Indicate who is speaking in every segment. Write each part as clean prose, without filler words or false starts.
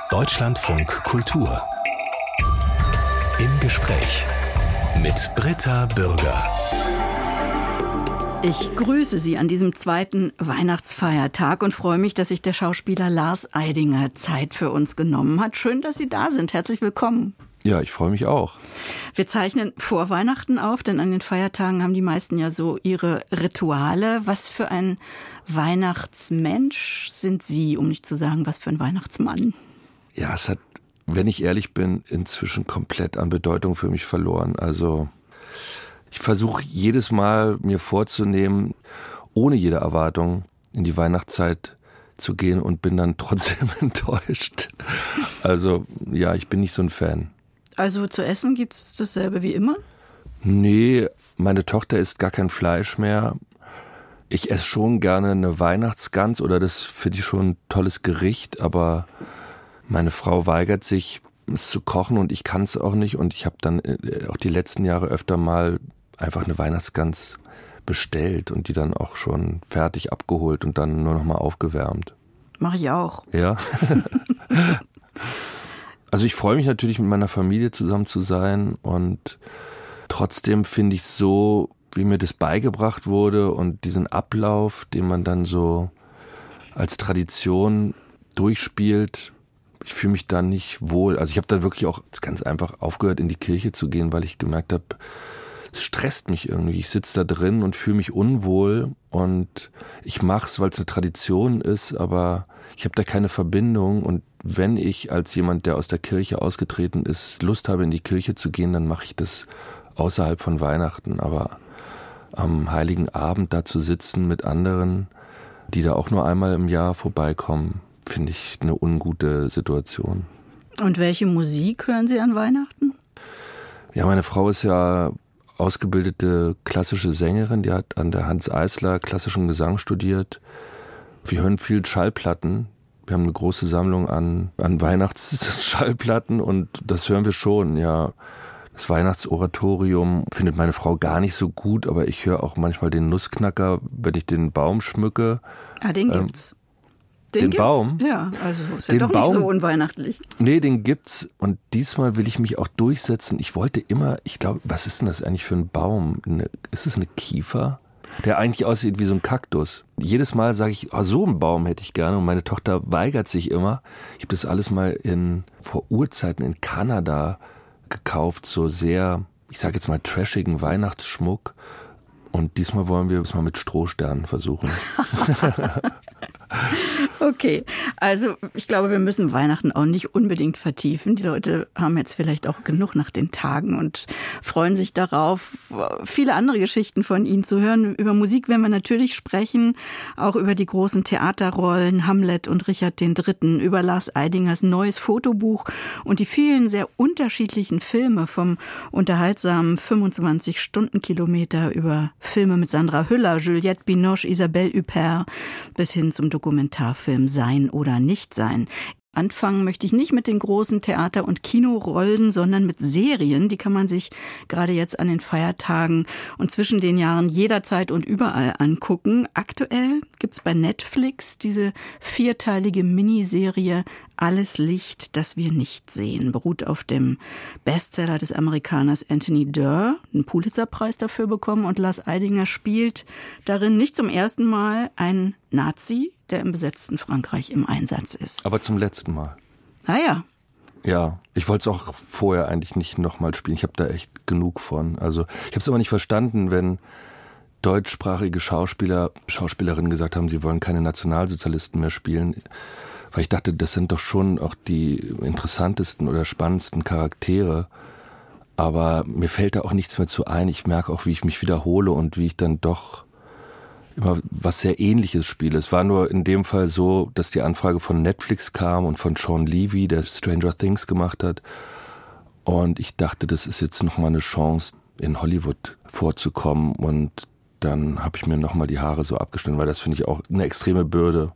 Speaker 1: Deutschlandfunk Kultur. Im Gespräch mit Britta Bürger.
Speaker 2: Ich grüße Sie an diesem zweiten Weihnachtsfeiertag und freue mich, dass sich der Schauspieler Lars Eidinger Zeit für uns genommen hat. Schön, dass Sie da sind. Herzlich willkommen.
Speaker 3: Ja, ich freue mich auch.
Speaker 2: Wir zeichnen vor Weihnachten auf, denn an den Feiertagen haben die meisten ja so ihre Rituale. Was für ein Weihnachtsmensch sind Sie, um nicht zu sagen, was für ein Weihnachtsmann?
Speaker 3: Ja, es hat, wenn ich ehrlich bin, inzwischen komplett an Bedeutung für mich verloren. Also ich versuche jedes Mal mir vorzunehmen, ohne jede Erwartung in die Weihnachtszeit zu gehen und bin dann trotzdem enttäuscht. Also ja, ich bin nicht so ein Fan.
Speaker 2: Also zu essen gibt es dasselbe wie immer?
Speaker 3: Nee, meine Tochter isst gar kein Fleisch mehr. Ich esse schon gerne eine Weihnachtsgans oder das finde ich schon ein tolles Gericht, aber meine Frau weigert sich, es zu kochen und ich kann es auch nicht. Und ich habe dann auch die letzten Jahre öfter mal einfach eine Weihnachtsgans bestellt und die dann auch schon fertig abgeholt und dann nur noch mal aufgewärmt.
Speaker 2: Mache ich auch.
Speaker 3: Ja. Also ich freue mich natürlich, mit meiner Familie zusammen zu sein und trotzdem finde ich so, wie mir das beigebracht wurde und diesen Ablauf, den man dann so als Tradition durchspielt, ich fühle mich da nicht wohl. Also ich habe dann wirklich auch ganz einfach aufgehört, in die Kirche zu gehen, weil ich gemerkt habe, es stresst mich irgendwie. Ich sitze da drin und fühle mich unwohl und ich mache es, weil es eine Tradition ist, aber ich habe da keine Verbindung und wenn ich als jemand, der aus der Kirche ausgetreten ist, Lust habe, in die Kirche zu gehen, dann mache ich das außerhalb von Weihnachten. Aber am Heiligen Abend da zu sitzen mit anderen, die da auch nur einmal im Jahr vorbeikommen, finde ich eine ungute Situation.
Speaker 2: Und welche Musik hören Sie an Weihnachten?
Speaker 3: Ja, meine Frau ist ja ausgebildete klassische Sängerin, die hat an der Hanns Eisler klassischen Gesang studiert. Wir hören viel Schallplatten. Wir haben eine große Sammlung an Weihnachtsschallplatten und das hören wir schon, ja. Das Weihnachtsoratorium findet meine Frau gar nicht so gut, aber ich höre auch manchmal den Nussknacker, wenn ich den Baum schmücke.
Speaker 2: Ah, den gibt's.
Speaker 3: Den Baum?
Speaker 2: Ja, also ist ja doch nicht so unweihnachtlich.
Speaker 3: Nee, den gibt's und diesmal will ich mich auch durchsetzen. Ich wollte immer, ich glaube, was ist denn das eigentlich für ein Baum? Ist es eine Kiefer? Der eigentlich aussieht wie so ein Kaktus. Jedes Mal sage ich, oh, so einen Baum hätte ich gerne und meine Tochter weigert sich immer. Ich habe das alles mal vor Urzeiten in Kanada gekauft, so sehr, ich sage jetzt mal trashigen Weihnachtsschmuck und diesmal wollen wir es mal mit Strohsternen versuchen.
Speaker 2: Okay, also ich glaube, wir müssen Weihnachten auch nicht unbedingt vertiefen. Die Leute haben jetzt vielleicht auch genug nach den Tagen und freuen sich darauf, viele andere Geschichten von Ihnen zu hören. Über Musik werden wir natürlich sprechen, auch über die großen Theaterrollen Hamlet und Richard III., über Lars Eidingers neues Fotobuch und die vielen sehr unterschiedlichen Filme, vom unterhaltsamen 25-Stunden-Kilometer über Filme mit Sandra Hüller, Juliette Binoche, Isabelle Huppert bis hin zum Dokumentarfilm Sein oder Nichtsein. Anfangen möchte ich nicht mit den großen Theater- und Kinorollen, sondern mit Serien. Die kann man sich gerade jetzt an den Feiertagen und zwischen den Jahren jederzeit und überall angucken. Aktuell gibt's bei Netflix diese 4-teilige Miniserie Alles Licht, das wir nicht sehen. Beruht auf dem Bestseller des Amerikaners Anthony Doerr, einen Pulitzerpreis dafür bekommen. Und Lars Eidinger spielt darin nicht zum ersten Mal einen Nazi, der im besetzten Frankreich im Einsatz ist.
Speaker 3: Aber zum letzten Mal.
Speaker 2: Ah ja.
Speaker 3: Ja, ich wollte es auch vorher eigentlich nicht nochmal spielen. Ich habe da echt genug von. Also ich habe es aber nicht verstanden, wenn deutschsprachige Schauspielerinnen gesagt haben, sie wollen keine Nationalsozialisten mehr spielen. Weil ich dachte, das sind doch schon auch die interessantesten oder spannendsten Charaktere. Aber mir fällt da auch nichts mehr zu ein. Ich merke auch, wie ich mich wiederhole und wie ich dann doch immer was sehr Ähnliches spiele. Es war nur in dem Fall so, dass die Anfrage von Netflix kam und von Sean Levy, der Stranger Things gemacht hat. Und ich dachte, das ist jetzt nochmal eine Chance, in Hollywood vorzukommen. Und dann habe ich mir nochmal die Haare so abgeschnitten, weil das finde ich auch eine extreme Bürde,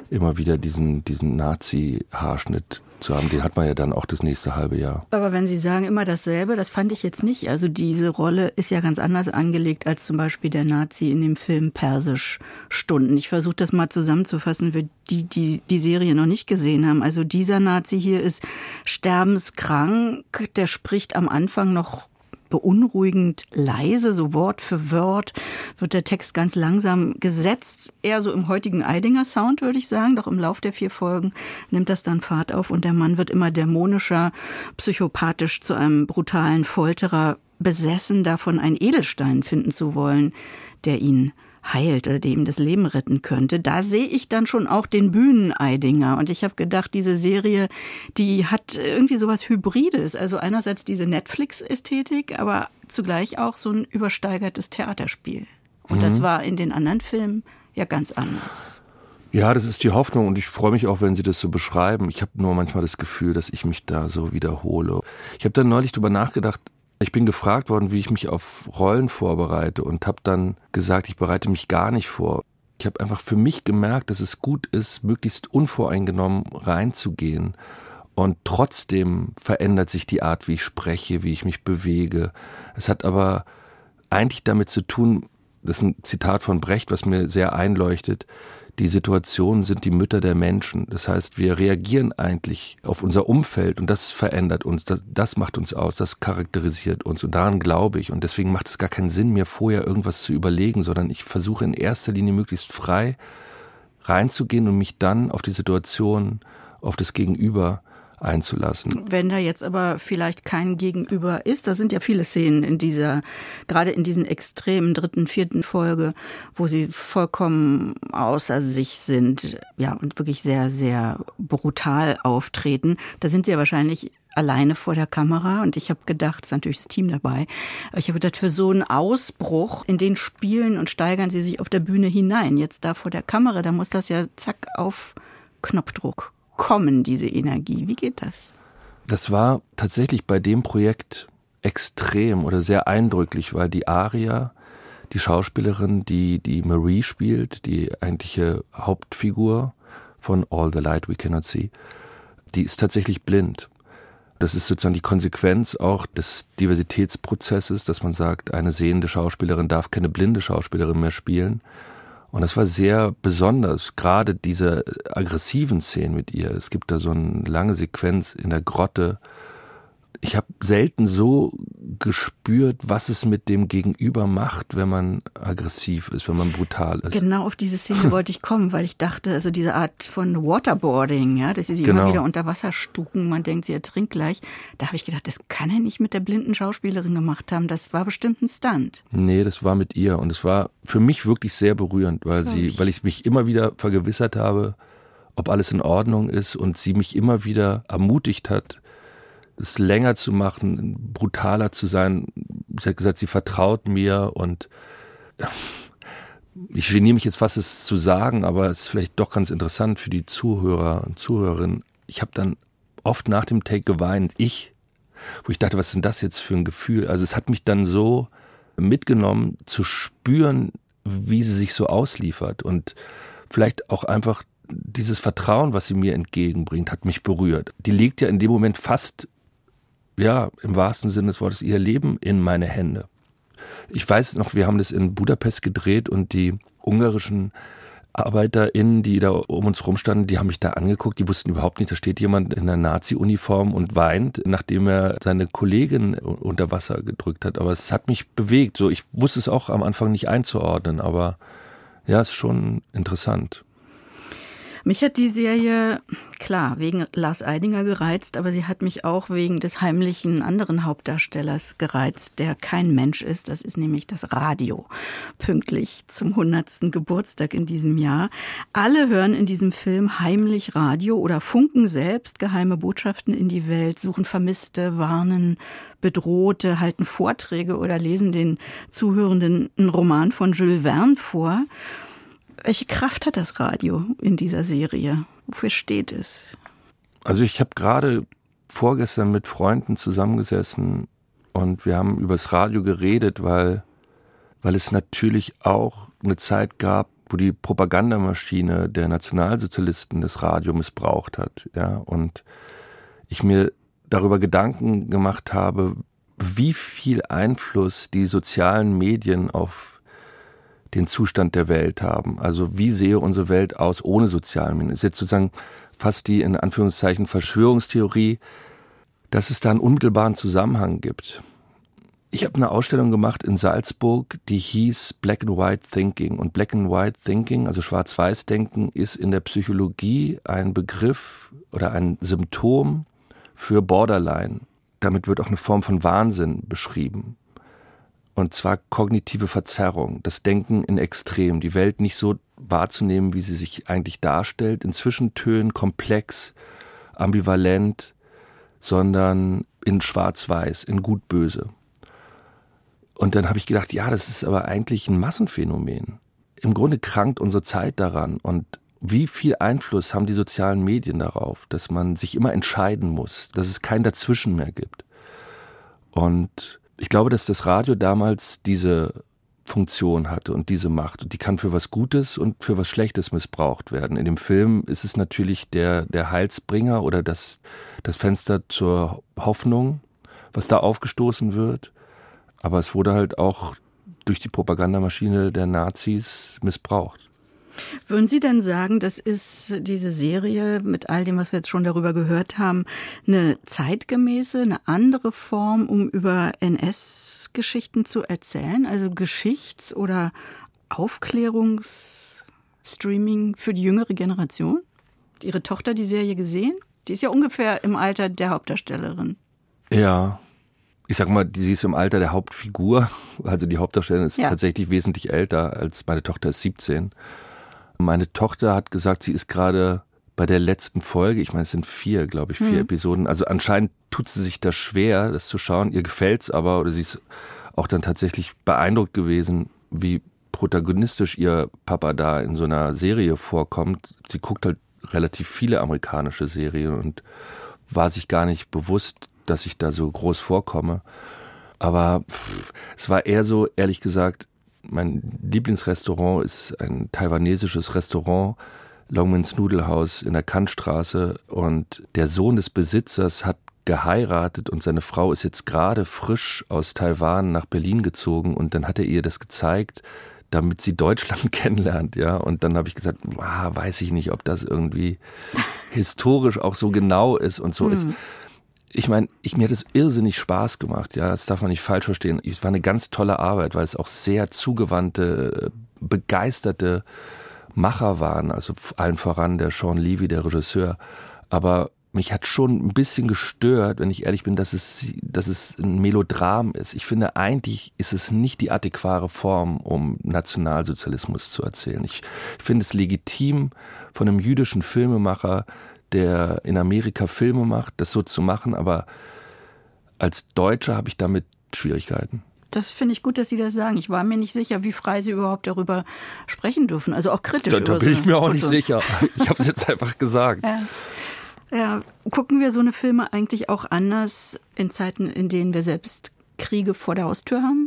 Speaker 3: immer wieder diesen Nazi-Haarschnitt zu haben. Den hat man ja dann auch das nächste halbe Jahr.
Speaker 2: Aber wenn Sie sagen immer dasselbe, das fand ich jetzt nicht. Also diese Rolle ist ja ganz anders angelegt als zum Beispiel der Nazi in dem Film Persisch Stunden. Ich versuche das mal zusammenzufassen für die Serie noch nicht gesehen haben. Also dieser Nazi hier ist sterbenskrank, der spricht am Anfang noch beunruhigend leise, so Wort für Wort wird der Text ganz langsam gesetzt, eher so im heutigen Eidinger Sound, würde ich sagen, doch im Lauf der 4 Folgen nimmt das dann Fahrt auf und der Mann wird immer dämonischer, psychopathisch zu einem brutalen Folterer, besessen davon, einen Edelstein finden zu wollen, der ihn heilt oder dem das Leben retten könnte. Da sehe ich dann schon auch den Bühnen-Eidinger. Und ich habe gedacht, diese Serie, die hat irgendwie sowas Hybrides. Also einerseits diese Netflix-Ästhetik, aber zugleich auch so ein übersteigertes Theaterspiel. Und das war in den anderen Filmen ja ganz anders.
Speaker 3: Ja, das ist die Hoffnung und ich freue mich auch, wenn Sie das so beschreiben. Ich habe nur manchmal das Gefühl, dass ich mich da so wiederhole. Ich habe dann neulich drüber nachgedacht, ich bin gefragt worden, wie ich mich auf Rollen vorbereite und habe dann gesagt, ich bereite mich gar nicht vor. Ich habe einfach für mich gemerkt, dass es gut ist, möglichst unvoreingenommen reinzugehen. Und trotzdem verändert sich die Art, wie ich spreche, wie ich mich bewege. Es hat aber eigentlich damit zu tun, das ist ein Zitat von Brecht, was mir sehr einleuchtet, die Situationen sind die Mütter der Menschen. Das heißt, wir reagieren eigentlich auf unser Umfeld und das verändert uns, das macht uns aus, das charakterisiert uns und daran glaube ich. Und deswegen macht es gar keinen Sinn, mir vorher irgendwas zu überlegen, sondern ich versuche in erster Linie möglichst frei reinzugehen und mich dann auf die Situation, auf das Gegenüber einzulassen.
Speaker 2: Wenn da jetzt aber vielleicht kein Gegenüber ist, da sind ja viele Szenen gerade in diesen extremen 3., 4. Folge, wo sie vollkommen außer sich sind, ja, und wirklich sehr, sehr brutal auftreten. Da sind sie ja wahrscheinlich alleine vor der Kamera und ich habe gedacht, es ist natürlich das Team dabei, aber ich habe gedacht, für so einen Ausbruch, in den spielen und steigern sie sich auf der Bühne hinein. Jetzt da vor der Kamera, da muss das ja zack auf Knopfdruck kommen, diese Energie. Wie geht das?
Speaker 3: Das war tatsächlich bei dem Projekt extrem oder sehr eindrücklich, weil die Aria, die Schauspielerin, die Marie spielt, die eigentliche Hauptfigur von All the Light We Cannot See, die ist tatsächlich blind. Das ist sozusagen die Konsequenz auch des Diversitätsprozesses, dass man sagt, eine sehende Schauspielerin darf keine blinde Schauspielerin mehr spielen. Und das war sehr besonders, gerade diese aggressiven Szenen mit ihr. Es gibt da so eine lange Sequenz in der Grotte. Ich habe selten so gespürt, was es mit dem Gegenüber macht, wenn man aggressiv ist, wenn man brutal ist.
Speaker 2: Genau auf diese Szene wollte ich kommen, weil ich dachte, also diese Art von Waterboarding, ja, dass sie immer wieder unter Wasser stucken, man denkt, sie ertrinkt gleich. Da habe ich gedacht, das kann er nicht mit der blinden Schauspielerin gemacht haben. Das war bestimmt ein Stunt.
Speaker 3: Nee, das war mit ihr und es war für mich wirklich sehr berührend, weil ich mich immer wieder vergewissert habe, ob alles in Ordnung ist und sie mich immer wieder ermutigt hat, es länger zu machen, brutaler zu sein. Sie hat gesagt, sie vertraut mir und ich geniere mich jetzt fast, es zu sagen, aber es ist vielleicht doch ganz interessant für die Zuhörer und Zuhörerinnen. Ich habe dann oft nach dem Take geweint, wo ich dachte, was ist denn das jetzt für ein Gefühl? Also es hat mich dann so mitgenommen, zu spüren, wie sie sich so ausliefert und vielleicht auch einfach dieses Vertrauen, was sie mir entgegenbringt, hat mich berührt. Die legt ja in dem Moment fast, ja, im wahrsten Sinne des Wortes, ihr Leben in meine Hände. Ich weiß noch, wir haben das in Budapest gedreht und die ungarischen ArbeiterInnen, die da um uns rumstanden, die haben mich da angeguckt, die wussten überhaupt nicht, da steht jemand in einer Nazi-Uniform und weint, nachdem er seine Kollegin unter Wasser gedrückt hat. Aber es hat mich bewegt. So, ich wusste es auch am Anfang nicht einzuordnen, aber ja, es ist schon interessant.
Speaker 2: Mich hat die Serie, klar, wegen Lars Eidinger gereizt, aber sie hat mich auch wegen des heimlichen anderen Hauptdarstellers gereizt, der kein Mensch ist. Das ist nämlich das Radio, pünktlich zum 100. Geburtstag in diesem Jahr. Alle hören in diesem Film heimlich Radio oder funken selbst geheime Botschaften in die Welt, suchen Vermisste, warnen Bedrohte, halten Vorträge oder lesen den Zuhörenden einen Roman von Jules Verne vor. Welche Kraft hat das Radio in dieser Serie? Wofür steht es?
Speaker 3: Also ich habe gerade vorgestern mit Freunden zusammengesessen und wir haben über das Radio geredet, weil es natürlich auch eine Zeit gab, wo die Propagandamaschine der Nationalsozialisten das Radio missbraucht hat, ja, und ich mir darüber Gedanken gemacht habe, wie viel Einfluss die sozialen Medien auf den Zustand der Welt haben. Also wie sehe unsere Welt aus ohne soziale Medien? Das ist jetzt sozusagen fast die, in Anführungszeichen, Verschwörungstheorie, dass es da einen unmittelbaren Zusammenhang gibt. Ich habe eine Ausstellung gemacht in Salzburg, die hieß Black and White Thinking. Und Black and White Thinking, also Schwarz-Weiß-Denken, ist in der Psychologie ein Begriff oder ein Symptom für Borderline. Damit wird auch eine Form von Wahnsinn beschrieben. Und zwar kognitive Verzerrung, das Denken in Extrem, die Welt nicht so wahrzunehmen, wie sie sich eigentlich darstellt, in Zwischentönen, komplex, ambivalent, sondern in Schwarz-Weiß, in Gut-Böse. Und dann habe ich gedacht, ja, das ist aber eigentlich ein Massenphänomen. Im Grunde krankt unsere Zeit daran. Und wie viel Einfluss haben die sozialen Medien darauf, dass man sich immer entscheiden muss, dass es kein Dazwischen mehr gibt. Und ich glaube, dass das Radio damals diese Funktion hatte und diese Macht. Und die kann für was Gutes und für was Schlechtes missbraucht werden. In dem Film ist es natürlich der Heilsbringer oder das Fenster zur Hoffnung, was da aufgestoßen wird. Aber es wurde halt auch durch die Propagandamaschine der Nazis missbraucht.
Speaker 2: Würden Sie denn sagen, das ist diese Serie mit all dem, was wir jetzt schon darüber gehört haben, eine zeitgemäße, eine andere Form, um über NS-Geschichten zu erzählen? Also Geschichts- oder Aufklärungsstreaming für die jüngere Generation? Hat Ihre Tochter die Serie gesehen? Die ist ja ungefähr im Alter der Hauptdarstellerin.
Speaker 3: Ja, ich sag mal, sie ist im Alter der Hauptfigur. Also die Hauptdarstellerin ist tatsächlich wesentlich älter als meine Tochter ist 17. Meine Tochter hat gesagt, sie ist gerade bei der letzten Folge, ich meine, es sind 4 Episoden. Also anscheinend tut sie sich da schwer, das zu schauen. Ihr gefällt's aber, oder sie ist auch dann tatsächlich beeindruckt gewesen, wie protagonistisch ihr Papa da in so einer Serie vorkommt. Sie guckt halt relativ viele amerikanische Serien und war sich gar nicht bewusst, dass ich da so groß vorkomme. Aber es war eher so, ehrlich gesagt, mein Lieblingsrestaurant ist ein taiwanesisches Restaurant, Longmans Nudelhaus in der Kantstraße. Und der Sohn des Besitzers hat geheiratet und seine Frau ist jetzt gerade frisch aus Taiwan nach Berlin gezogen. Und dann hat er ihr das gezeigt, damit sie Deutschland kennenlernt. Ja. Und dann habe ich gesagt, weiß ich nicht, ob das irgendwie historisch auch so genau ist und so ist. Ich meine, mir hat es irrsinnig Spaß gemacht, ja, das darf man nicht falsch verstehen. Es war eine ganz tolle Arbeit, weil es auch sehr zugewandte, begeisterte Macher waren, also allen voran der Sean Levy, der Regisseur. Aber mich hat schon ein bisschen gestört, wenn ich ehrlich bin, dass es ein Melodram ist. Ich finde, eigentlich ist es nicht die adäquate Form, um Nationalsozialismus zu erzählen. Ich finde es legitim, von einem jüdischen Filmemacher, der in Amerika Filme macht, das so zu machen, aber als Deutscher habe ich damit Schwierigkeiten.
Speaker 2: Das finde ich gut, dass Sie das sagen. Ich war mir nicht sicher, wie frei Sie überhaupt darüber sprechen dürfen, also auch kritisch.
Speaker 3: Da bin ich mir auch nicht sicher. Ich habe es jetzt einfach gesagt.
Speaker 2: Ja. Gucken wir so eine Filme eigentlich auch anders in Zeiten, in denen wir selbst Kriege vor der Haustür haben?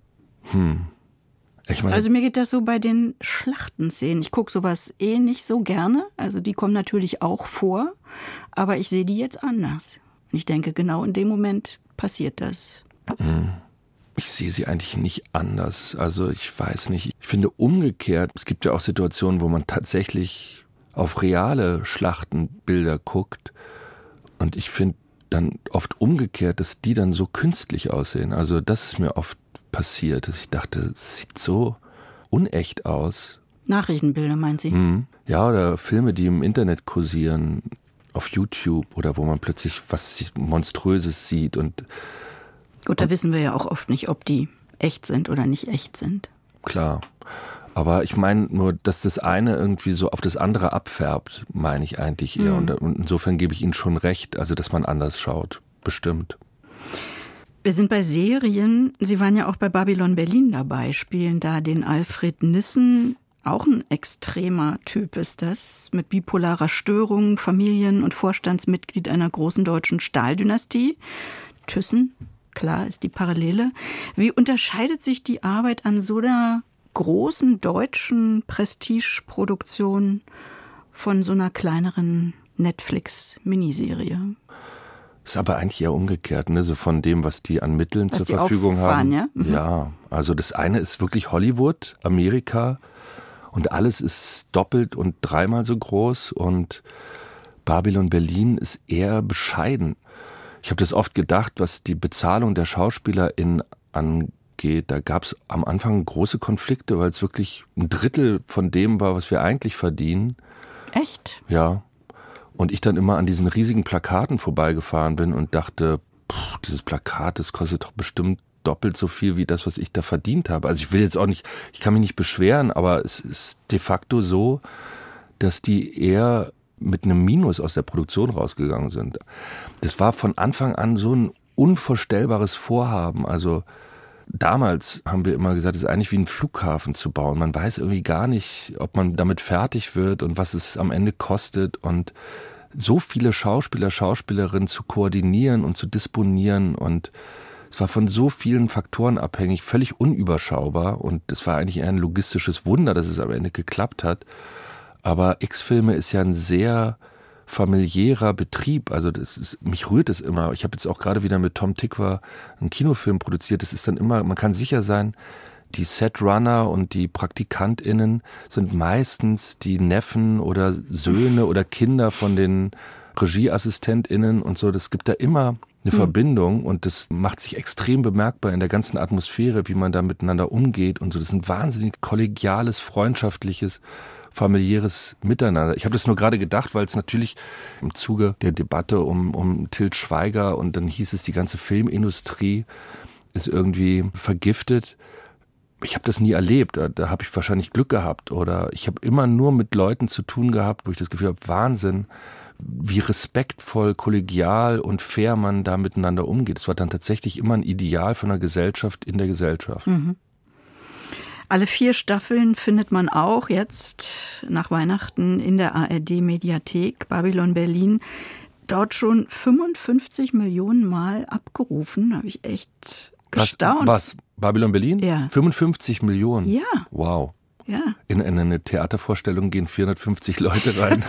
Speaker 3: Ich meine,
Speaker 2: also mir geht das so bei den Schlachtenszenen. Ich gucke sowas nicht so gerne. Also die kommen natürlich auch vor, aber ich sehe die jetzt anders. Und ich denke, genau in dem Moment passiert das.
Speaker 3: Ich sehe sie eigentlich nicht anders. Also ich weiß nicht. Ich finde umgekehrt, es gibt ja auch Situationen, wo man tatsächlich auf reale Schlachtenbilder guckt. Und ich finde dann oft umgekehrt, dass die dann so künstlich aussehen. Also das ist mir oft passiert, dass ich dachte, es sieht so unecht aus.
Speaker 2: Nachrichtenbilder, meint Sie?
Speaker 3: Ja, oder Filme, die im Internet kursieren, auf YouTube oder wo man plötzlich was Monströses sieht. Und
Speaker 2: da wissen wir ja auch oft nicht, ob die echt sind oder nicht echt sind.
Speaker 3: Klar, aber ich meine nur, dass das eine irgendwie so auf das andere abfärbt, meine ich eigentlich eher. Und insofern gebe ich Ihnen schon recht, also dass man anders schaut, bestimmt.
Speaker 2: Wir sind bei Serien. Sie waren ja auch bei Babylon Berlin dabei, spielen da den Alfred Nissen. Auch ein extremer Typ ist das, mit bipolarer Störung, Familien- und Vorstandsmitglied einer großen deutschen Stahldynastie. Thyssen, klar, ist die Parallele. Wie unterscheidet sich die Arbeit an so einer großen deutschen Prestige-Produktion von so einer kleineren Netflix-Miniserie.
Speaker 3: Ist aber eigentlich eher umgekehrt, ne? So von dem, was die an Mitteln zur Verfügung haben.
Speaker 2: Ja? Mhm.
Speaker 3: Ja, also das eine ist wirklich Hollywood, Amerika und alles ist doppelt und dreimal so groß und Babylon Berlin ist eher bescheiden. Ich habe das oft gedacht, was die Bezahlung der SchauspielerInnen angeht. Da gab es am Anfang große Konflikte, weil es wirklich 1/3 von dem war, was wir eigentlich verdienen.
Speaker 2: Echt?
Speaker 3: Ja. Und ich dann immer an diesen riesigen Plakaten vorbeigefahren bin und dachte, dieses Plakat, das kostet doch bestimmt doppelt so viel wie das, was ich da verdient habe. Also ich will jetzt auch nicht, ich kann mich nicht beschweren, aber es ist de facto so, dass die eher mit einem Minus aus der Produktion rausgegangen sind. Das war von Anfang an so ein unvorstellbares Vorhaben. Also damals haben wir immer gesagt, es ist eigentlich wie ein Flughafen zu bauen. Man weiß irgendwie gar nicht, ob man damit fertig wird und was es am Ende kostet. Und so viele Schauspieler, Schauspielerinnen zu koordinieren und zu disponieren. Und es war von so vielen Faktoren abhängig, völlig unüberschaubar. Und es war eigentlich eher ein logistisches Wunder, dass es am Ende geklappt hat. Aber X-Filme ist ja ein sehr familiärer Betrieb, also mich rührt es immer. Ich habe jetzt auch gerade wieder mit Tom Tykwer einen Kinofilm produziert. Das ist dann immer, man kann sicher sein, die Setrunner und die PraktikantInnen sind meistens die Neffen oder Söhne oder Kinder von den RegieassistentInnen und so. Das gibt da immer eine Verbindung und das macht sich extrem bemerkbar in der ganzen Atmosphäre, wie man da miteinander umgeht und so. Das ist ein wahnsinnig kollegiales, freundschaftliches, familiäres Miteinander. Ich habe das nur gerade gedacht, weil es natürlich im Zuge der Debatte um Til Schweiger und dann hieß es, die ganze Filmindustrie ist irgendwie vergiftet. Ich habe das nie erlebt. Da habe ich wahrscheinlich Glück gehabt oder ich habe immer nur mit Leuten zu tun gehabt, wo ich das Gefühl habe, Wahnsinn, wie respektvoll, kollegial und fair man da miteinander umgeht. Es war dann tatsächlich immer ein Ideal von einer Gesellschaft in der Gesellschaft.
Speaker 2: Mhm. Alle 4 Staffeln findet man auch jetzt nach Weihnachten in der ARD-Mediathek Babylon Berlin. Dort schon 55 Millionen Mal abgerufen. Da habe ich echt gestaunt.
Speaker 3: Was? Babylon Berlin?
Speaker 2: Ja.
Speaker 3: 55 Millionen?
Speaker 2: Ja.
Speaker 3: Wow.
Speaker 2: Ja.
Speaker 3: In eine Theatervorstellung gehen 450 Leute rein.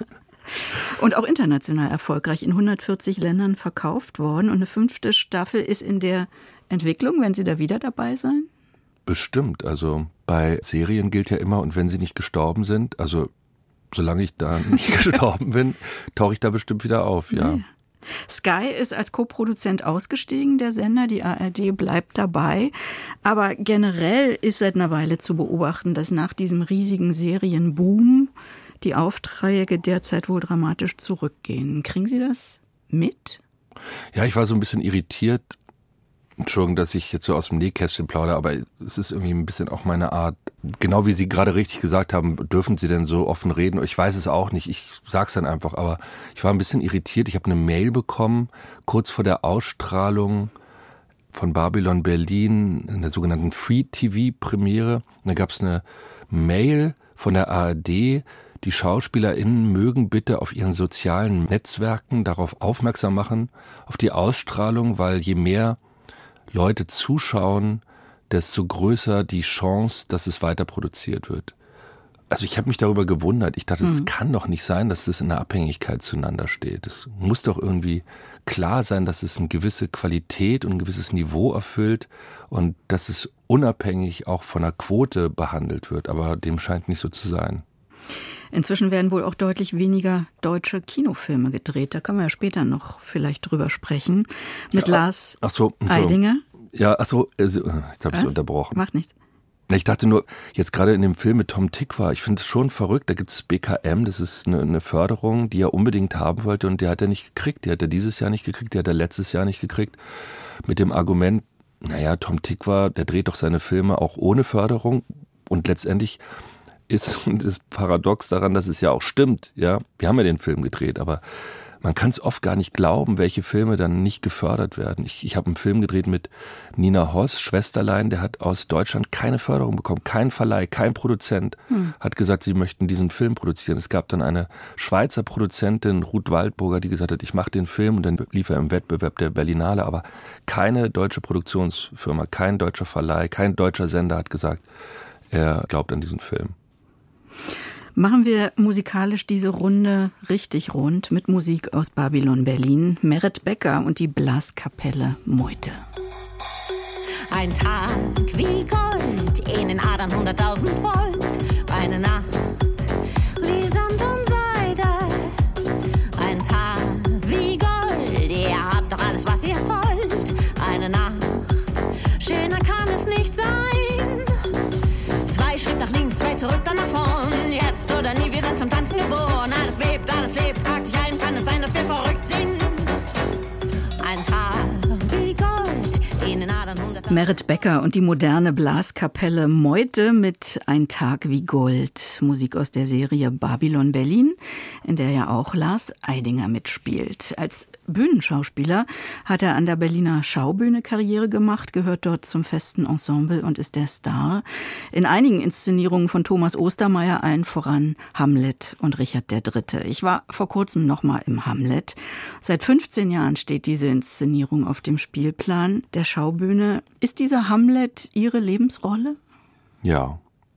Speaker 2: Und auch international erfolgreich, in 140 Ländern verkauft worden. Und eine 5. Staffel ist in der Entwicklung. Werden Sie da wieder dabei sein?
Speaker 3: Bestimmt. Also bei Serien gilt ja immer, und wenn sie nicht gestorben sind, also solange ich da nicht gestorben bin, tauche ich da bestimmt wieder auf, ja.
Speaker 2: Sky ist als Co-Produzent ausgestiegen, der Sender. Die ARD bleibt dabei. Aber generell ist seit einer Weile zu beobachten, dass nach diesem riesigen Serienboom die Aufträge derzeit wohl dramatisch zurückgehen. Kriegen Sie das mit?
Speaker 3: Ja, ich war so ein bisschen irritiert. Entschuldigung, dass ich jetzt so aus dem Nähkästchen plaudere, aber es ist irgendwie ein bisschen auch meine Art. Genau wie Sie gerade richtig gesagt haben, dürfen Sie denn so offen reden? Ich weiß es auch nicht, ich sag's dann einfach, aber ich war ein bisschen irritiert. Ich habe eine Mail bekommen, kurz vor der Ausstrahlung von Babylon Berlin, in der sogenannten Free-TV-Premiere. Da gab es eine Mail von der ARD, die SchauspielerInnen mögen bitte auf ihren sozialen Netzwerken darauf aufmerksam machen, auf die Ausstrahlung, weil je mehr Leute zuschauen, desto größer die Chance, dass es weiter produziert wird. Also ich habe mich darüber gewundert. Ich dachte, es kann doch nicht sein, dass das in einer Abhängigkeit zueinander steht. Es muss doch irgendwie klar sein, dass es eine gewisse Qualität und ein gewisses Niveau erfüllt und dass es unabhängig auch von der Quote behandelt wird. Aber dem scheint nicht so zu sein.
Speaker 2: Inzwischen werden wohl auch deutlich weniger deutsche Kinofilme gedreht. Da können wir ja später noch vielleicht drüber sprechen. Mit Lars Eidinger.
Speaker 3: Ja, jetzt habe ich unterbrochen.
Speaker 2: Macht nichts.
Speaker 3: Ich dachte nur, jetzt gerade in dem Film mit Tom Tykwer, ich finde es schon verrückt, da gibt es BKM, das ist eine Förderung, die er unbedingt haben wollte und die hat er nicht gekriegt. Die hat er dieses Jahr nicht gekriegt, die hat er letztes Jahr nicht gekriegt. Mit dem Argument, naja, Tom Tykwer, der dreht doch seine Filme auch ohne Förderung und letztendlich ist das Paradox daran, dass es ja auch stimmt. Ja, wir haben ja den Film gedreht, aber man kann es oft gar nicht glauben, welche Filme dann nicht gefördert werden. Ich habe einen Film gedreht mit Nina Hoss, Schwesterlein, der hat aus Deutschland keine Förderung bekommen. Kein Verleih, kein Produzent hat gesagt, sie möchten diesen Film produzieren. Es gab dann eine Schweizer Produzentin, Ruth Waldburger, die gesagt hat, ich mache den Film und dann lief er im Wettbewerb der Berlinale. Aber keine deutsche Produktionsfirma, kein deutscher Verleih, kein deutscher Sender hat gesagt, er glaubt an diesen Film.
Speaker 2: Machen wir musikalisch diese Runde richtig rund mit Musik aus Babylon Berlin. Meret Becker und die Blaskapelle Meute.
Speaker 4: Ein Tag wie Gold, in den Adern 100.000 Volt. Eine Nacht wie Samt und Seide. Ein Tag wie Gold, ihr habt doch alles, was ihr wollt. Eine Nacht, schöner kann es nicht sein. 2 Schritt nach links, 2 zurück, dann nach vorn. Jetzt oder nie, wir sind zum Tanzen geboren. Alles bebt, alles lebt, fragt dich ein, kann es sein, dass wir verrückt sind? Ein Tag wie Gold, in den Adern 100.000.
Speaker 2: Meret Becker und die moderne Blaskapelle Meute mit Ein Tag wie Gold. Musik aus der Serie Babylon Berlin, in der ja auch Lars Eidinger mitspielt. Als Bühnenschauspieler hat er an der Berliner Schaubühne Karriere gemacht, gehört dort zum festen Ensemble und ist der Star in einigen Inszenierungen von Thomas Ostermeier, allen voran Hamlet und Richard III. Ich war vor kurzem noch mal im Hamlet. Seit 15 Jahren steht diese Inszenierung auf dem Spielplan der Schaubühne. Ist dieser Hamlet Ihre Lebensrolle?
Speaker 3: Ja,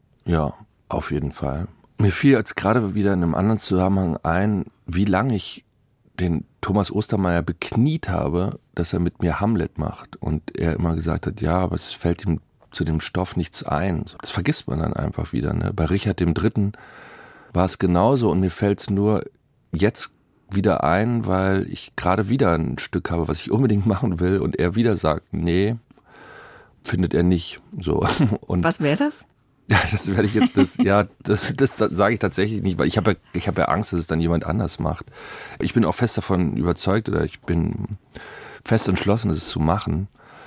Speaker 3: auf jeden Fall. Mir fiel jetzt gerade wieder in einem anderen Zusammenhang ein, wie lange ich den Thomas Ostermeier bekniet habe, dass er mit mir Hamlet macht. Und er immer gesagt hat, ja, aber es fällt ihm zu dem Stoff nichts ein. Das vergisst man dann einfach wieder. Ne? Bei Richard III. War es genauso und mir fällt es nur jetzt wieder ein, weil ich gerade wieder ein Stück habe, was ich unbedingt machen will und er wieder sagt, nee, findet er nicht. So. Und
Speaker 2: was wäre das?
Speaker 3: Ja, das werde ich jetzt, das sage ich tatsächlich nicht, weil ich habe ja Angst, dass es dann jemand anders macht. Ich bin auch fest davon überzeugt oder ich bin fest entschlossen, es zu machen.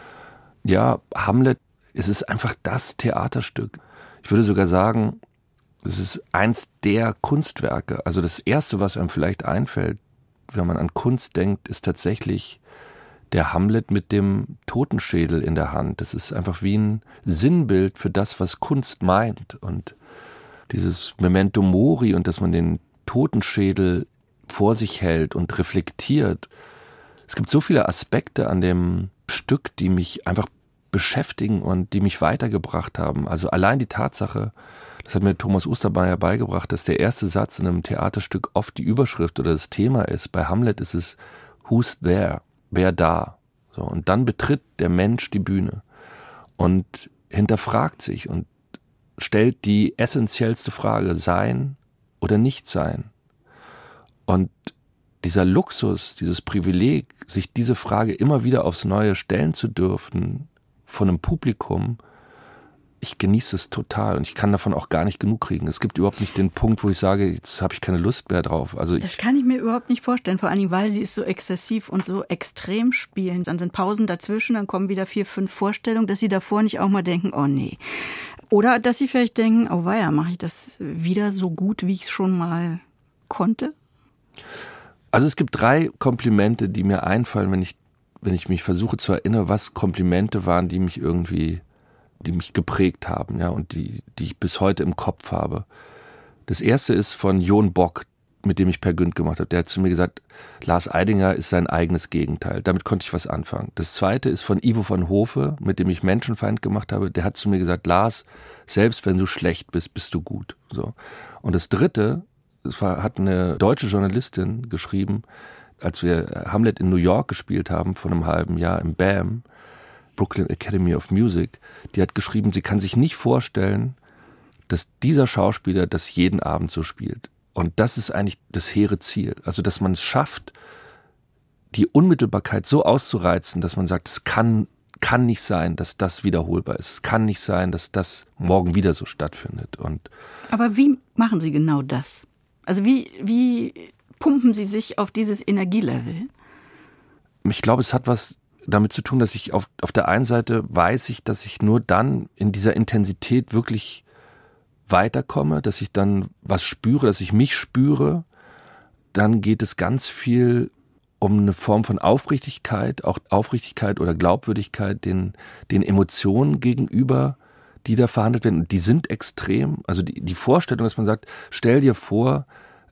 Speaker 3: Ja, Hamlet, es ist einfach das Theaterstück. Ich würde sogar sagen, es ist eins der Kunstwerke. Also das Erste, was einem vielleicht einfällt, wenn man an Kunst denkt, ist tatsächlich der Hamlet mit dem Totenschädel in der Hand. Das ist einfach wie ein Sinnbild für das, was Kunst meint. Und dieses Memento Mori und dass man den Totenschädel vor sich hält und reflektiert. Es gibt so viele Aspekte an dem Stück, die mich einfach beschäftigen und die mich weitergebracht haben. Also allein die Tatsache, das hat mir Thomas Ostermeier beigebracht, dass der erste Satz in einem Theaterstück oft die Überschrift oder das Thema ist. Bei Hamlet ist es Who's there? Wer da? So, und dann betritt der Mensch die Bühne und hinterfragt sich und stellt die essentiellste Frage, sein oder nicht sein. Und dieser Luxus, dieses Privileg, sich diese Frage immer wieder aufs Neue stellen zu dürfen von einem Publikum, ich genieße es total und ich kann davon auch gar nicht genug kriegen. Es gibt überhaupt nicht den Punkt, wo ich sage, jetzt habe ich keine Lust mehr drauf. Also
Speaker 2: das kann ich mir überhaupt nicht vorstellen, vor allem, weil sie es so exzessiv und so extrem spielen. Dann sind Pausen dazwischen, dann kommen wieder 4, 5 Vorstellungen, dass sie davor nicht auch mal denken, oh nee. Oder dass sie vielleicht denken, oh weia, mache ich das wieder so gut, wie ich es schon mal konnte?
Speaker 3: Also es gibt 3 Komplimente, die mir einfallen, wenn ich mich versuche zu erinnern, was Komplimente waren, die mich geprägt haben, ja, und die ich bis heute im Kopf habe. Das erste ist von Jon Bock, mit dem ich Per Günd gemacht habe. Der hat zu mir gesagt, Lars Eidinger ist sein eigenes Gegenteil. Damit konnte ich was anfangen. Das zweite ist von Ivo van Hofe, mit dem ich Menschenfeind gemacht habe. Der hat zu mir gesagt, Lars, selbst wenn du schlecht bist, bist du gut. So. Und das dritte, hat eine deutsche Journalistin geschrieben, als wir Hamlet in New York gespielt haben, vor einem halben Jahr im BAM, Brooklyn Academy of Music, die hat geschrieben, sie kann sich nicht vorstellen, dass dieser Schauspieler das jeden Abend so spielt. Und das ist eigentlich das hehre Ziel. Also, dass man es schafft, die Unmittelbarkeit so auszureizen, dass man sagt, es kann nicht sein, dass das wiederholbar ist. Es kann nicht sein, dass das morgen wieder so stattfindet.
Speaker 2: Aber wie machen Sie genau das? Also wie pumpen Sie sich auf dieses Energielevel?
Speaker 3: Ich glaube, es hat was damit zu tun, dass ich auf der einen Seite weiß ich, dass ich nur dann in dieser Intensität wirklich weiterkomme, dass ich dann was spüre, dass ich mich spüre. Dann geht es ganz viel um eine Form von Aufrichtigkeit, auch Aufrichtigkeit oder Glaubwürdigkeit den Emotionen gegenüber, die da verhandelt werden. Und die sind extrem. Also die Vorstellung, dass man sagt, stell dir vor,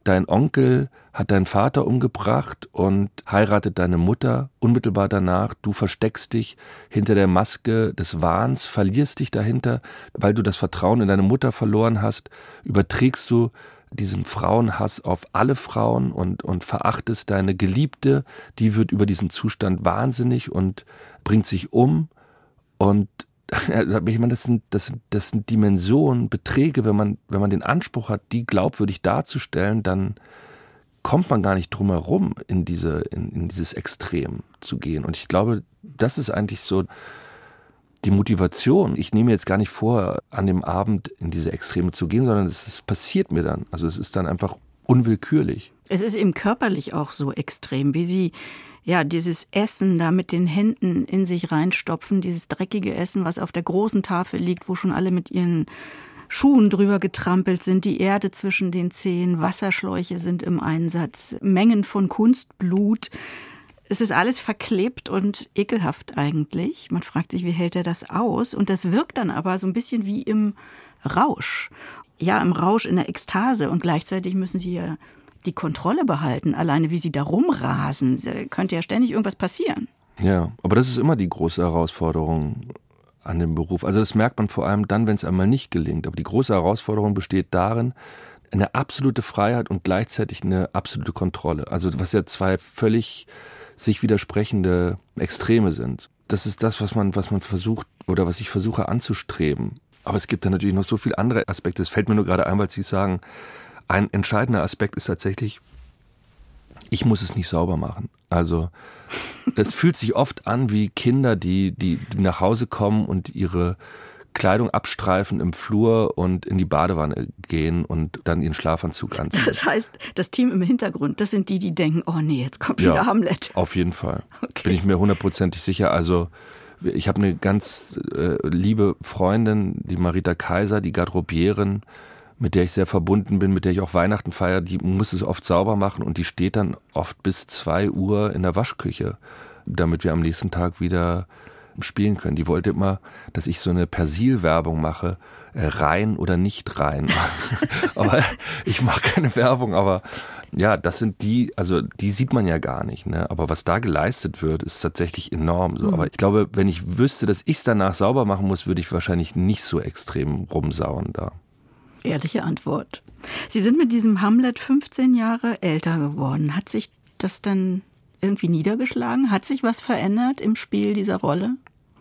Speaker 3: dein Onkel hat deinen Vater umgebracht und heiratet deine Mutter unmittelbar danach. Du versteckst dich hinter der Maske des Wahns, verlierst dich dahinter, weil du das Vertrauen in deine Mutter verloren hast, überträgst du diesen Frauenhass auf alle Frauen und verachtest deine Geliebte, die wird über diesen Zustand wahnsinnig und bringt sich um. Und ich meine, das sind Dimensionen, Beträge, wenn man den Anspruch hat, die glaubwürdig darzustellen, dann kommt man gar nicht drum herum, in dieses Extrem zu gehen. Und ich glaube, das ist eigentlich so die Motivation. Ich nehme jetzt gar nicht vor, an dem Abend in diese Extreme zu gehen, sondern es passiert mir dann. Also es ist dann einfach unwillkürlich.
Speaker 2: Es ist eben körperlich auch so extrem, wie Sie dieses Essen da mit den Händen in sich reinstopfen, dieses dreckige Essen, was auf der großen Tafel liegt, wo schon alle mit ihren Schuhen drüber getrampelt sind, die Erde zwischen den Zehen, Wasserschläuche sind im Einsatz, Mengen von Kunstblut. Es ist alles verklebt und ekelhaft eigentlich. Man fragt sich, wie hält er das aus? Und das wirkt dann aber so ein bisschen wie im Rausch. Ja, im Rausch, in der Ekstase. Und gleichzeitig müssen Sie ja die Kontrolle behalten. Alleine wie Sie da rumrasen, könnte ja ständig irgendwas passieren.
Speaker 3: Ja, aber das ist immer die große Herausforderung an dem Beruf. Also das merkt man vor allem dann, wenn es einmal nicht gelingt. Aber die große Herausforderung besteht darin, eine absolute Freiheit und gleichzeitig eine absolute Kontrolle. Also was ja zwei völlig sich widersprechende Extreme sind. Das ist das, was man versucht oder was ich versuche anzustreben. Aber es gibt da natürlich noch so viele andere Aspekte. Es fällt mir nur gerade ein, weil Sie sagen, ein entscheidender Aspekt ist tatsächlich, ich muss es nicht sauber machen. Also es fühlt sich oft an wie Kinder, die nach Hause kommen und ihre Kleidung abstreifen im Flur und in die Badewanne gehen und dann ihren Schlafanzug anziehen.
Speaker 2: Das heißt, das Team im Hintergrund, das sind die denken, oh nee, jetzt kommt wieder Hamlet.
Speaker 3: Auf jeden Fall. Okay. Bin ich mir 100% sicher. Also ich habe eine ganz liebe Freundin, die Marita Kaiser, die Garderobierin, mit der ich sehr verbunden bin, mit der ich auch Weihnachten feiere, die muss es oft sauber machen und die steht dann oft bis 2 Uhr in der Waschküche, damit wir am nächsten Tag wieder spielen können. Die wollte immer, dass ich so eine Persil-Werbung mache, rein oder nicht rein. Aber ich mache keine Werbung, aber ja, das sind die sieht man ja gar nicht, ne? Aber was da geleistet wird, ist tatsächlich enorm so. Aber ich glaube, wenn ich wüsste, dass ich es danach sauber machen muss, würde ich wahrscheinlich nicht so extrem rumsauen da.
Speaker 2: Ehrliche Antwort. Sie sind mit diesem Hamlet 15 Jahre älter geworden. Hat sich das dann irgendwie niedergeschlagen? Hat sich was verändert im Spiel dieser Rolle?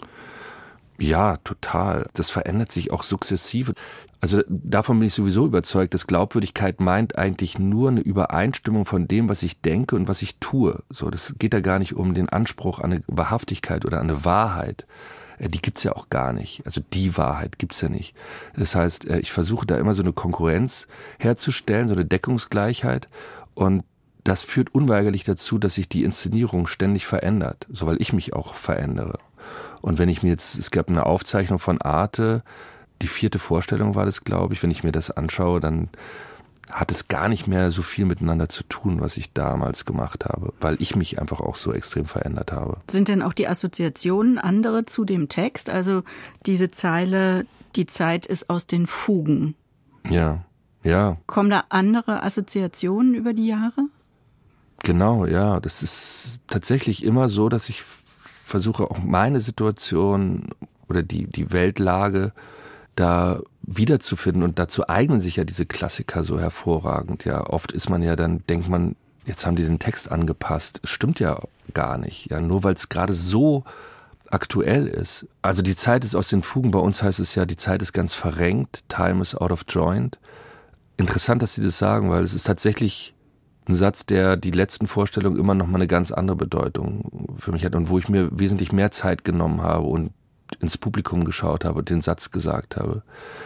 Speaker 3: Ja, total. Das verändert sich auch sukzessive. Also davon bin ich sowieso überzeugt, dass Glaubwürdigkeit meint eigentlich nur eine Übereinstimmung von dem, was ich denke und was ich tue. So, das geht da gar nicht um den Anspruch an eine Wahrhaftigkeit oder an eine Wahrheit. Die gibt's ja auch gar nicht. Also die Wahrheit gibt's ja nicht. Das heißt, ich versuche da immer so eine Konkurrenz herzustellen, so eine Deckungsgleichheit. Und das führt unweigerlich dazu, dass sich die Inszenierung ständig verändert, so weil ich mich auch verändere. Und wenn ich mir jetzt, es gab eine Aufzeichnung von Arte, die 4. Vorstellung war das, glaube ich, wenn ich mir das anschaue, dann hat es gar nicht mehr so viel miteinander zu tun, was ich damals gemacht habe, weil ich mich einfach auch so extrem verändert habe.
Speaker 2: Sind denn auch die Assoziationen andere zu dem Text? Also diese Zeile, die Zeit ist aus den Fugen.
Speaker 3: Ja.
Speaker 2: Kommen da andere Assoziationen über die Jahre?
Speaker 3: Genau, ja. Das ist tatsächlich immer so, dass ich versuche, auch meine Situation oder die Weltlage da wiederzufinden. Und dazu eignen sich ja diese Klassiker so hervorragend. Ja, oft ist man ja dann, denkt man, jetzt haben die den Text angepasst. Es stimmt ja gar nicht. Ja, nur weil es gerade so aktuell ist. Also die Zeit ist aus den Fugen. Bei uns heißt es ja, die Zeit ist ganz verrenkt. Time is out of joint. Interessant, dass Sie das sagen, weil es ist tatsächlich ein Satz, der die letzten Vorstellungen immer noch mal eine ganz andere Bedeutung für mich hat und wo ich mir wesentlich mehr Zeit genommen habe und ins Publikum geschaut habe, den Satz gesagt habe.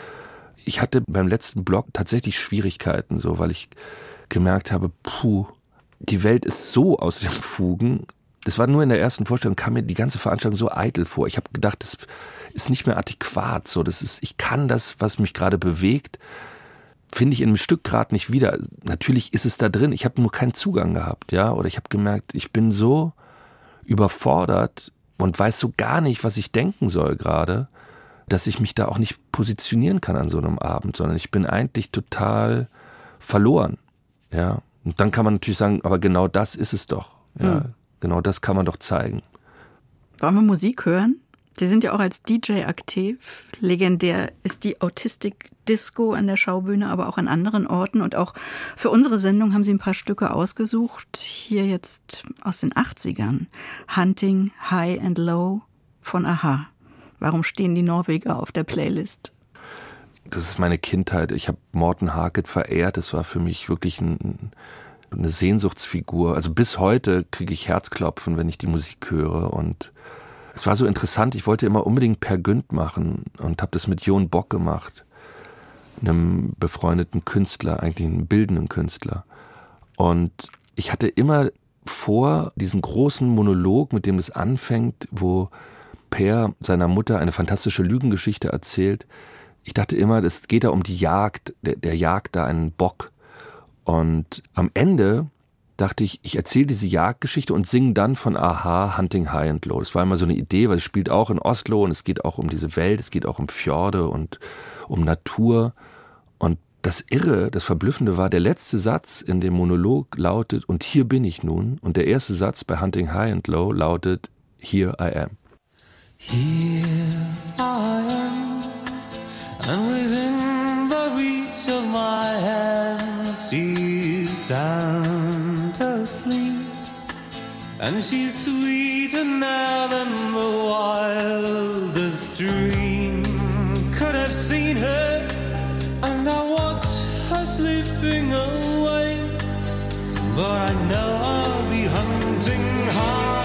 Speaker 3: Ich hatte beim letzten Block tatsächlich Schwierigkeiten, so, weil ich gemerkt habe, die Welt ist so aus den Fugen. Das war nur in der ersten Vorstellung, kam mir die ganze Veranstaltung so eitel vor. Ich habe gedacht, das ist nicht mehr adäquat. So, ich kann das, was mich gerade bewegt, finde ich in einem Stück gerade nicht wieder. Natürlich ist es da drin, ich habe nur keinen Zugang gehabt, ja, oder ich habe gemerkt, ich bin so überfordert und weiß so gar nicht, was ich denken soll gerade, dass ich mich da auch nicht positionieren kann an so einem Abend, sondern ich bin eigentlich total verloren. Ja, und dann kann man natürlich sagen, aber genau das ist es doch. Ja, genau das kann man doch zeigen.
Speaker 2: Wollen wir Musik hören? Sie sind ja auch als DJ aktiv. Legendär ist die Autistic Disco an der Schaubühne, aber auch an anderen Orten. Und auch für unsere Sendung haben Sie ein paar Stücke ausgesucht. Hier jetzt aus den 80ern. Hunting High and Low von a-ha. Warum stehen die Norweger auf der Playlist?
Speaker 3: Das ist meine Kindheit. Ich habe Morten Harket verehrt. Das war für mich wirklich eine Sehnsuchtsfigur. Also bis heute kriege ich Herzklopfen, wenn ich die Musik höre. Und es war so interessant. Ich wollte immer unbedingt Per Gynt machen und habe das mit Jon Bock gemacht, einem befreundeten Künstler, eigentlich einem bildenden Künstler. Und ich hatte immer vor, diesen großen Monolog, mit dem es anfängt, wo Per seiner Mutter eine fantastische Lügengeschichte erzählt. Ich dachte immer, es geht da um die Jagd, der jagt da einen Bock. Und am Ende dachte ich, ich erzähle diese Jagdgeschichte und singe dann von a-ha Hunting High and Low. Das war immer so eine Idee, weil es spielt auch in Oslo und es geht auch um diese Welt, es geht auch um Fjorde und um Natur. Und das Irre, das Verblüffende war, der letzte Satz in dem Monolog lautet, und hier bin ich nun. Und der erste Satz bei Hunting High and Low lautet, here I am.
Speaker 5: Here I am, and within the reach of my hand, she's sound asleep, and she's sweeter now than the wildest dream could have seen her, and I watch her slipping away, but I know I'll be hunting high.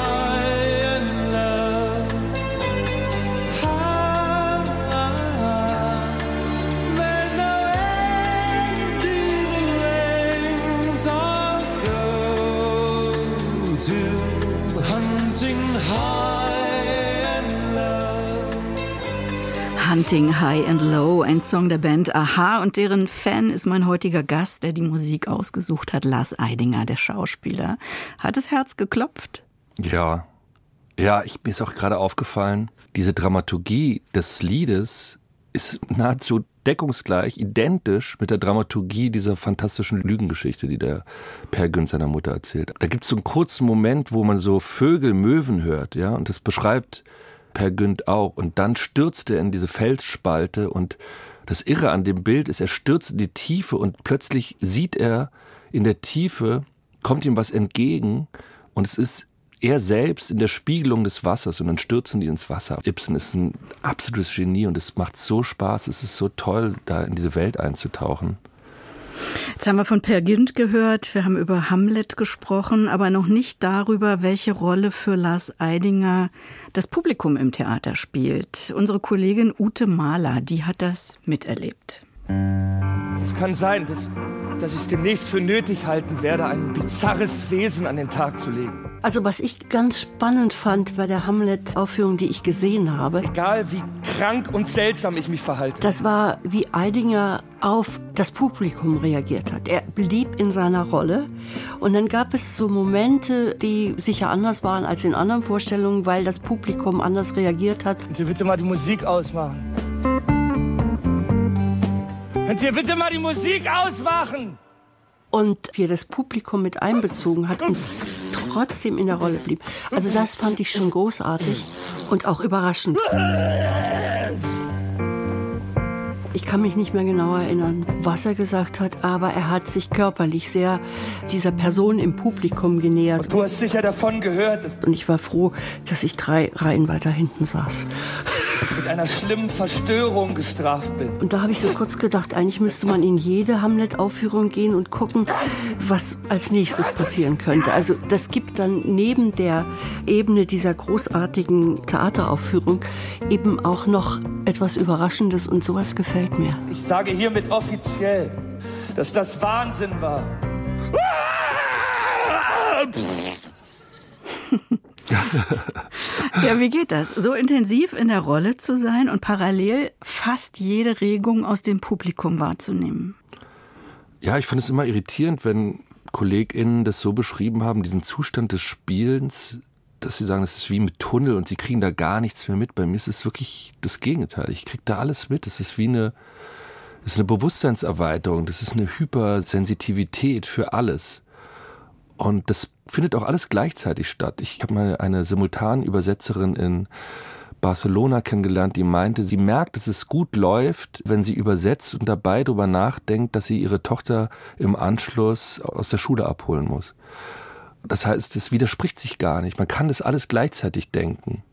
Speaker 2: Hunting High and Low, ein Song der Band a-ha, und deren Fan ist mein heutiger Gast, der die Musik ausgesucht hat, Lars Eidinger, der Schauspieler. Hat das Herz geklopft?
Speaker 3: Ja, mir ist auch gerade aufgefallen, diese Dramaturgie des Liedes ist nahezu deckungsgleich, identisch mit der Dramaturgie dieser fantastischen Lügengeschichte, die der Per Gynt seiner Mutter erzählt. Da gibt es so einen kurzen Moment, wo man so Vögel, Möwen hört, ja, und das beschreibt Per Gynt auch. Und dann stürzt er in diese Felsspalte und das Irre an dem Bild ist, er stürzt in die Tiefe und plötzlich sieht er in der Tiefe, kommt ihm was entgegen und es ist er selbst in der Spiegelung des Wassers und dann stürzen die ins Wasser. Ibsen ist ein absolutes Genie und es macht so Spaß, es ist so toll, da in diese Welt einzutauchen.
Speaker 2: Jetzt haben wir von Per Gynt gehört, wir haben über Hamlet gesprochen, aber noch nicht darüber, welche Rolle für Lars Eidinger das Publikum im Theater spielt. Unsere Kollegin Ute Mahler, die hat das miterlebt.
Speaker 6: Es kann sein, dass ich es demnächst für nötig halten werde, ein bizarres Wesen an den Tag zu legen.
Speaker 7: Also was ich ganz spannend fand bei der Hamlet-Aufführung, die ich gesehen habe,
Speaker 6: Egal wie krank und seltsam ich mich verhalte.
Speaker 7: das war, wie Eidinger auf das Publikum reagiert hat. Er blieb in seiner Rolle und dann gab es so Momente, die sicher anders waren als in anderen Vorstellungen, weil das Publikum anders reagiert hat.
Speaker 6: Könnt ihr bitte mal die Musik ausmachen? Könnt ihr bitte mal die Musik ausmachen?
Speaker 7: Und wie er das Publikum mit einbezogen hat und trotzdem in der Rolle blieb. Also das fand ich schon großartig und auch überraschend. Ich kann mich nicht mehr genau erinnern, was er gesagt hat, aber er hat sich körperlich sehr dieser Person im Publikum genähert.
Speaker 6: Und du hast sicher davon gehört, dass
Speaker 7: Und ich war froh, dass ich 3 Reihen weiter hinten saß.
Speaker 6: ich mit einer schlimmen Verstörung gestraft bin.
Speaker 7: Und da habe ich so kurz gedacht, eigentlich müsste man in jede Hamlet-Aufführung gehen und gucken, was als nächstes passieren könnte. Also das gibt dann neben der Ebene dieser großartigen Theateraufführung eben auch noch etwas Überraschendes und sowas gefällt mir.
Speaker 6: Ich sage hiermit offiziell, dass das Wahnsinn war.
Speaker 2: Ja, wie geht das? So intensiv in der Rolle zu sein und parallel fast jede Regung aus dem Publikum wahrzunehmen?
Speaker 3: Ja, ich finde es immer irritierend, wenn KollegInnen das so beschrieben haben, diesen Zustand des Spielens, dass sie sagen, es ist wie im Tunnel und sie kriegen da gar nichts mehr mit. Bei mir ist es wirklich das Gegenteil. Ich kriege da alles mit. Es ist wie eine Das ist eine Bewusstseinserweiterung, das ist eine Hypersensitivität für alles. Und das findet auch alles gleichzeitig statt. Ich habe mal eine Simultanübersetzerin in Barcelona kennengelernt, die meinte, sie merkt, dass es gut läuft, wenn sie übersetzt und dabei darüber nachdenkt, dass sie ihre Tochter im Anschluss aus der Schule abholen muss. Das heißt, es widerspricht sich gar nicht. Man kann das alles gleichzeitig denken.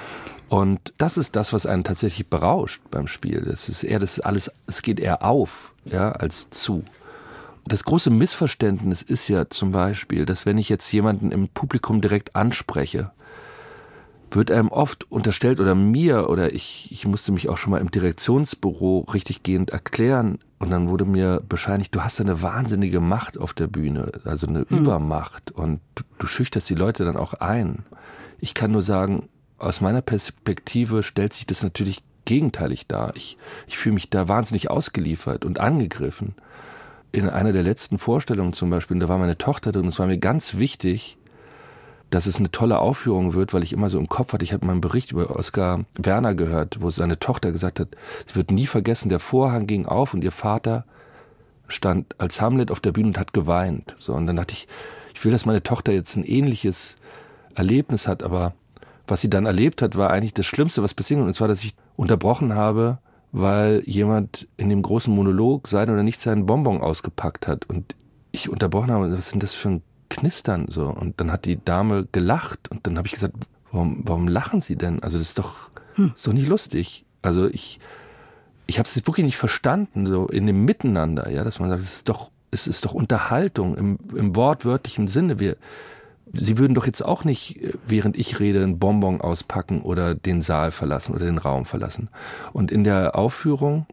Speaker 3: Und das ist das, was einen tatsächlich berauscht beim Spiel. Das ist alles, es geht eher auf, ja, als zu. Das große Missverständnis ist ja zum Beispiel, dass wenn ich jetzt jemanden im Publikum direkt anspreche, wird einem oft unterstellt oder mir, oder ich musste mich auch schon mal im Direktionsbüro richtiggehend erklären, und dann wurde mir bescheinigt, du hast eine wahnsinnige Macht auf der Bühne, also eine Übermacht, und du schüchterst die Leute dann auch ein. Ich kann nur sagen, aus meiner Perspektive stellt sich das natürlich gegenteilig dar. Ich fühle mich da wahnsinnig ausgeliefert und angegriffen. In einer der letzten Vorstellungen zum Beispiel, da war meine Tochter drin, und es war mir ganz wichtig, dass es eine tolle Aufführung wird, weil ich immer so im Kopf hatte, ich hatte mal einen Bericht über Oskar Werner gehört, wo seine Tochter gesagt hat, sie wird nie vergessen, der Vorhang ging auf und ihr Vater stand als Hamlet auf der Bühne und hat geweint. So, und dann dachte ich will, dass meine Tochter jetzt ein ähnliches Erlebnis hat, aber was sie dann erlebt hat, war eigentlich das Schlimmste, was passiert ist. Und zwar, dass ich unterbrochen habe, weil jemand in dem großen Monolog Sein oder Nicht seinen Bonbon ausgepackt hat. Und ich unterbrochen habe, was ist denn das für ein Knistern? So. Und dann hat die Dame gelacht. Und dann habe ich gesagt, warum lachen Sie denn? Also das ist doch nicht lustig. Also ich habe es wirklich nicht verstanden, so in dem Miteinander, ja, dass man sagt, es ist doch Unterhaltung im wortwörtlichen Sinne. Sie würden doch jetzt auch nicht, während ich rede, einen Bonbon auspacken oder den Saal verlassen oder den Raum verlassen. Und in der Aufführung,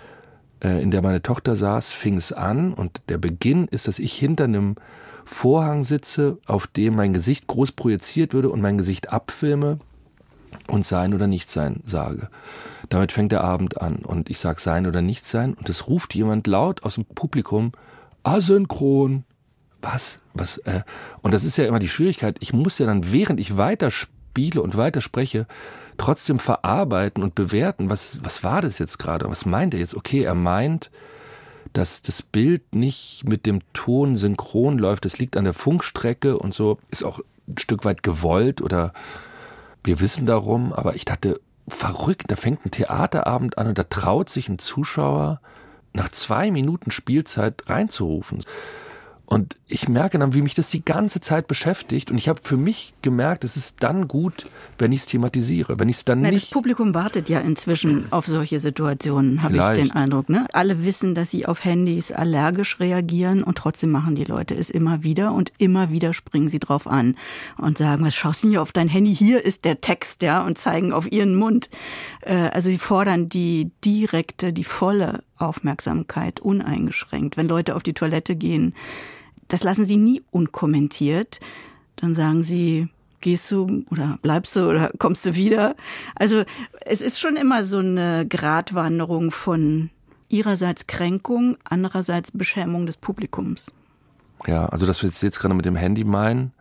Speaker 3: in der meine Tochter saß, fing es an, und der Beginn ist, dass ich hinter einem Vorhang sitze, auf dem mein Gesicht groß projiziert würde und mein Gesicht abfilme und Sein oder Nichtsein sage. Damit fängt der Abend an, und ich sage Sein oder Nichtsein, und es ruft jemand laut aus dem Publikum, asynchron. Was? Und das ist ja immer die Schwierigkeit. Ich muss ja dann, während ich weiter spiele und weiter spreche, trotzdem verarbeiten und bewerten, was war das jetzt gerade? Was meint er jetzt? Okay, er meint, dass das Bild nicht mit dem Ton synchron läuft. Das liegt an der Funkstrecke und so. Ist auch ein Stück weit gewollt, oder wir wissen darum. Aber ich dachte, verrückt, da fängt ein Theaterabend an und da traut sich ein Zuschauer nach 2 Minuten Spielzeit reinzurufen. Und ich merke dann, wie mich das die ganze Zeit beschäftigt. Und ich habe für mich gemerkt, es ist dann gut, wenn ich es thematisiere. Wenn ich es dann nicht.
Speaker 2: Das Publikum wartet ja inzwischen auf solche Situationen, habe ich den Eindruck. Ne? Alle wissen, dass sie auf Handys allergisch reagieren, und trotzdem machen die Leute es immer wieder. Und immer wieder springen sie drauf an und sagen, was schaust du denn hier auf dein Handy? Hier ist der Text, ja, und zeigen auf ihren Mund. Also sie fordern die volle Aufmerksamkeit, uneingeschränkt. Wenn Leute auf die Toilette gehen, das lassen sie nie unkommentiert. Dann sagen sie, gehst du oder bleibst du oder kommst du wieder? Also es ist schon immer so eine Gratwanderung von ihrerseits Kränkung, andererseits Beschämung des Publikums.
Speaker 3: Ja, also das, was wir jetzt gerade mit dem Handy meinen,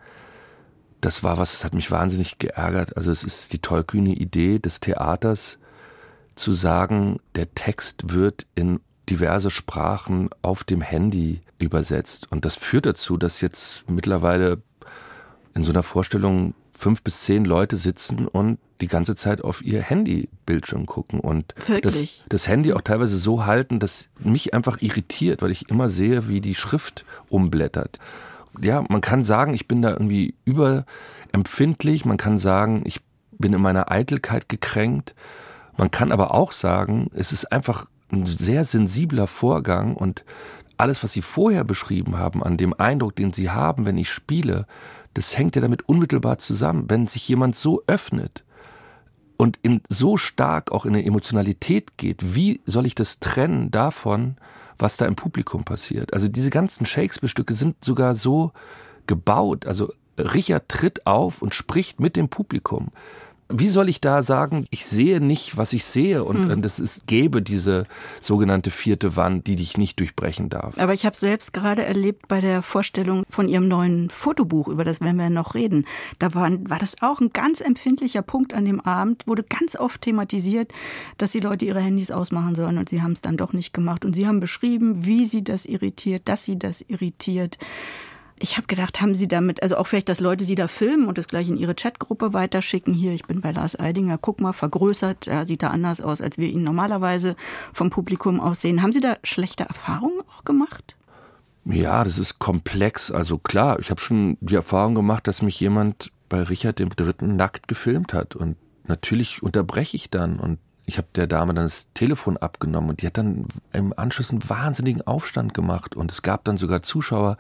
Speaker 3: das hat mich wahnsinnig geärgert. Also es ist die tollkühne Idee des Theaters, zu sagen, der Text wird in diverse Sprachen auf dem Handy übersetzt. Und das führt dazu, dass jetzt mittlerweile in so einer Vorstellung 5 bis 10 Leute sitzen und die ganze Zeit auf ihr Handybildschirm gucken und das Handy auch teilweise so halten, dass mich einfach irritiert, weil ich immer sehe, wie die Schrift umblättert. Ja, man kann sagen, ich bin da irgendwie überempfindlich, man kann sagen, ich bin in meiner Eitelkeit gekränkt, man kann aber auch sagen, es ist einfach ein sehr sensibler Vorgang, und alles, was Sie vorher beschrieben haben, an dem Eindruck, den Sie haben, wenn ich spiele, das hängt ja damit unmittelbar zusammen. Wenn sich jemand so öffnet und so stark auch in eine Emotionalität geht, wie soll ich das trennen davon, was da im Publikum passiert? Also diese ganzen Shakespeare-Stücke sind sogar so gebaut. Also Richard tritt auf und spricht mit dem Publikum. wie soll ich da sagen, ich sehe nicht, was ich sehe und es gäbe diese sogenannte vierte Wand, die dich nicht durchbrechen darf.
Speaker 2: Aber ich habe selbst gerade erlebt bei der Vorstellung von Ihrem neuen Fotobuch, über das werden wir noch reden, da war das auch ein ganz empfindlicher Punkt an dem Abend, wurde ganz oft thematisiert, dass die Leute ihre Handys ausmachen sollen und sie haben es dann doch nicht gemacht und Sie haben beschrieben, wie Sie das irritiert, dass Sie das irritiert. Ich habe gedacht, haben Sie damit, also auch vielleicht, dass Leute Sie da filmen und das gleich in Ihre Chatgruppe weiterschicken. Hier, ich bin bei Lars Eidinger, guck mal, vergrößert, sieht da anders aus, als wir ihn normalerweise vom Publikum aussehen. Haben Sie da schlechte Erfahrungen auch gemacht?
Speaker 3: Ja, das ist komplex. Also klar, ich habe schon die Erfahrung gemacht, dass mich jemand bei Richard III. Nackt gefilmt hat. Und natürlich unterbreche ich dann. Und ich habe der Dame dann das Telefon abgenommen. Und die hat dann im Anschluss einen wahnsinnigen Aufstand gemacht. Und es gab dann sogar Zuschauer,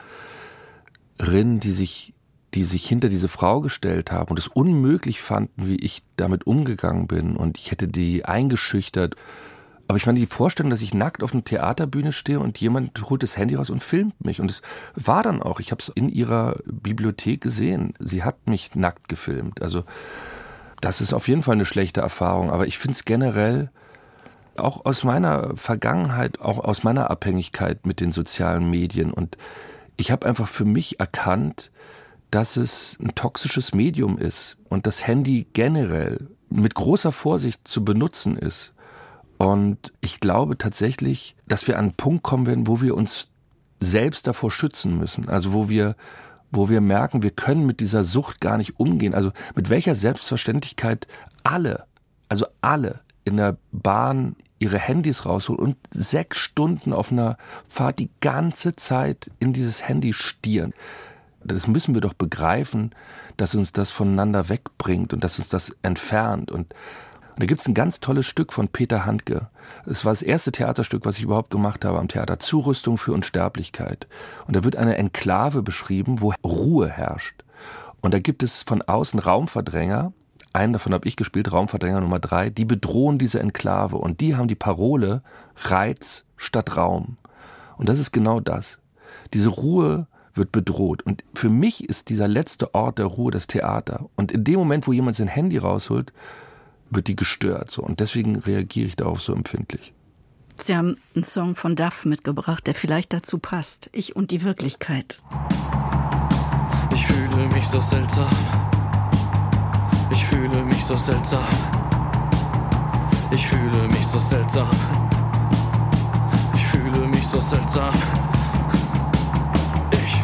Speaker 3: die sich hinter diese Frau gestellt haben und es unmöglich fanden, wie ich damit umgegangen bin und ich hätte die eingeschüchtert. Aber ich meine, die Vorstellung, dass ich nackt auf einer Theaterbühne stehe und jemand holt das Handy raus und filmt mich. Und es war dann auch, ich habe es in ihrer Bibliothek gesehen. Sie hat mich nackt gefilmt. Also das ist auf jeden Fall eine schlechte Erfahrung. Aber ich finde es generell, auch aus meiner Vergangenheit, auch aus meiner Abhängigkeit mit den sozialen Medien und ich habe einfach für mich erkannt, dass es ein toxisches Medium ist und das Handy generell mit großer Vorsicht zu benutzen ist. Und ich glaube tatsächlich, dass wir an einen Punkt kommen werden, wo wir uns selbst davor schützen müssen. Also wo wir merken, wir können mit dieser Sucht gar nicht umgehen. Also mit welcher Selbstverständlichkeit alle in der Bahn ihre Handys rausholen und 6 Stunden auf einer Fahrt die ganze Zeit in dieses Handy stieren. Das müssen wir doch begreifen, dass uns das voneinander wegbringt und dass uns das entfernt. Und da gibt es ein ganz tolles Stück von Peter Handke. Es war das erste Theaterstück, was ich überhaupt gemacht habe am Theater. Zurüstung für Unsterblichkeit. Und da wird eine Enklave beschrieben, wo Ruhe herrscht. Und da gibt es von außen Raumverdränger. Einen davon habe ich gespielt, Raumverdränger Nummer 3. Die bedrohen diese Enklave und die haben die Parole Reiz statt Raum. Und das ist genau das. Diese Ruhe wird bedroht. Und für mich ist dieser letzte Ort der Ruhe das Theater. Und in dem Moment, wo jemand sein Handy rausholt, wird die gestört. So. Und deswegen reagiere ich darauf so empfindlich.
Speaker 2: Sie haben einen Song von Duff mitgebracht, der vielleicht dazu passt. Ich und die Wirklichkeit.
Speaker 5: Ich fühle mich so seltsam. Ich fühle mich so seltsam. Ich fühle mich so seltsam. Ich fühle mich so seltsam. Ich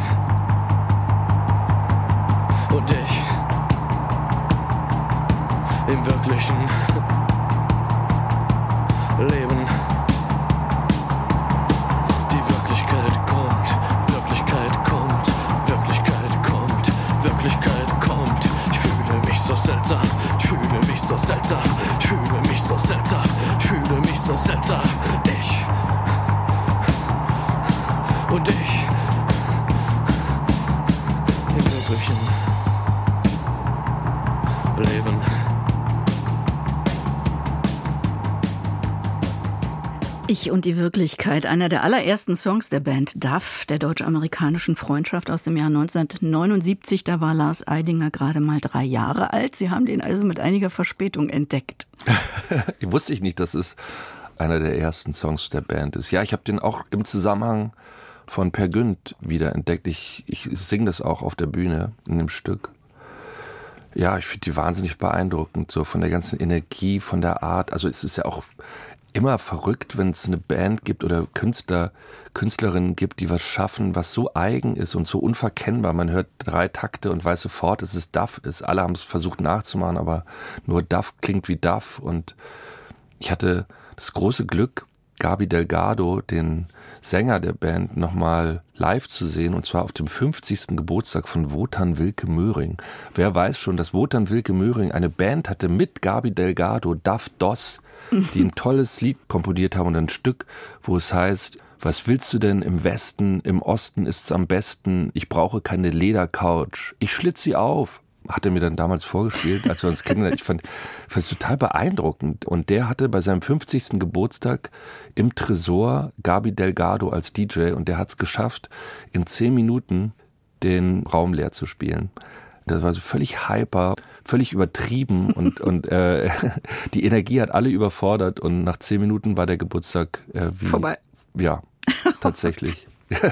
Speaker 5: und ich im wirklichen Leben. Die Wirklichkeit kommt, Wirklichkeit kommt, Wirklichkeit kommt, Wirklichkeit kommt. Ich fühle mich so seltsam, ich fühle mich so seltsam, ich fühle mich so seltsam, ich fühle mich so seltsam. Ich und ich im wirklichen Leben.
Speaker 2: Ich und die Wirklichkeit, einer der allerersten Songs der Band Duff, der deutsch-amerikanischen Freundschaft aus dem Jahr 1979. Da war Lars Eidinger gerade mal 3 Jahre alt. Sie haben den also mit einiger Verspätung entdeckt.
Speaker 3: Wusste ich nicht, dass es einer der ersten Songs der Band ist. Ja, ich habe den auch im Zusammenhang von Per Günd wieder entdeckt. Ich singe das auch auf der Bühne in dem Stück. Ja, ich finde die wahnsinnig beeindruckend, so von der ganzen Energie, von der Art. Also es ist ja auch immer verrückt, wenn es eine Band gibt oder Künstlerinnen gibt, die was schaffen, was so eigen ist und so unverkennbar. Man hört 3 Takte und weiß sofort, dass es Duff ist. Alle haben es versucht nachzumachen, aber nur Duff klingt wie Duff. Und ich hatte das große Glück, Gabi Delgado, den Sänger der Band, nochmal live zu sehen, und zwar auf dem 50. Geburtstag von Wotan Wilke Möhring. Wer weiß schon, dass Wotan Wilke Möhring eine Band hatte mit Gabi Delgado, Duff Doss, die ein tolles Lied komponiert haben und ein Stück, wo es heißt: Was willst du denn im Westen, im Osten ist's am besten, ich brauche keine Ledercouch, ich schlitz sie auf. Hat er mir dann damals vorgespielt, als wir uns kennengelernt. Ich fand es total beeindruckend. Und der hatte bei seinem 50. Geburtstag im Tresor Gabi Delgado als DJ und der hat es geschafft, in 10 Minuten den Raum leer zu spielen. Das war so völlig hyper, völlig übertrieben und die Energie hat alle überfordert und nach 10 Minuten war der Geburtstag
Speaker 2: vorbei.
Speaker 3: Ja, tatsächlich.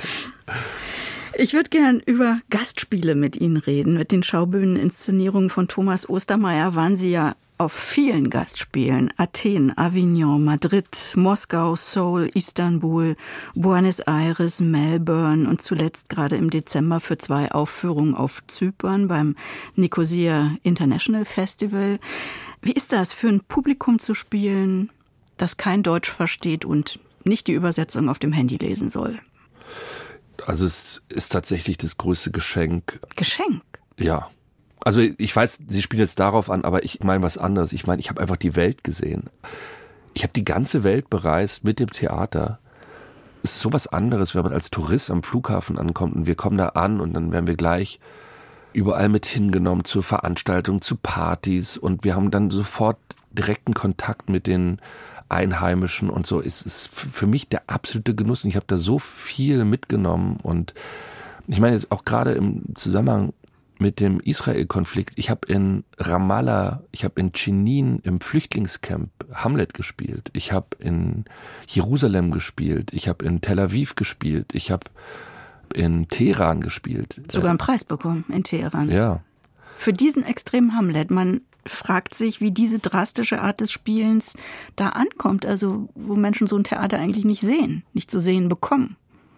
Speaker 2: Ich würde gern über Gastspiele mit Ihnen reden. Mit den Schaubühneninszenierungen von Thomas Ostermeier waren Sie ja auf vielen Gastspielen. Athen, Avignon, Madrid, Moskau, Seoul, Istanbul, Buenos Aires, Melbourne und zuletzt gerade im Dezember für 2 Aufführungen auf Zypern beim Nicosia International Festival. Wie ist das, für ein Publikum zu spielen, das kein Deutsch versteht und nicht die Übersetzung auf dem Handy lesen soll?
Speaker 3: Also es ist tatsächlich das größte Geschenk.
Speaker 2: Geschenk?
Speaker 3: Ja. Also ich weiß, Sie spielen jetzt darauf an, aber ich meine was anderes. Ich meine, ich habe einfach die Welt gesehen. Ich habe die ganze Welt bereist mit dem Theater. Es ist sowas anderes, wenn man als Tourist am Flughafen ankommt und wir kommen da an und dann werden wir gleich überall mit hingenommen zur Veranstaltung, zu Partys und wir haben dann sofort direkten Kontakt mit den Einheimischen und so. Es ist für mich der absolute Genuss. Und ich habe da so viel mitgenommen und ich meine jetzt auch gerade im Zusammenhang mit dem Israel-Konflikt. Ich habe in Ramallah, ich habe in Jenin im Flüchtlingscamp Hamlet gespielt. Ich habe in Jerusalem gespielt. Ich habe in Tel Aviv gespielt. Ich habe in Teheran gespielt.
Speaker 2: Sogar einen Preis bekommen in Teheran.
Speaker 3: Ja.
Speaker 2: Für diesen extremen Hamlet. Man fragt sich, wie diese drastische Art des Spielens da ankommt. Also wo Menschen so ein Theater eigentlich nicht sehen, nicht zu sehen bekommen.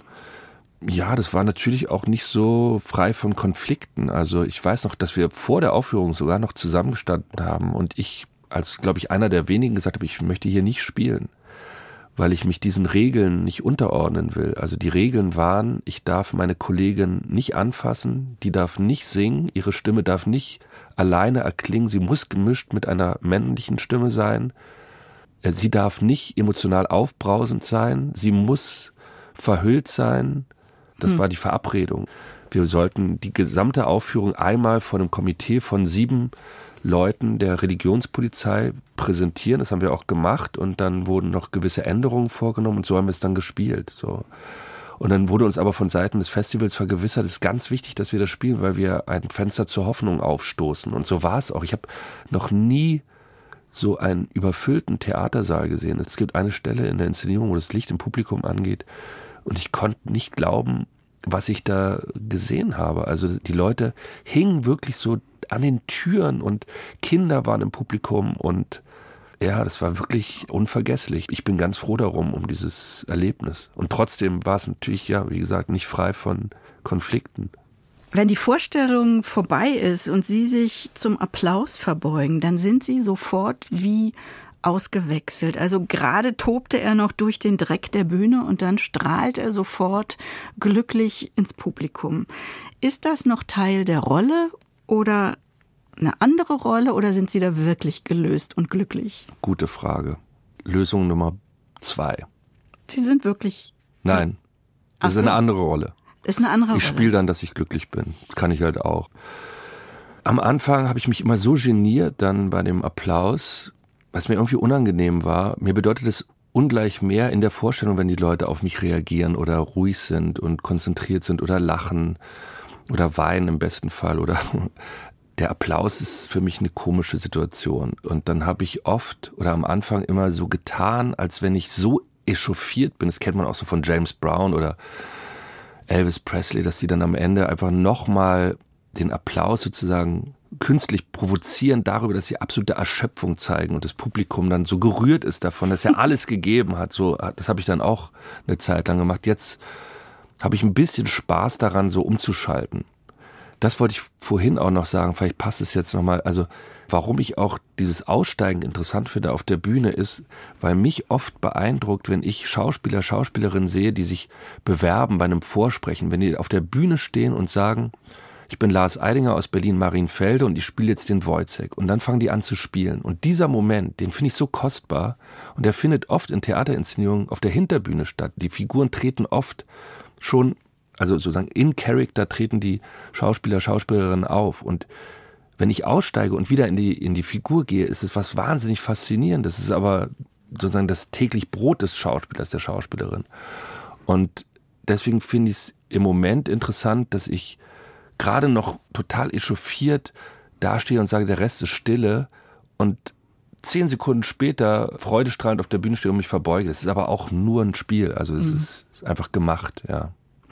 Speaker 3: Ja, das war natürlich auch nicht so frei von Konflikten. Also ich weiß noch, dass wir vor der Aufführung sogar noch zusammengestanden haben und ich als, glaube ich, einer der wenigen gesagt habe, ich möchte hier nicht spielen, weil ich mich diesen Regeln nicht unterordnen will. Also die Regeln waren, ich darf meine Kollegin nicht anfassen, die darf nicht singen, ihre Stimme darf nicht alleine erklingen, sie muss gemischt mit einer männlichen Stimme sein, sie darf nicht emotional aufbrausend sein, sie muss verhüllt sein. Das war die Verabredung. Wir sollten die gesamte Aufführung einmal von einem Komitee von 7 Leuten der Religionspolizei präsentieren. Das haben wir auch gemacht und dann wurden noch gewisse Änderungen vorgenommen und so haben wir es dann gespielt. So. Und dann wurde uns aber von Seiten des Festivals vergewissert, es ist ganz wichtig, dass wir das spielen, weil wir ein Fenster zur Hoffnung aufstoßen. Und so war es auch. Ich habe noch nie so einen überfüllten Theatersaal gesehen. Es gibt eine Stelle in der Inszenierung, wo das Licht im Publikum angeht und ich konnte nicht glauben, was ich da gesehen habe. Also die Leute hingen wirklich so an den Türen und Kinder waren im Publikum und ja, das war wirklich unvergesslich. Ich bin ganz froh darum, um dieses Erlebnis. Und trotzdem war es natürlich, ja, wie gesagt, nicht frei von Konflikten.
Speaker 2: Wenn die Vorstellung vorbei ist und Sie sich zum Applaus verbeugen, dann sind Sie sofort wie ausgewechselt. Also gerade tobte er noch durch den Dreck der Bühne und dann strahlt er sofort glücklich ins Publikum. Ist das noch Teil der Rolle oder eine andere Rolle oder sind Sie da wirklich gelöst und glücklich?
Speaker 3: Gute Frage. Lösung Nummer 2.
Speaker 2: Sie sind wirklich...
Speaker 3: Nein, das ist eine andere Rolle.
Speaker 2: Ist eine andere Rolle.
Speaker 3: Ich spiele dann, dass ich glücklich bin. Das kann ich halt auch. Am Anfang habe ich mich immer so geniert dann bei dem Applaus, was mir irgendwie unangenehm war. Mir bedeutet es ungleich mehr in der Vorstellung, wenn die Leute auf mich reagieren oder ruhig sind und konzentriert sind oder lachen oder weinen im besten Fall. Oder der Applaus ist für mich eine komische Situation. Und dann habe ich oft oder am Anfang immer so getan, als wenn ich so echauffiert bin. Das kennt man auch so von James Brown oder Elvis Presley, dass die dann am Ende einfach nochmal den Applaus sozusagen künstlich provozieren darüber, dass sie absolute Erschöpfung zeigen und das Publikum dann so gerührt ist davon, dass er alles gegeben hat. So, das habe ich dann auch eine Zeit lang gemacht. Jetzt habe ich ein bisschen Spaß daran, so umzuschalten. Das wollte ich vorhin auch noch sagen, vielleicht passt es jetzt nochmal. Also warum ich auch dieses Aussteigen interessant finde auf der Bühne ist, weil mich oft beeindruckt, wenn ich Schauspieler, Schauspielerinnen sehe, die sich bewerben bei einem Vorsprechen, wenn die auf der Bühne stehen und sagen, ich bin Lars Eidinger aus Berlin-Marienfelde und ich spiele jetzt den Wojciech. Und dann fangen die an zu spielen. Und dieser Moment, den finde ich so kostbar. Und der findet oft in Theaterinszenierungen auf der Hinterbühne statt. Die Figuren treten oft schon, also sozusagen in Character treten die Schauspieler, Schauspielerinnen auf. Und wenn ich aussteige und wieder in die Figur gehe, ist es was wahnsinnig Faszinierendes. Das ist aber sozusagen das täglich Brot des Schauspielers, der Schauspielerin. Und deswegen finde ich es im Moment interessant, dass ich gerade noch total echauffiert dastehe und sage, der Rest ist Stille und 10 Sekunden später freudestrahlend auf der Bühne stehe und mich verbeuge. Das ist aber auch nur ein Spiel, also es ist einfach gemacht, ja.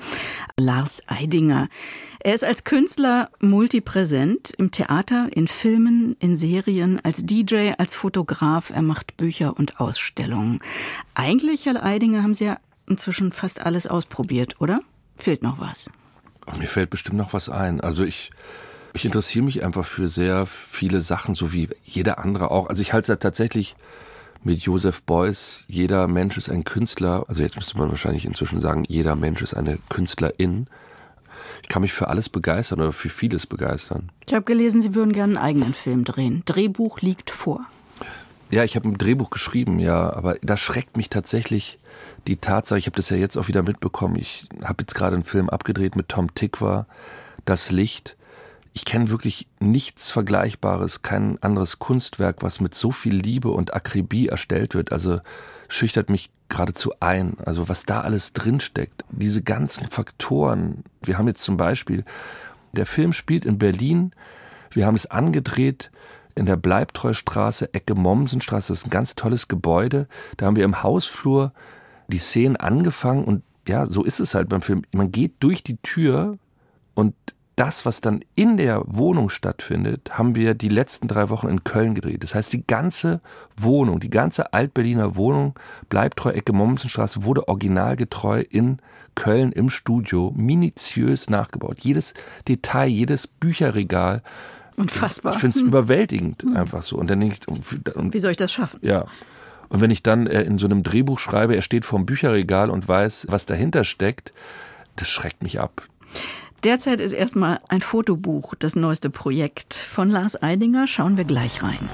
Speaker 2: Lars Eidinger. Er ist als Künstler multipräsent im Theater, in Filmen, in Serien, als DJ, als Fotograf. Er macht Bücher und Ausstellungen. Eigentlich, Herr Eidinger, haben Sie ja inzwischen fast alles ausprobiert, oder? Fehlt noch was?
Speaker 3: Ach, mir fällt bestimmt noch was ein. Also ich interessiere mich einfach für sehr viele Sachen, so wie jeder andere auch. Also ich halte es ja tatsächlich mit Joseph Beuys, jeder Mensch ist ein Künstler. Also jetzt müsste man wahrscheinlich inzwischen sagen, jeder Mensch ist eine Künstlerin. Ich kann mich für alles begeistern oder für vieles begeistern.
Speaker 2: Ich habe gelesen, Sie würden gerne einen eigenen Film drehen. Drehbuch liegt vor.
Speaker 3: Ja, ich habe ein Drehbuch geschrieben, ja, aber da schreckt mich tatsächlich die Tatsache, ich habe das ja jetzt auch wieder mitbekommen, ich habe jetzt gerade einen Film abgedreht mit Tom Tykwer, Das Licht. Ich kenne wirklich nichts Vergleichbares, kein anderes Kunstwerk, was mit so viel Liebe und Akribie erstellt wird. Also schüchtert mich geradezu ein. Also was da alles drinsteckt, diese ganzen Faktoren. Wir haben jetzt zum Beispiel, der Film spielt in Berlin, wir haben es angedreht in der Bleibtreustraße, Ecke Mommsenstraße, das ist ein ganz tolles Gebäude. Da haben wir im Hausflur die Szenen angefangen und ja, so ist es halt beim Film. Man geht durch die Tür und das, was dann in der Wohnung stattfindet, haben wir die letzten 3 Wochen in Köln gedreht. Das heißt, die ganze Wohnung, die ganze Altberliner Wohnung, Bleibtreu, Ecke Mommsenstraße, wurde originalgetreu in Köln im Studio minutiös nachgebaut. Jedes Detail, jedes Bücherregal.
Speaker 2: Unfassbar.
Speaker 3: Ich finde es überwältigend, einfach so. Und dann denke ich,
Speaker 2: wie soll ich das schaffen?
Speaker 3: Ja. Und wenn ich dann in so einem Drehbuch schreibe, er steht vorm Bücherregal und weiß, was dahinter steckt, das schreckt mich ab.
Speaker 2: Derzeit ist erstmal ein Fotobuch das neueste Projekt von Lars Eidinger. Schauen wir gleich rein.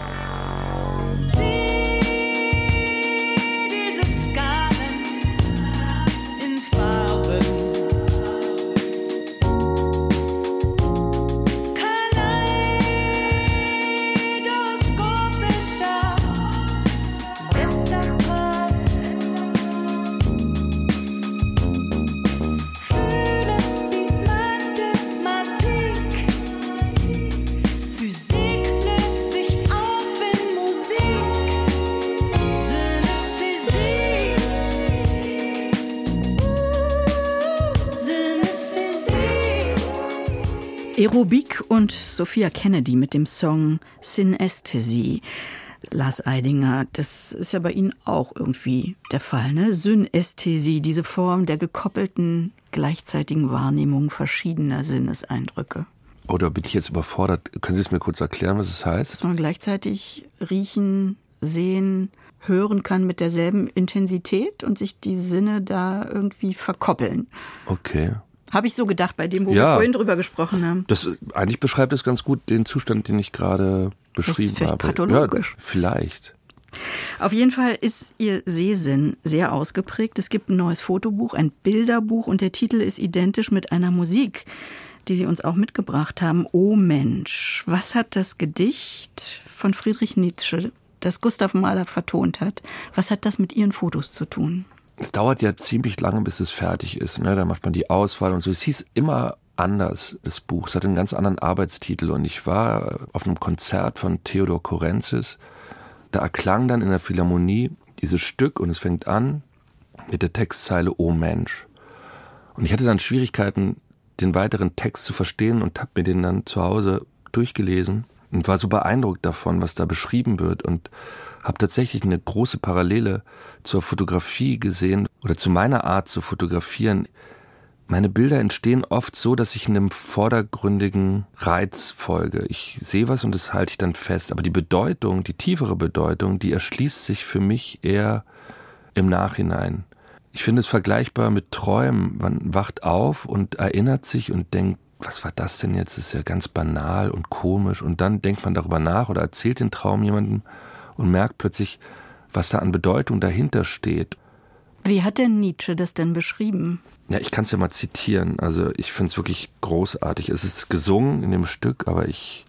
Speaker 2: Aerobik und Sophia Kennedy mit dem Song Synästhesie. Lars Eidinger, das ist ja bei Ihnen auch irgendwie der Fall, ne? Synästhesie, diese Form der gekoppelten, gleichzeitigen Wahrnehmung verschiedener Sinneseindrücke.
Speaker 3: Oder bin ich jetzt überfordert? Können Sie es mir kurz erklären, was es heißt?
Speaker 2: Dass man gleichzeitig riechen, sehen, hören kann mit derselben Intensität und sich die Sinne da irgendwie verkoppeln.
Speaker 3: Okay.
Speaker 2: Habe ich so gedacht bei dem, wo wir vorhin drüber gesprochen haben.
Speaker 3: Das eigentlich beschreibt es ganz gut den Zustand, den ich gerade beschrieben habe.
Speaker 2: Pathologisch.
Speaker 3: Ja, vielleicht.
Speaker 2: Auf jeden Fall ist Ihr Sehsinn sehr ausgeprägt. Es gibt ein neues Fotobuch, ein Bilderbuch und der Titel ist identisch mit einer Musik, die Sie uns auch mitgebracht haben. Oh Mensch, was hat das Gedicht von Friedrich Nietzsche, das Gustav Mahler vertont hat, was hat das mit Ihren Fotos zu tun?
Speaker 3: Es dauert ja ziemlich lange, bis es fertig ist. Ne? Da macht man die Auswahl und so. Es hieß immer anders, das Buch. Es hatte einen ganz anderen Arbeitstitel. Und ich war auf einem Konzert von Theodor Korenzis. Da erklang dann in der Philharmonie dieses Stück und es fängt an mit der Textzeile Oh Mensch. Und ich hatte dann Schwierigkeiten, den weiteren Text zu verstehen und habe mir den dann zu Hause durchgelesen und war so beeindruckt davon, was da beschrieben wird und habe tatsächlich eine große Parallele zur Fotografie gesehen oder zu meiner Art zu fotografieren. Meine Bilder entstehen oft so, dass ich einem vordergründigen Reiz folge. Ich sehe was und das halte ich dann fest. Aber die Bedeutung, die tiefere Bedeutung, die erschließt sich für mich eher im Nachhinein. Ich finde es vergleichbar mit Träumen. Man wacht auf und erinnert sich und denkt, was war das denn jetzt? Das ist ja ganz banal und komisch. Und dann denkt man darüber nach oder erzählt den Traum jemandem und merkt plötzlich, was da an Bedeutung dahinter steht.
Speaker 2: Wie hat denn Nietzsche das denn beschrieben?
Speaker 3: Ja, ich kann es ja mal zitieren. Also ich finde es wirklich großartig. Es ist gesungen in dem Stück, aber ich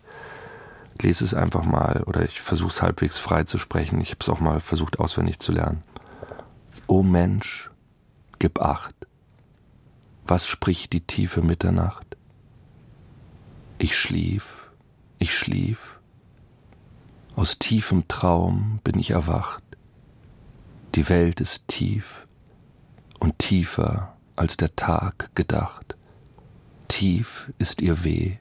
Speaker 3: lese es einfach mal oder ich versuche es halbwegs frei zu sprechen. Ich habe es auch mal versucht auswendig zu lernen. O Mensch, gib Acht. Was spricht die tiefe Mitternacht? Ich schlief. Aus tiefem Traum bin ich erwacht. Die Welt ist tief und tiefer als der Tag gedacht. Tief ist ihr Weh.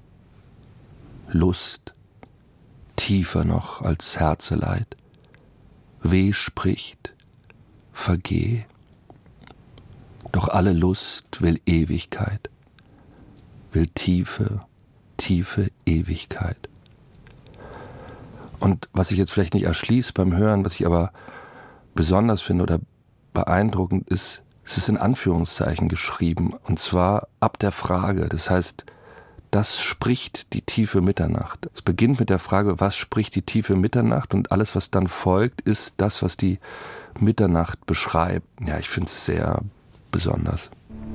Speaker 3: Lust, tiefer noch als Herzeleid. Weh spricht, vergeh. Doch alle Lust will Ewigkeit, will tiefe Ewigkeit. Und was ich jetzt vielleicht nicht erschließe beim Hören, was ich aber besonders finde oder beeindruckend ist, es ist in Anführungszeichen geschrieben, und zwar ab der Frage. Das heißt, das spricht die tiefe Mitternacht. Es beginnt mit der Frage, was spricht die tiefe Mitternacht, und alles, was dann folgt, ist das, was die Mitternacht beschreibt. Ja, ich finde es sehr besonders.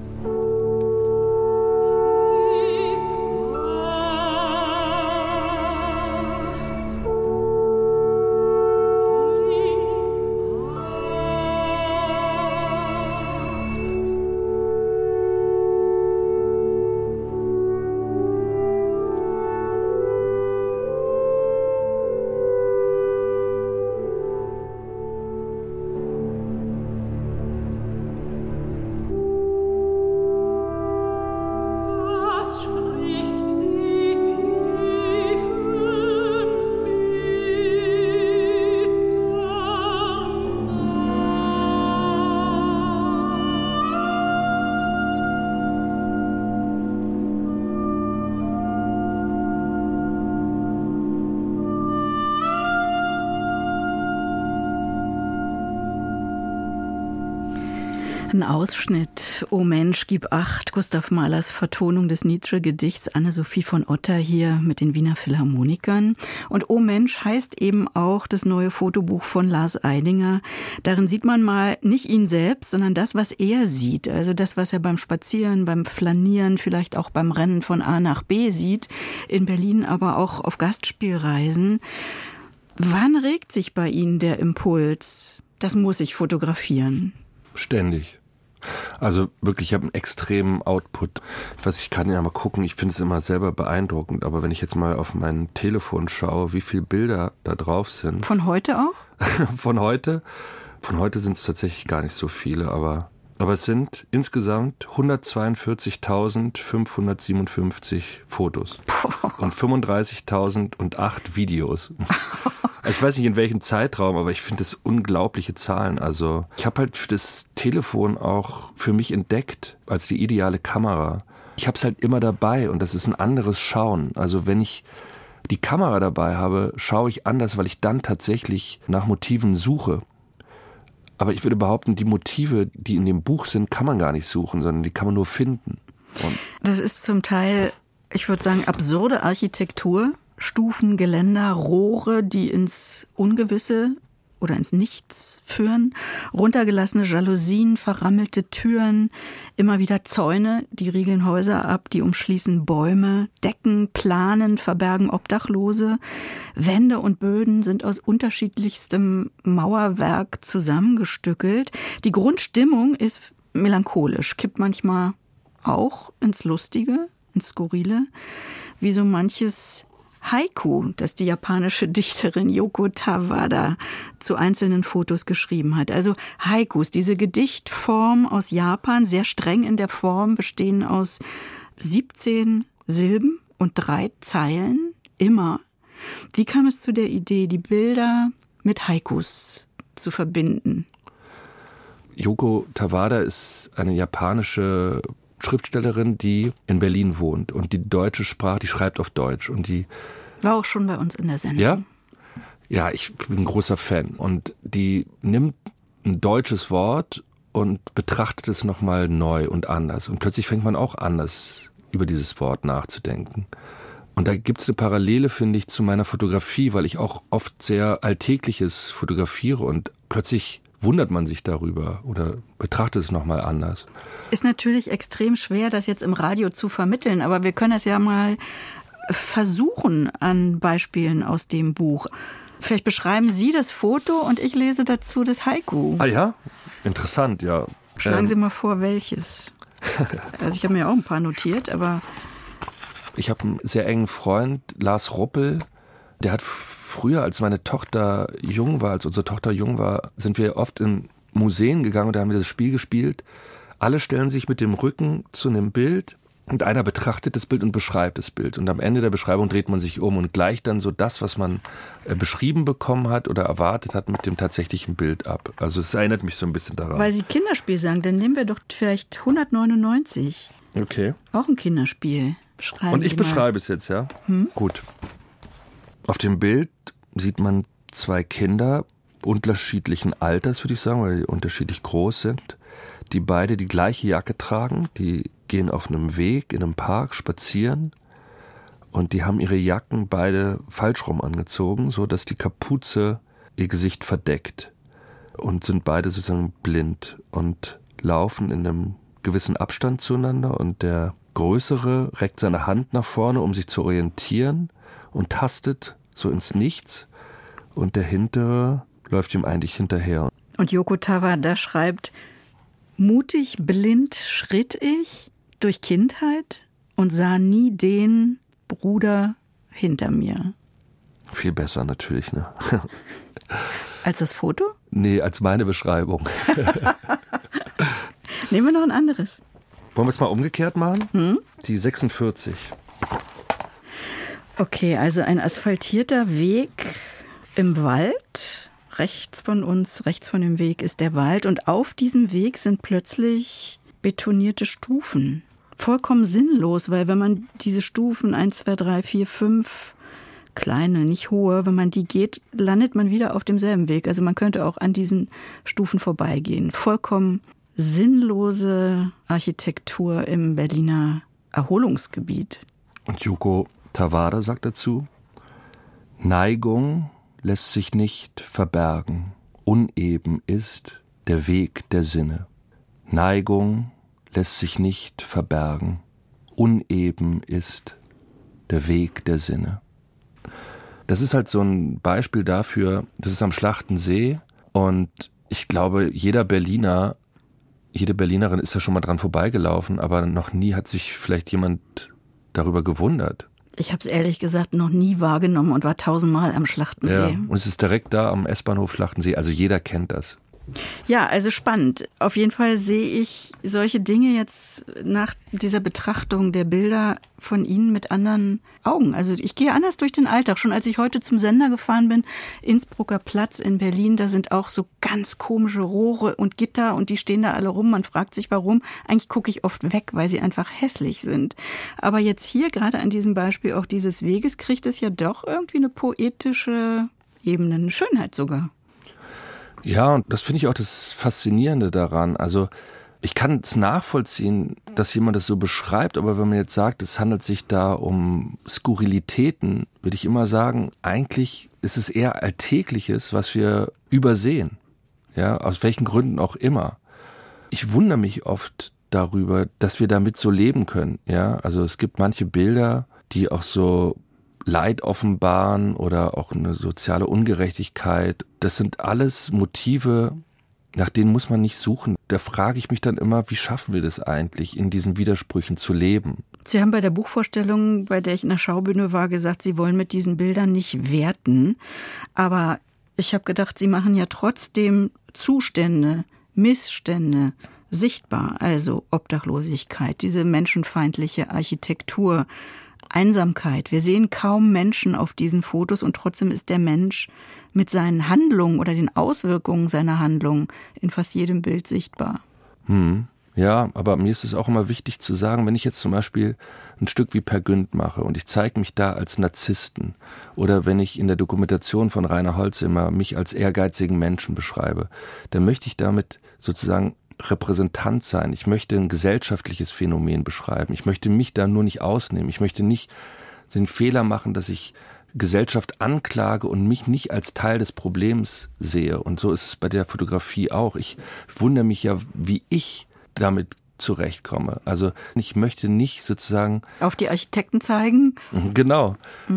Speaker 2: Ein Ausschnitt, O Mensch, gib Acht, Gustav Mahlers Vertonung des Nietzsche-Gedichts, Anne-Sophie von Otter hier mit den Wiener Philharmonikern. Und O Mensch heißt eben auch das neue Fotobuch von Lars Eidinger. Darin sieht man mal nicht ihn selbst, sondern das, was er sieht. Also das, was er beim Spazieren, beim Flanieren, vielleicht auch beim Rennen von A nach B sieht, in Berlin, aber auch auf Gastspielreisen. Wann regt sich bei Ihnen der Impuls? Das muss ich fotografieren.
Speaker 3: Ständig. Also wirklich, ich habe einen extremen Output. Ich kann ja mal gucken, ich finde es immer selber beeindruckend, aber wenn ich jetzt mal auf mein Telefon schaue, wie viele Bilder da drauf sind.
Speaker 2: Von heute auch?
Speaker 3: Von heute sind es tatsächlich gar nicht so viele, aber es sind insgesamt 142.557 Fotos und 35.008 Videos. Ich weiß nicht, in welchem Zeitraum, aber ich finde das unglaubliche Zahlen. Also ich habe halt das Telefon auch für mich entdeckt als die ideale Kamera. Ich habe es halt immer dabei und das ist ein anderes Schauen. Also wenn ich die Kamera dabei habe, schaue ich anders, weil ich dann tatsächlich nach Motiven suche. Aber ich würde behaupten, die Motive, die in dem Buch sind, kann man gar nicht suchen, sondern die kann man nur finden. Und
Speaker 2: das ist zum Teil, ich würde sagen, absurde Architektur. Stufen, Geländer, Rohre, die ins Ungewisse oder ins Nichts führen, runtergelassene Jalousien, verrammelte Türen, immer wieder Zäune, die riegeln Häuser ab, die umschließen Bäume, Decken, Planen, verbergen Obdachlose. Wände und Böden sind aus unterschiedlichstem Mauerwerk zusammengestückelt. Die Grundstimmung ist melancholisch, kippt manchmal auch ins Lustige, ins Skurrile, wie so manches Haiku, das die japanische Dichterin Yoko Tawada zu einzelnen Fotos geschrieben hat. Also Haikus, diese Gedichtform aus Japan, sehr streng in der Form, bestehen aus 17 Silben und 3 Zeilen, immer. Wie kam es zu der Idee, die Bilder mit Haikus zu verbinden?
Speaker 3: Yoko Tawada ist eine japanische Schriftstellerin, die in Berlin wohnt und die deutsche Sprache, die schreibt auf Deutsch und die
Speaker 2: war auch schon bei uns in der Sendung.
Speaker 3: Ja? Ja, ich bin ein großer Fan und die nimmt ein deutsches Wort und betrachtet es nochmal neu und anders und plötzlich fängt man auch anders über dieses Wort nachzudenken. Und da gibt es eine Parallele, finde ich, zu meiner Fotografie, weil ich auch oft sehr Alltägliches fotografiere und plötzlich wundert man sich darüber oder betrachtet es nochmal anders.
Speaker 2: Ist natürlich extrem schwer, das jetzt im Radio zu vermitteln, aber wir können das ja mal versuchen an Beispielen aus dem Buch. Vielleicht beschreiben Sie das Foto und ich lese dazu das Haiku.
Speaker 3: Ah ja? Interessant, ja.
Speaker 2: Schlagen Sie mal vor, welches. Also ich habe mir auch ein paar notiert, aber
Speaker 3: Ich habe einen sehr engen Freund, Lars Ruppel. Der hat früher, als meine Tochter jung war, als unsere Tochter jung war, sind wir oft in Museen gegangen und da haben wir das Spiel gespielt. Alle stellen sich mit dem Rücken zu einem Bild und einer betrachtet das Bild und beschreibt das Bild. Und am Ende der Beschreibung dreht man sich um und gleicht dann so das, was man beschrieben bekommen hat oder erwartet hat, mit dem tatsächlichen Bild ab. Also es erinnert mich so ein bisschen daran.
Speaker 2: Weil Sie Kinderspiel sagen, dann nehmen wir doch vielleicht 199.
Speaker 3: Okay.
Speaker 2: Auch ein Kinderspiel. Beschreiben
Speaker 3: Und ich
Speaker 2: Sie mal.
Speaker 3: beschreibe es jetzt, ja? Gut. Auf dem Bild sieht man 2 Kinder unterschiedlichen Alters, würde ich sagen, weil die unterschiedlich groß sind, die beide die gleiche Jacke tragen. Die gehen auf einem Weg in einem Park spazieren und die haben ihre Jacken beide falsch rum angezogen, so dass die Kapuze ihr Gesicht verdeckt und sind beide sozusagen blind und laufen in einem gewissen Abstand zueinander und der Größere reckt seine Hand nach vorne, um sich zu orientieren und tastet so ins Nichts und der Hintere läuft ihm eigentlich hinterher.
Speaker 2: Und Yoko Tawada schreibt, mutig blind schritt ich durch Kindheit und sah nie den Bruder hinter mir.
Speaker 3: Viel besser natürlich, ne?
Speaker 2: Als das Foto?
Speaker 3: Nee, als meine Beschreibung.
Speaker 2: Nehmen wir noch ein anderes.
Speaker 3: Wollen wir es mal umgekehrt machen? Die 46.
Speaker 2: Okay, also ein asphaltierter Weg im Wald. Rechts von uns, rechts von dem Weg ist der Wald. Und auf diesem Weg sind plötzlich betonierte Stufen. Vollkommen sinnlos, weil wenn man diese Stufen 1, 2, 3, 4, 5, kleine, nicht hohe, wenn man die geht, landet man wieder auf demselben Weg. Also man könnte auch an diesen Stufen vorbeigehen. Vollkommen sinnlose Architektur im Berliner Erholungsgebiet.
Speaker 3: Und Yoko Tawada sagt dazu, Neigung lässt sich nicht verbergen. Uneben ist der Weg der Sinne. Neigung lässt sich nicht verbergen. Uneben ist der Weg der Sinne. Das ist halt so ein Beispiel dafür, das ist am Schlachtensee und ich glaube, jede Berlinerin ist da schon mal dran vorbeigelaufen, aber noch nie hat sich vielleicht jemand darüber gewundert.
Speaker 2: Ich habe es ehrlich gesagt noch nie wahrgenommen und war 1000-mal am Schlachtensee.
Speaker 3: Ja, und es ist direkt da am S-Bahnhof Schlachtensee, also jeder kennt das.
Speaker 2: Ja, also spannend. Auf jeden Fall sehe ich solche Dinge jetzt nach dieser Betrachtung der Bilder von Ihnen mit anderen Augen. Also ich gehe anders durch den Alltag. Schon als ich heute zum Sender gefahren bin, Innsbrucker Platz in Berlin, da sind auch so ganz komische Rohre und Gitter und die stehen da alle rum. Man fragt sich, warum. Eigentlich gucke ich oft weg, weil sie einfach hässlich sind. Aber jetzt hier, gerade an diesem Beispiel auch dieses Weges, kriegt es ja doch irgendwie eine poetische Ebene, eine Schönheit sogar.
Speaker 3: Ja, und das finde ich auch das Faszinierende daran. Also ich kann es nachvollziehen, dass jemand das so beschreibt, aber wenn man jetzt sagt, es handelt sich da um Skurrilitäten, würde ich immer sagen, eigentlich ist es eher Alltägliches, was wir übersehen. Ja, aus welchen Gründen auch immer. Ich wundere mich oft darüber, dass wir damit so leben können. Ja, also es gibt manche Bilder, die auch so Leid offenbaren oder auch eine soziale Ungerechtigkeit. Das sind alles Motive, nach denen muss man nicht suchen. Da frage ich mich dann immer, wie schaffen wir das eigentlich, in diesen Widersprüchen zu leben?
Speaker 2: Sie haben bei der Buchvorstellung, bei der ich in der Schaubühne war, gesagt, Sie wollen mit diesen Bildern nicht werten. Aber ich habe gedacht, Sie machen ja trotzdem Zustände, Missstände sichtbar. Also Obdachlosigkeit, diese menschenfeindliche Architektur, Einsamkeit. Wir sehen kaum Menschen auf diesen Fotos und trotzdem ist der Mensch mit seinen Handlungen oder den Auswirkungen seiner Handlungen in fast jedem Bild sichtbar.
Speaker 3: Ja, aber mir ist es auch immer wichtig zu sagen, wenn ich jetzt zum Beispiel ein Stück wie Per Gynt mache und ich zeige mich da als Narzissten oder wenn ich in der Dokumentation von Rainer Holzimmer mich als ehrgeizigen Menschen beschreibe, dann möchte ich damit sozusagen Repräsentant sein. Ich möchte ein gesellschaftliches Phänomen beschreiben. Ich möchte mich da nur nicht ausnehmen. Ich möchte nicht den Fehler machen, dass ich Gesellschaft anklage und mich nicht als Teil des Problems sehe. Und so ist es bei der Fotografie auch. Ich wundere mich ja, wie ich damit zurechtkomme. Also ich möchte nicht sozusagen
Speaker 2: auf die Architekten zeigen.
Speaker 3: Genau.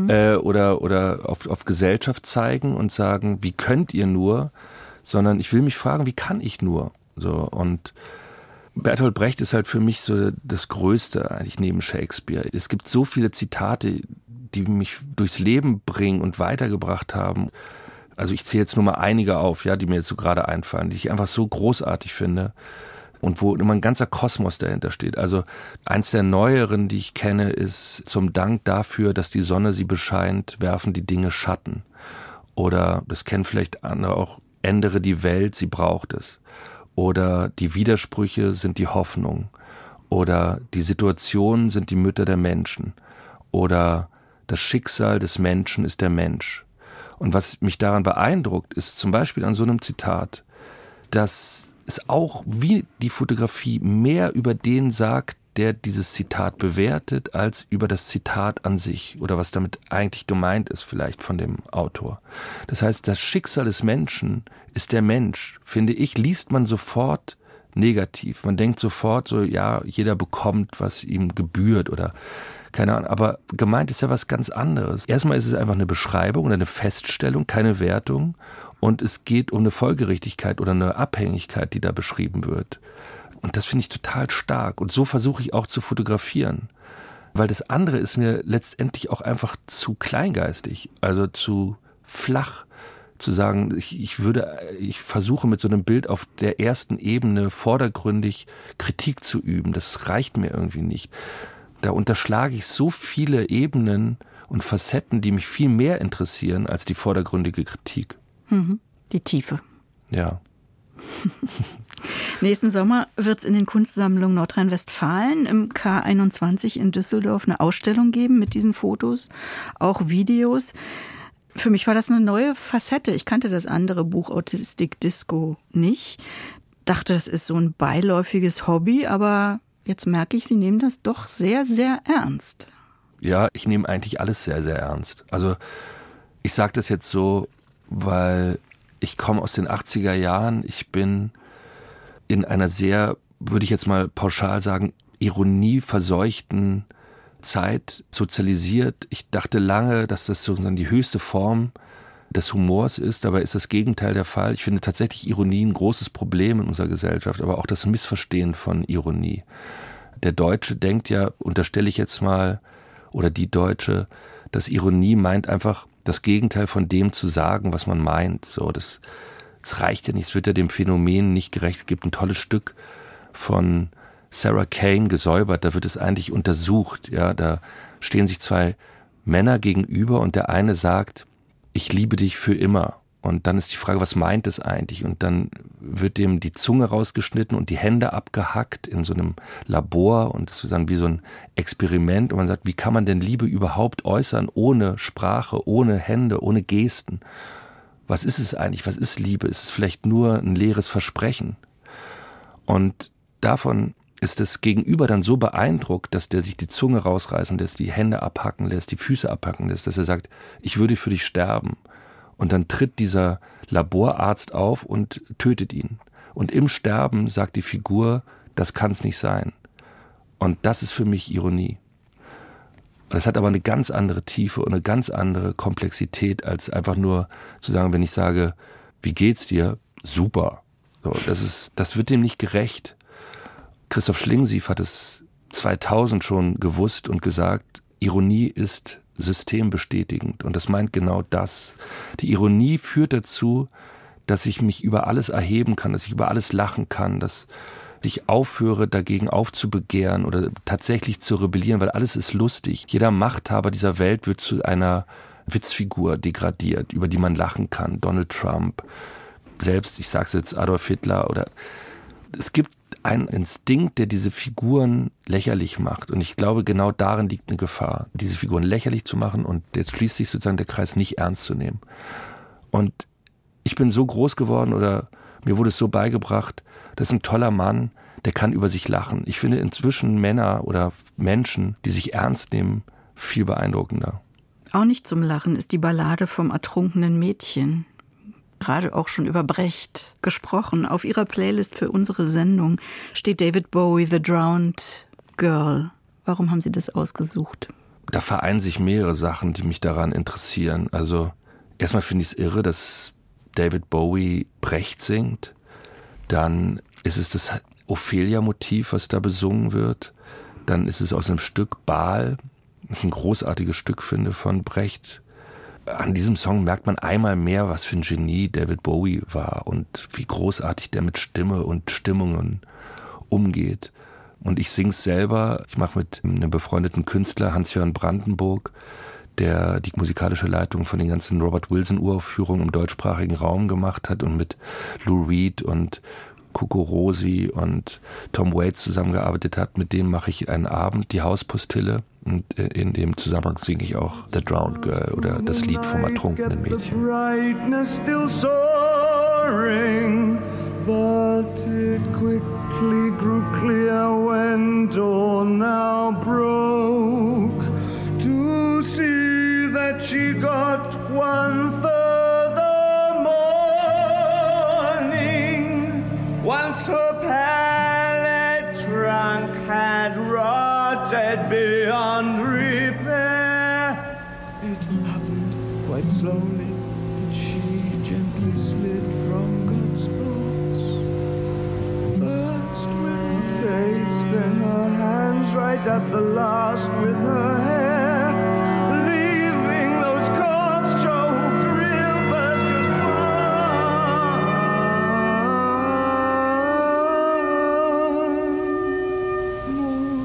Speaker 3: Oder auf Gesellschaft zeigen und sagen, wie könnt ihr nur, sondern ich will mich fragen, wie kann ich nur? So, und Bertolt Brecht ist halt für mich so das Größte eigentlich neben Shakespeare. Es gibt so viele Zitate, die mich durchs Leben bringen und weitergebracht haben. Also ich zähle jetzt nur mal einige auf, ja, die mir jetzt so gerade einfallen, die ich einfach so großartig finde und wo immer ein ganzer Kosmos dahinter steht. Also eins der neueren, die ich kenne, ist: Zum Dank dafür, dass die Sonne sie bescheint, werfen die Dinge Schatten. Oder, das kennen vielleicht andere auch: Ändere die Welt, sie braucht es. Oder die Widersprüche sind die Hoffnung. Oder die Situationen sind die Mütter der Menschen. Oder das Schicksal des Menschen ist der Mensch. Und was mich daran beeindruckt, ist zum Beispiel an so einem Zitat, dass es auch wie die Fotografie mehr über den sagt, der dieses Zitat bewertet, als über das Zitat an sich oder was damit eigentlich gemeint ist vielleicht von dem Autor. Das heißt, das Schicksal des Menschen ist der Mensch, finde ich, liest man sofort negativ. Man denkt sofort so, ja, jeder bekommt, was ihm gebührt oder keine Ahnung. Aber gemeint ist ja was ganz anderes. Erstmal ist es einfach eine Beschreibung oder eine Feststellung, keine Wertung. Und es geht um eine Folgerichtigkeit oder eine Abhängigkeit, die da beschrieben wird. Und das finde ich total stark. Und so versuche ich auch zu fotografieren. Weil das andere ist mir letztendlich auch einfach zu kleingeistig, also zu flach. Zu sagen, ich versuche mit so einem Bild auf der ersten Ebene vordergründig Kritik zu üben. Das reicht mir irgendwie nicht. Da unterschlage ich so viele Ebenen und Facetten, die mich viel mehr interessieren als die vordergründige Kritik.
Speaker 2: Die Tiefe.
Speaker 3: Ja.
Speaker 2: Nächsten Sommer wird es in den Kunstsammlungen Nordrhein-Westfalen im K21 in Düsseldorf eine Ausstellung geben mit diesen Fotos, auch Videos. Für mich war das eine neue Facette. Ich kannte das andere Buch Autistic Disco nicht. Dachte, das ist so ein beiläufiges Hobby, aber jetzt merke ich, Sie nehmen das doch sehr, sehr ernst.
Speaker 3: Ja, ich nehme eigentlich alles sehr, sehr ernst. Also ich sage das jetzt so, weil ich komme aus den 80er Jahren. Ich bin in einer sehr, würde ich jetzt mal pauschal sagen, ironieverseuchten Zeit sozialisiert. Ich dachte lange, dass das sozusagen die höchste Form des Humors ist. Dabei ist das Gegenteil der Fall. Ich finde tatsächlich Ironie ein großes Problem in unserer Gesellschaft, aber auch das Missverstehen von Ironie. Der Deutsche denkt ja, unterstelle ich jetzt mal, oder die Deutsche, dass Ironie meint einfach das Gegenteil von dem zu sagen, was man meint. So, das reicht ja nicht, es wird ja dem Phänomen nicht gerecht. Es gibt ein tolles Stück von Sarah Kane, Gesäubert, da wird es eigentlich untersucht. Ja, da stehen sich zwei Männer gegenüber und der eine sagt, ich liebe dich für immer. Und dann ist die Frage, was meint es eigentlich? Und dann wird dem die Zunge rausgeschnitten und die Hände abgehackt in so einem Labor und das ist dann wie so ein Experiment. Und man sagt, wie kann man denn Liebe überhaupt äußern ohne Sprache, ohne Hände, ohne Gesten? Was ist es eigentlich? Was ist Liebe? Ist es vielleicht nur ein leeres Versprechen? Und davon ist das Gegenüber dann so beeindruckt, dass der sich die Zunge rausreißen lässt, die Hände abhacken lässt, die Füße abhacken lässt, dass er sagt, ich würde für dich sterben. Und dann tritt dieser Laborarzt auf und tötet ihn. Und im Sterben sagt die Figur, das kann es nicht sein. Und das ist für mich Ironie. Und das hat aber eine ganz andere Tiefe und eine ganz andere Komplexität, als einfach nur zu sagen, wenn ich sage, wie geht's dir? Super. So, das wird dem nicht gerecht. Christoph Schlingensief hat es 2000 schon gewusst und gesagt, Ironie ist systembestätigend. Und das meint genau das. Die Ironie führt dazu, dass ich mich über alles erheben kann, dass ich über alles lachen kann, dass ich aufhöre, dagegen aufzubegehren oder tatsächlich zu rebellieren, weil alles ist lustig. Jeder Machthaber dieser Welt wird zu einer Witzfigur degradiert, über die man lachen kann. Donald Trump, selbst, ich sag's jetzt, Adolf Hitler oder es gibt einen Instinkt, der diese Figuren lächerlich macht. Und ich glaube, genau darin liegt eine Gefahr, diese Figuren lächerlich zu machen und jetzt schließt sich sozusagen der Kreis, nicht ernst zu nehmen. Und ich bin so groß geworden oder mir wurde es so beigebracht, das ist ein toller Mann, der kann über sich lachen. Ich finde inzwischen Männer oder Menschen, die sich ernst nehmen, viel beeindruckender.
Speaker 2: Auch nicht zum Lachen ist die Ballade vom ertrunkenen Mädchen. Gerade auch schon über Brecht gesprochen. Auf Ihrer Playlist für unsere Sendung steht David Bowie, The Drowned Girl. Warum haben Sie das ausgesucht?
Speaker 3: Da vereinen sich mehrere Sachen, die mich daran interessieren. Also erstmal finde ich es irre, dass David Bowie Brecht singt. Dann ist es das Ophelia-Motiv, was da besungen wird. Dann ist es aus einem Stück Baal, das ist ein großartiges Stück, finde, von Brecht. An diesem Song merkt man einmal mehr, was für ein Genie David Bowie war und wie großartig der mit Stimme und Stimmungen umgeht. Und ich sing's selber, ich mache mit einem befreundeten Künstler, Hans-Jörn Brandenburg, der die musikalische Leitung von den ganzen Robert Wilson-Uraufführungen im deutschsprachigen Raum gemacht hat und mit Lou Reed und Coco Rosi und Tom Waits zusammengearbeitet hat. Mit dem mache ich einen Abend, die Hauspostille. Und in dem Zusammenhang singe ich auch The Drowned Girl oder das Lied vom ertrunkenen Mädchen.
Speaker 8: But it quickly grew clear when dawn now broke to see that she got one further morning. Once her pallet trunk had rotted beyond repair, it happened quite slowly that she gently slid from God's thoughts. First with her face, then her hands, right at the last with her hair, leaving those corpse-choked rivers just one more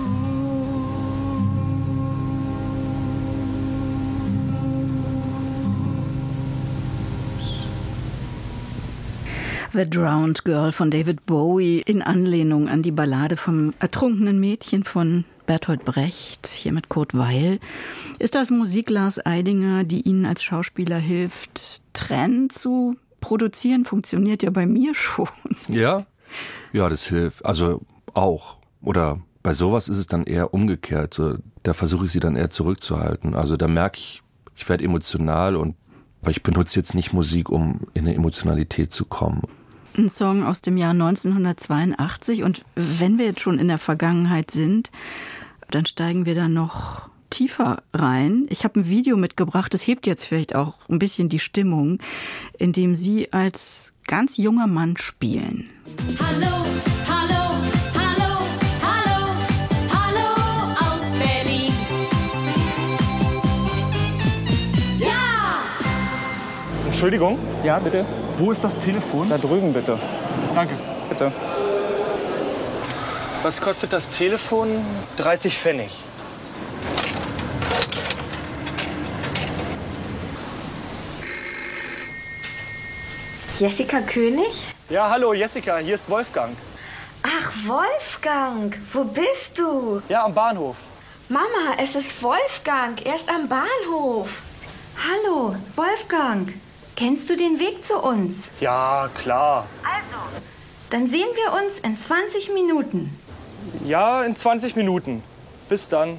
Speaker 2: The Drowned Girl von David Bowie in Anlehnung an die Ballade vom ertrunkenen Mädchen von Bertolt Brecht, hier mit Kurt Weill. Ist das Musik Lars Eidinger, die Ihnen als Schauspieler hilft, Tränen zu produzieren? Funktioniert ja bei mir schon.
Speaker 3: Ja, das hilft. Also auch. Oder bei sowas ist es dann eher umgekehrt. So, da versuche ich sie dann eher zurückzuhalten. Also da merke ich, ich werde emotional aber ich benutze jetzt nicht Musik, um in eine Emotionalität zu kommen.
Speaker 2: Ein Song aus dem Jahr 1982 und wenn wir jetzt schon in der Vergangenheit sind, dann steigen wir da noch tiefer rein. Ich habe ein Video mitgebracht, das hebt jetzt vielleicht auch ein bisschen die Stimmung, in dem Sie als ganz junger Mann spielen.
Speaker 9: Hallo, hallo, hallo, hallo, hallo aus Berlin. Ja!
Speaker 6: Entschuldigung?
Speaker 10: Ja, bitte.
Speaker 6: Wo ist das Telefon?
Speaker 10: Da drüben, bitte.
Speaker 6: Danke.
Speaker 10: Bitte.
Speaker 6: Was kostet das Telefon? 30 Pfennig.
Speaker 11: Jessica König?
Speaker 6: Ja, hallo Jessica, hier ist Wolfgang.
Speaker 11: Ach, Wolfgang, wo bist du?
Speaker 6: Ja, am Bahnhof.
Speaker 11: Mama, es ist Wolfgang, er ist am Bahnhof. Hallo, Wolfgang, kennst du den Weg zu uns?
Speaker 6: Ja, klar.
Speaker 11: Also, dann sehen wir uns in 20 Minuten.
Speaker 6: Ja, in 20 Minuten. Bis dann.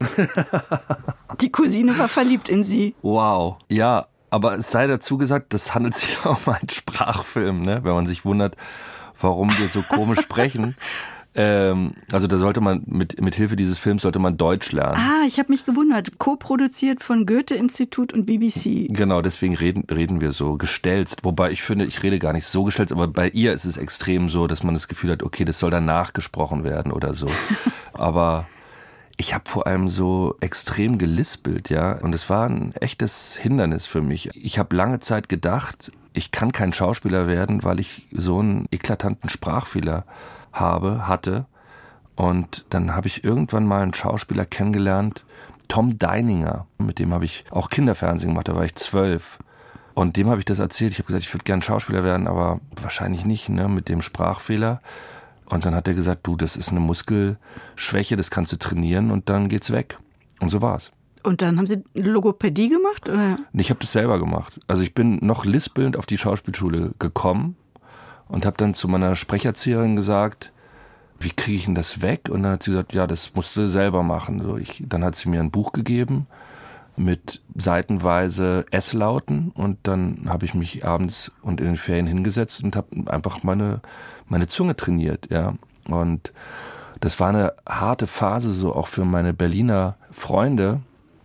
Speaker 2: Die Cousine war verliebt in Sie.
Speaker 3: Wow. Ja, aber es sei dazu gesagt, das handelt sich auch um einen Sprachfilm, ne? Wenn man sich wundert, warum wir so komisch sprechen. Also da sollte man mit Hilfe dieses Films sollte man Deutsch lernen.
Speaker 2: Ah, ich habe mich gewundert. Co-produziert von Goethe-Institut und BBC.
Speaker 3: Genau, deswegen reden wir so gestelzt. Wobei ich finde, ich rede gar nicht so gestelzt, aber bei ihr ist es extrem so, dass man das Gefühl hat, okay, das soll dann nachgesprochen werden oder so. Aber ich habe vor allem so extrem gelispelt, ja. Und es war ein echtes Hindernis für mich. Ich habe lange Zeit gedacht, ich kann kein Schauspieler werden, weil ich so einen eklatanten Sprachfehler hatte. Und dann habe ich irgendwann mal einen Schauspieler kennengelernt, Tom Deininger. Mit dem habe ich auch Kinderfernsehen gemacht, da war ich 12. Und dem habe ich das erzählt. Ich habe gesagt, ich würde gerne Schauspieler werden, aber wahrscheinlich nicht, ne, mit dem Sprachfehler. Und dann hat er gesagt, du, das ist eine Muskelschwäche, das kannst du trainieren und dann geht's weg. Und so war's.
Speaker 2: Und dann haben Sie Logopädie gemacht? Oder?
Speaker 3: Ich habe das selber gemacht. Also ich bin noch lispelnd auf die Schauspielschule gekommen und habe dann zu meiner Sprecherzieherin gesagt, wie kriege ich denn das weg? Und dann hat sie gesagt, ja, das musst du selber machen. So, dann hat sie mir ein Buch gegeben mit seitenweise S-Lauten und dann habe ich mich abends und in den Ferien hingesetzt und habe einfach meine Zunge trainiert, ja. Und das war eine harte Phase so auch für meine Berliner Freunde,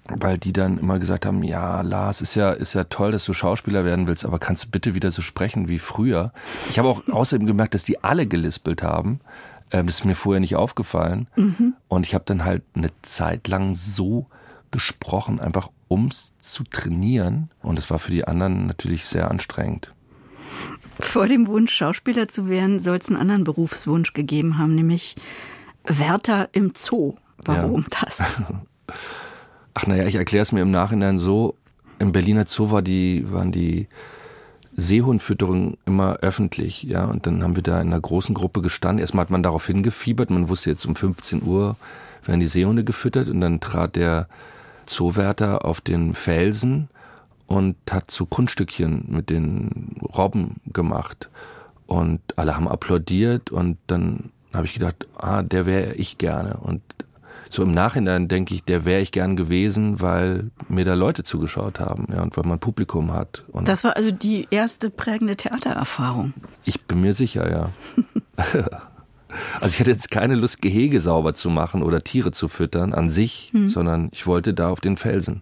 Speaker 3: weil die dann immer gesagt haben, ja, Lars, ist ja toll, dass du Schauspieler werden willst, aber kannst du bitte wieder so sprechen wie früher? Ich habe auch außerdem gemerkt, dass die alle gelispelt haben. Das ist mir vorher nicht aufgefallen. Und ich habe dann halt eine Zeit lang so gesprochen, einfach um's zu trainieren. Und es war für die anderen natürlich sehr anstrengend.
Speaker 2: Vor dem Wunsch, Schauspieler zu werden, soll es einen anderen Berufswunsch gegeben haben, nämlich Wärter im Zoo. Warum das?
Speaker 3: Ach naja, ich erkläre es mir im Nachhinein so. Im Berliner Zoo waren die Seehundfütterungen immer öffentlich. Ja, und dann haben wir da in einer großen Gruppe gestanden. Erstmal hat man darauf hingefiebert. Man wusste, jetzt um 15 Uhr werden die Seehunde gefüttert. Und dann trat der Zoowärter auf den Felsen und hat so Kunststückchen mit den Robben gemacht. Und alle haben applaudiert. Und dann habe ich gedacht, der wäre ich gerne. Und so im Nachhinein denke ich, der wäre ich gern gewesen, weil mir da Leute zugeschaut haben, ja, und weil man Publikum hat. Und
Speaker 2: das war also die erste prägende Theatererfahrung?
Speaker 3: Ich bin mir sicher, ja. Also ich hatte jetzt keine Lust, Gehege sauber zu machen oder Tiere zu füttern an sich, sondern ich wollte da auf den Felsen.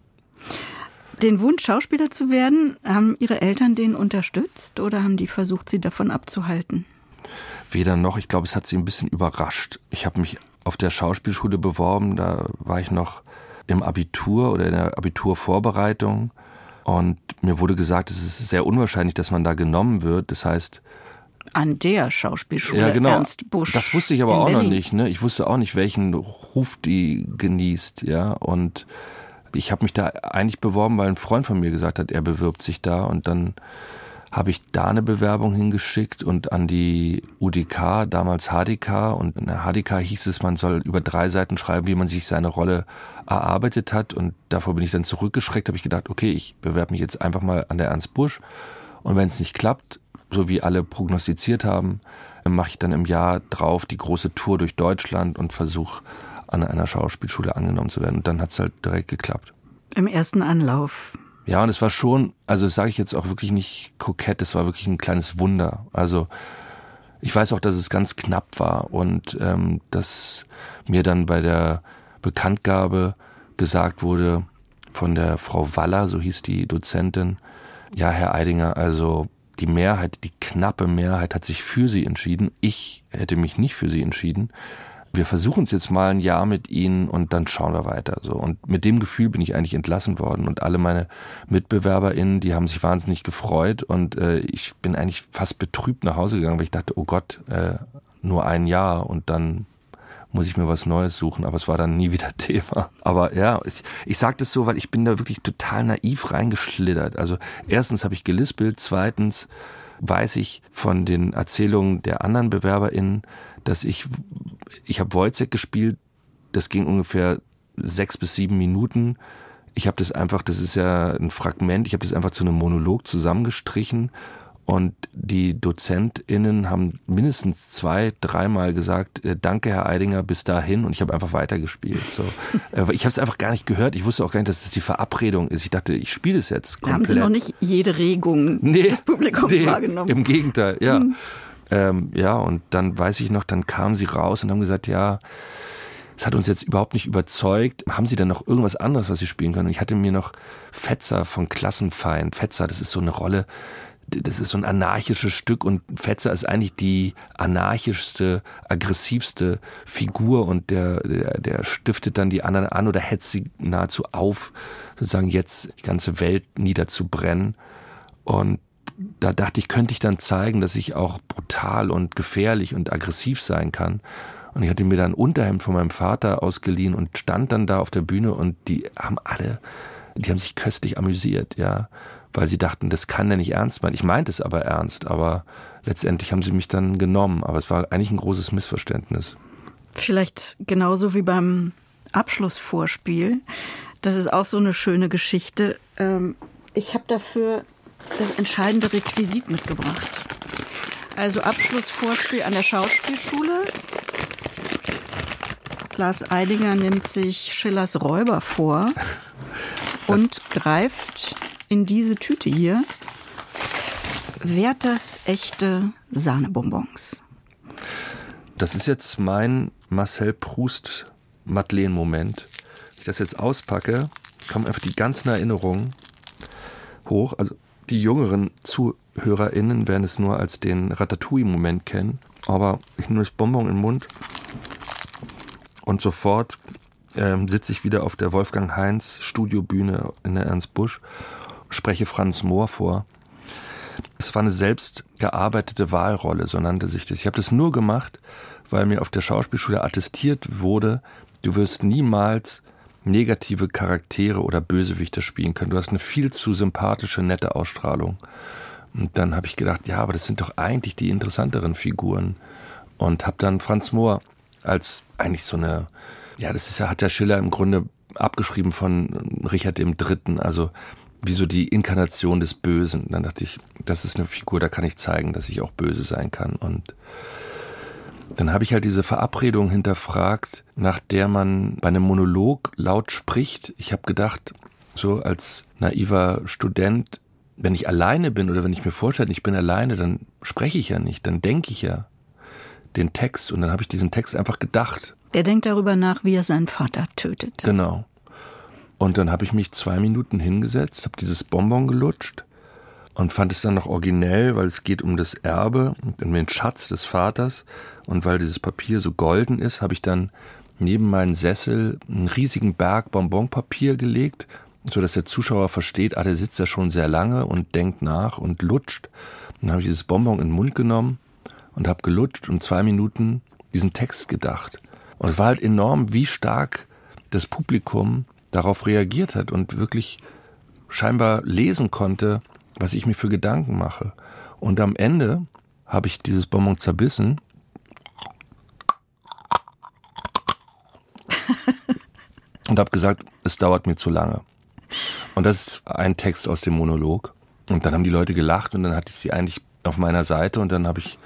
Speaker 2: Den Wunsch, Schauspieler zu werden, haben Ihre Eltern den unterstützt oder haben die versucht, Sie davon abzuhalten?
Speaker 3: Weder noch. Ich glaube, es hat sie ein bisschen überrascht. Ich habe mich auf der Schauspielschule beworben, da war ich noch im Abitur oder in der Abiturvorbereitung und mir wurde gesagt, es ist sehr unwahrscheinlich, dass man da genommen wird. Das heißt...
Speaker 2: An der Schauspielschule,
Speaker 3: ja, genau.
Speaker 2: Ernst Busch.
Speaker 3: Das wusste ich aber auch
Speaker 2: Berlin.
Speaker 3: noch nicht. Ne? Ich wusste auch nicht, welchen Ruf die genießt. Ja? Und ich habe mich da eigentlich beworben, weil ein Freund von mir gesagt hat, er bewirbt sich da und dann habe ich da eine Bewerbung hingeschickt und an die UDK, damals HDK. Und in der HDK hieß es, man soll über 3 Seiten schreiben, wie man sich seine Rolle erarbeitet hat. Und davor bin ich dann zurückgeschreckt, habe ich gedacht, okay, ich bewerbe mich jetzt einfach mal an der Ernst Busch. Und wenn es nicht klappt, so wie alle prognostiziert haben, mache ich dann im Jahr drauf die große Tour durch Deutschland und versuche an einer Schauspielschule angenommen zu werden. Und dann hat es halt direkt geklappt.
Speaker 2: Im ersten Anlauf.
Speaker 3: Ja, und es war schon, also das sage ich jetzt auch wirklich nicht kokett, es war wirklich ein kleines Wunder. Also ich weiß auch, dass es ganz knapp war und dass mir dann bei der Bekanntgabe gesagt wurde von der Frau Waller, so hieß die Dozentin, ja, Herr Eidinger, also die Mehrheit, die knappe Mehrheit hat sich für Sie entschieden. Ich hätte mich nicht für Sie entschieden. Wir versuchen es jetzt mal ein Jahr mit Ihnen und dann schauen wir weiter. So. Und mit dem Gefühl bin ich eigentlich entlassen worden. Und alle meine MitbewerberInnen, die haben sich wahnsinnig gefreut. Und ich bin eigentlich fast betrübt nach Hause gegangen, weil ich dachte, oh Gott, nur ein Jahr und dann muss ich mir was Neues suchen. Aber es war dann nie wieder Thema. Aber ja, ich sage das so, weil ich bin da wirklich total naiv reingeschlittert. Also erstens habe ich gelispelt, zweitens weiß ich von den Erzählungen der anderen BewerberInnen, dass ich habe Wojciech gespielt, das ging ungefähr 6 bis 7 Minuten. Ich habe das einfach, das ist ja ein Fragment, ich habe das einfach zu einem Monolog zusammengestrichen und die DozentInnen haben mindestens 2, 3 Mal gesagt, danke Herr Eidinger, bis dahin, und ich habe einfach weitergespielt. So. Ich habe es einfach gar nicht gehört, ich wusste auch gar nicht, dass es die Verabredung ist. Ich dachte, ich spiele es jetzt komplett.
Speaker 2: Da haben Sie noch nicht jede Regung des Publikums wahrgenommen?
Speaker 3: Im Gegenteil, ja. Ja, und dann weiß ich noch, dann kamen sie raus und haben gesagt, ja, es hat uns jetzt überhaupt nicht überzeugt. Haben Sie denn noch irgendwas anderes, was Sie spielen können? Und ich hatte mir noch Fetzer von Klassenfeind. Fetzer, das ist so eine Rolle, das ist so ein anarchisches Stück und Fetzer ist eigentlich die anarchischste, aggressivste Figur und der stiftet dann die anderen an oder hetzt sie nahezu auf, sozusagen jetzt die ganze Welt niederzubrennen. Und da dachte ich, könnte ich dann zeigen, dass ich auch brutal und gefährlich und aggressiv sein kann. Und ich hatte mir dann ein Unterhemd von meinem Vater ausgeliehen und stand dann da auf der Bühne und die haben sich köstlich amüsiert, ja, weil sie dachten, das kann der nicht ernst meinen. Ich meinte es aber ernst, aber letztendlich haben sie mich dann genommen. Aber es war eigentlich ein großes Missverständnis.
Speaker 2: Vielleicht genauso wie beim Abschlussvorspiel. Das ist auch so eine schöne Geschichte. Ich habe dafür das entscheidende Requisit mitgebracht. Also Abschlussvorspiel an der Schauspielschule. Lars Eidinger nimmt sich Schillers Räuber vor und greift in diese Tüte hier Werthers echte Sahnebonbons.
Speaker 3: Das ist jetzt mein Marcel Proust Madeleine-Moment. Wenn ich das jetzt auspacke, kommen einfach die ganzen Erinnerungen hoch. Also die jüngeren ZuhörerInnen werden es nur als den Ratatouille-Moment kennen. Aber ich nehme das Bonbon in den Mund und sofort sitze ich wieder auf der Wolfgang Heinz Studiobühne in der Ernst Busch, spreche Franz Mohr vor. Es war eine selbst gearbeitete Wahlrolle, so nannte sich das. Ich habe das nur gemacht, weil mir auf der Schauspielschule attestiert wurde, du wirst niemals negative Charaktere oder Bösewichter spielen können. Du hast eine viel zu sympathische, nette Ausstrahlung. Und dann habe ich gedacht, ja, aber das sind doch eigentlich die interessanteren Figuren. Und habe dann Franz Mohr als eigentlich so eine, ja, das ist ja, hat der Schiller im Grunde abgeschrieben von Richard III., also wie so die Inkarnation des Bösen. Dann dachte ich, das ist eine Figur, da kann ich zeigen, dass ich auch böse sein kann. Und dann habe ich halt diese Verabredung hinterfragt, nach der man bei einem Monolog laut spricht. Ich habe gedacht, so als naiver Student, wenn ich alleine bin oder wenn ich mir vorstelle, ich bin alleine, dann spreche ich ja nicht, dann denke ich ja den Text. Und dann habe ich diesen Text einfach gedacht.
Speaker 2: Der denkt darüber nach, wie er seinen Vater tötet.
Speaker 3: Genau. Und dann habe ich mich 2 Minuten hingesetzt, habe dieses Bonbon gelutscht und fand es dann noch originell, weil es geht um das Erbe und um den Schatz des Vaters. Und weil dieses Papier so golden ist, habe ich dann neben meinen Sessel einen riesigen Berg Bonbonpapier gelegt, sodass der Zuschauer versteht, der sitzt da schon sehr lange und denkt nach und lutscht. Dann habe ich dieses Bonbon in den Mund genommen und habe gelutscht und 2 Minuten diesen Text gedacht. Und es war halt enorm, wie stark das Publikum darauf reagiert hat und wirklich scheinbar lesen konnte, was ich mir für Gedanken mache. Und am Ende habe ich dieses Bonbon zerbissen und habe gesagt, es dauert mir zu lange. Und das ist ein Text aus dem Monolog. Und dann haben die Leute gelacht und dann hatte ich sie eigentlich auf meiner Seite und dann habe ich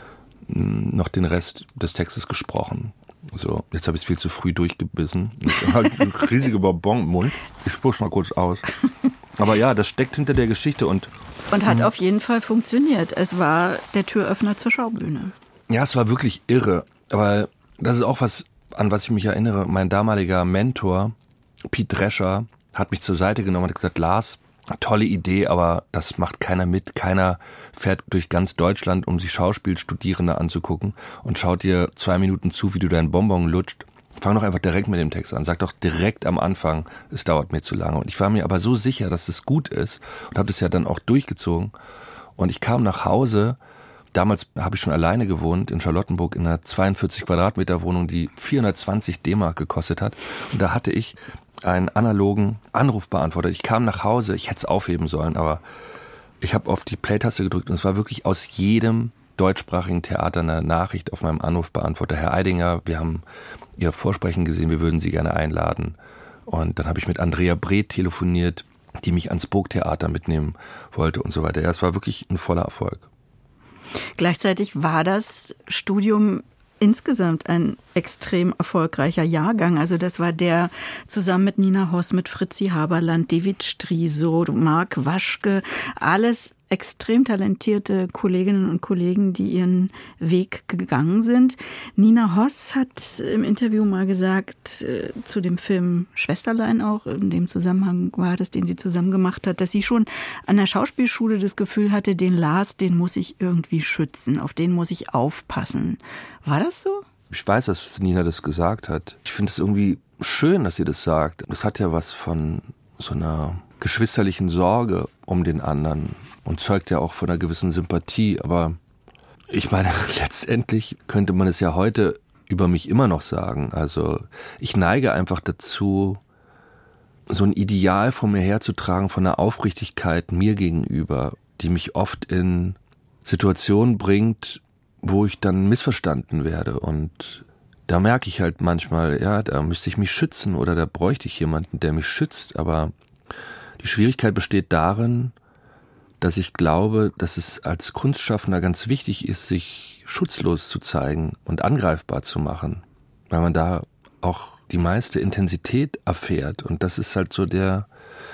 Speaker 3: noch den Rest des Textes gesprochen. So, jetzt habe ich es viel zu früh durchgebissen. Ich habe einen riesigen Bonbon im Mund. Ich spuck's mal kurz aus. Aber ja, das steckt hinter der Geschichte und
Speaker 2: hat auf jeden Fall funktioniert. Es war der Türöffner zur Schaubühne.
Speaker 3: Ja, es war wirklich irre. Aber das ist auch was, an was ich mich erinnere. Mein damaliger Mentor, Piet Drescher, hat mich zur Seite genommen und hat gesagt, Lars, tolle Idee, aber das macht keiner mit. Keiner fährt durch ganz Deutschland, um sich Schauspielstudierende anzugucken und schaut dir 2 Minuten zu, wie du deinen Bonbon lutscht. Fang doch einfach direkt mit dem Text an. Sag doch direkt am Anfang, es dauert mir zu lange. Und ich war mir aber so sicher, dass es gut ist und habe das ja dann auch durchgezogen. Und ich kam nach Hause. Damals habe ich schon alleine gewohnt in Charlottenburg in einer 42 Quadratmeter Wohnung, die 420 D-Mark gekostet hat. Und da hatte ich einen analogen Anrufbeantworter. Ich kam nach Hause, ich hätte es aufheben sollen, aber ich habe auf die Play-Taste gedrückt und es war wirklich aus jedem deutschsprachigen Theater eine Nachricht auf meinem Anrufbeantworter. Herr Eidinger, wir haben Ihr Vorsprechen gesehen, wir würden Sie gerne einladen. Und dann habe ich mit Andrea Breth telefoniert, die mich ans Burgtheater mitnehmen wollte und so weiter. Ja, es war wirklich ein voller Erfolg.
Speaker 2: Gleichzeitig war das Studium insgesamt ein extrem erfolgreicher Jahrgang. Also das war der zusammen mit Nina Hoss, mit Fritzi Haberland, David Striso, Marc Waschke, alles extrem talentierte Kolleginnen und Kollegen, die ihren Weg gegangen sind. Nina Hoss hat im Interview mal gesagt, zu dem Film Schwesterlein auch, in dem Zusammenhang war das, den sie zusammen gemacht hat, dass sie schon an der Schauspielschule das Gefühl hatte, den Lars, den muss ich irgendwie schützen, auf den muss ich aufpassen. War das so?
Speaker 3: Ich weiß, dass Nina das gesagt hat. Ich finde es irgendwie schön, dass sie das sagt. Das hat ja was von so einer geschwisterlichen Sorge um den anderen und zeugt ja auch von einer gewissen Sympathie. Aber ich meine, letztendlich könnte man es ja heute über mich immer noch sagen. Also ich neige einfach dazu, so ein Ideal vor mir herzutragen von einer Aufrichtigkeit mir gegenüber, die mich oft in Situationen bringt, wo ich dann missverstanden werde. Und da merke ich halt manchmal, ja, da müsste ich mich schützen oder da bräuchte ich jemanden, der mich schützt. Aber die Schwierigkeit besteht darin, dass ich glaube, dass es als Kunstschaffender ganz wichtig ist, sich schutzlos zu zeigen und angreifbar zu machen, weil man da auch die meiste Intensität erfährt. Und das ist halt so der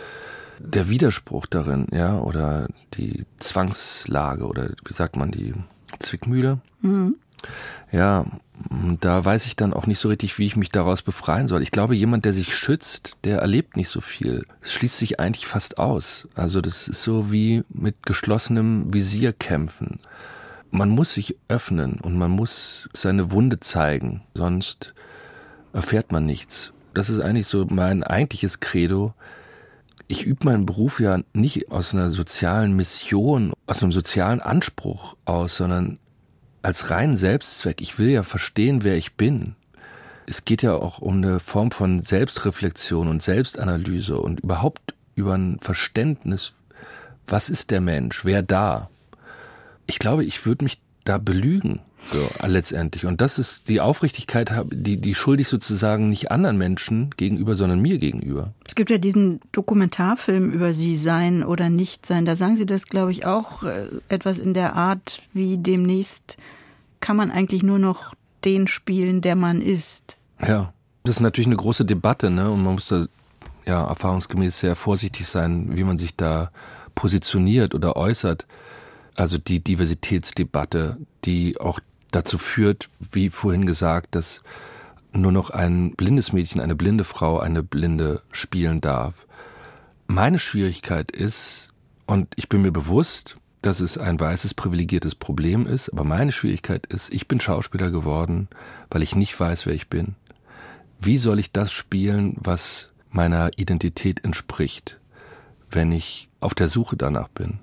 Speaker 3: Widerspruch darin, ja, oder die Zwangslage oder wie sagt man, die Zwickmühle. Mhm. Ja, da weiß ich dann auch nicht so richtig, wie ich mich daraus befreien soll. Ich glaube, jemand, der sich schützt, der erlebt nicht so viel. Es schließt sich eigentlich fast aus. Also das ist so wie mit geschlossenem Visier kämpfen. Man muss sich öffnen und man muss seine Wunde zeigen, sonst erfährt man nichts. Das ist eigentlich so mein eigentliches Credo. Ich übe meinen Beruf ja nicht aus einer sozialen Mission, aus einem sozialen Anspruch aus, sondern als reinen Selbstzweck. Ich will ja verstehen, wer ich bin. Es geht ja auch um eine Form von Selbstreflexion und Selbstanalyse und überhaupt über ein Verständnis, was ist der Mensch, wer da? Ich glaube, ich würde mich da belügen, so letztendlich. Und das ist die Aufrichtigkeit, die schulde ich sozusagen nicht anderen Menschen gegenüber, sondern mir gegenüber.
Speaker 2: Es gibt ja diesen Dokumentarfilm über Sie, Sein oder Nicht-Sein. Da sagen Sie das, glaube ich, auch etwas in der Art, wie demnächst kann man eigentlich nur noch den spielen, der man ist.
Speaker 3: Ja, das ist natürlich eine große Debatte, ne? Und man muss da ja erfahrungsgemäß sehr vorsichtig sein, wie man sich da positioniert oder äußert. Also die Diversitätsdebatte, die auch dazu führt, wie vorhin gesagt, dass nur noch ein blindes Mädchen, eine blinde Frau, eine Blinde spielen darf. Meine Schwierigkeit ist, und ich bin mir bewusst, dass es ein weißes, privilegiertes Problem ist, aber meine Schwierigkeit ist, ich bin Schauspieler geworden, weil ich nicht weiß, wer ich bin. Wie soll ich das spielen, was meiner Identität entspricht, wenn ich auf der Suche danach bin?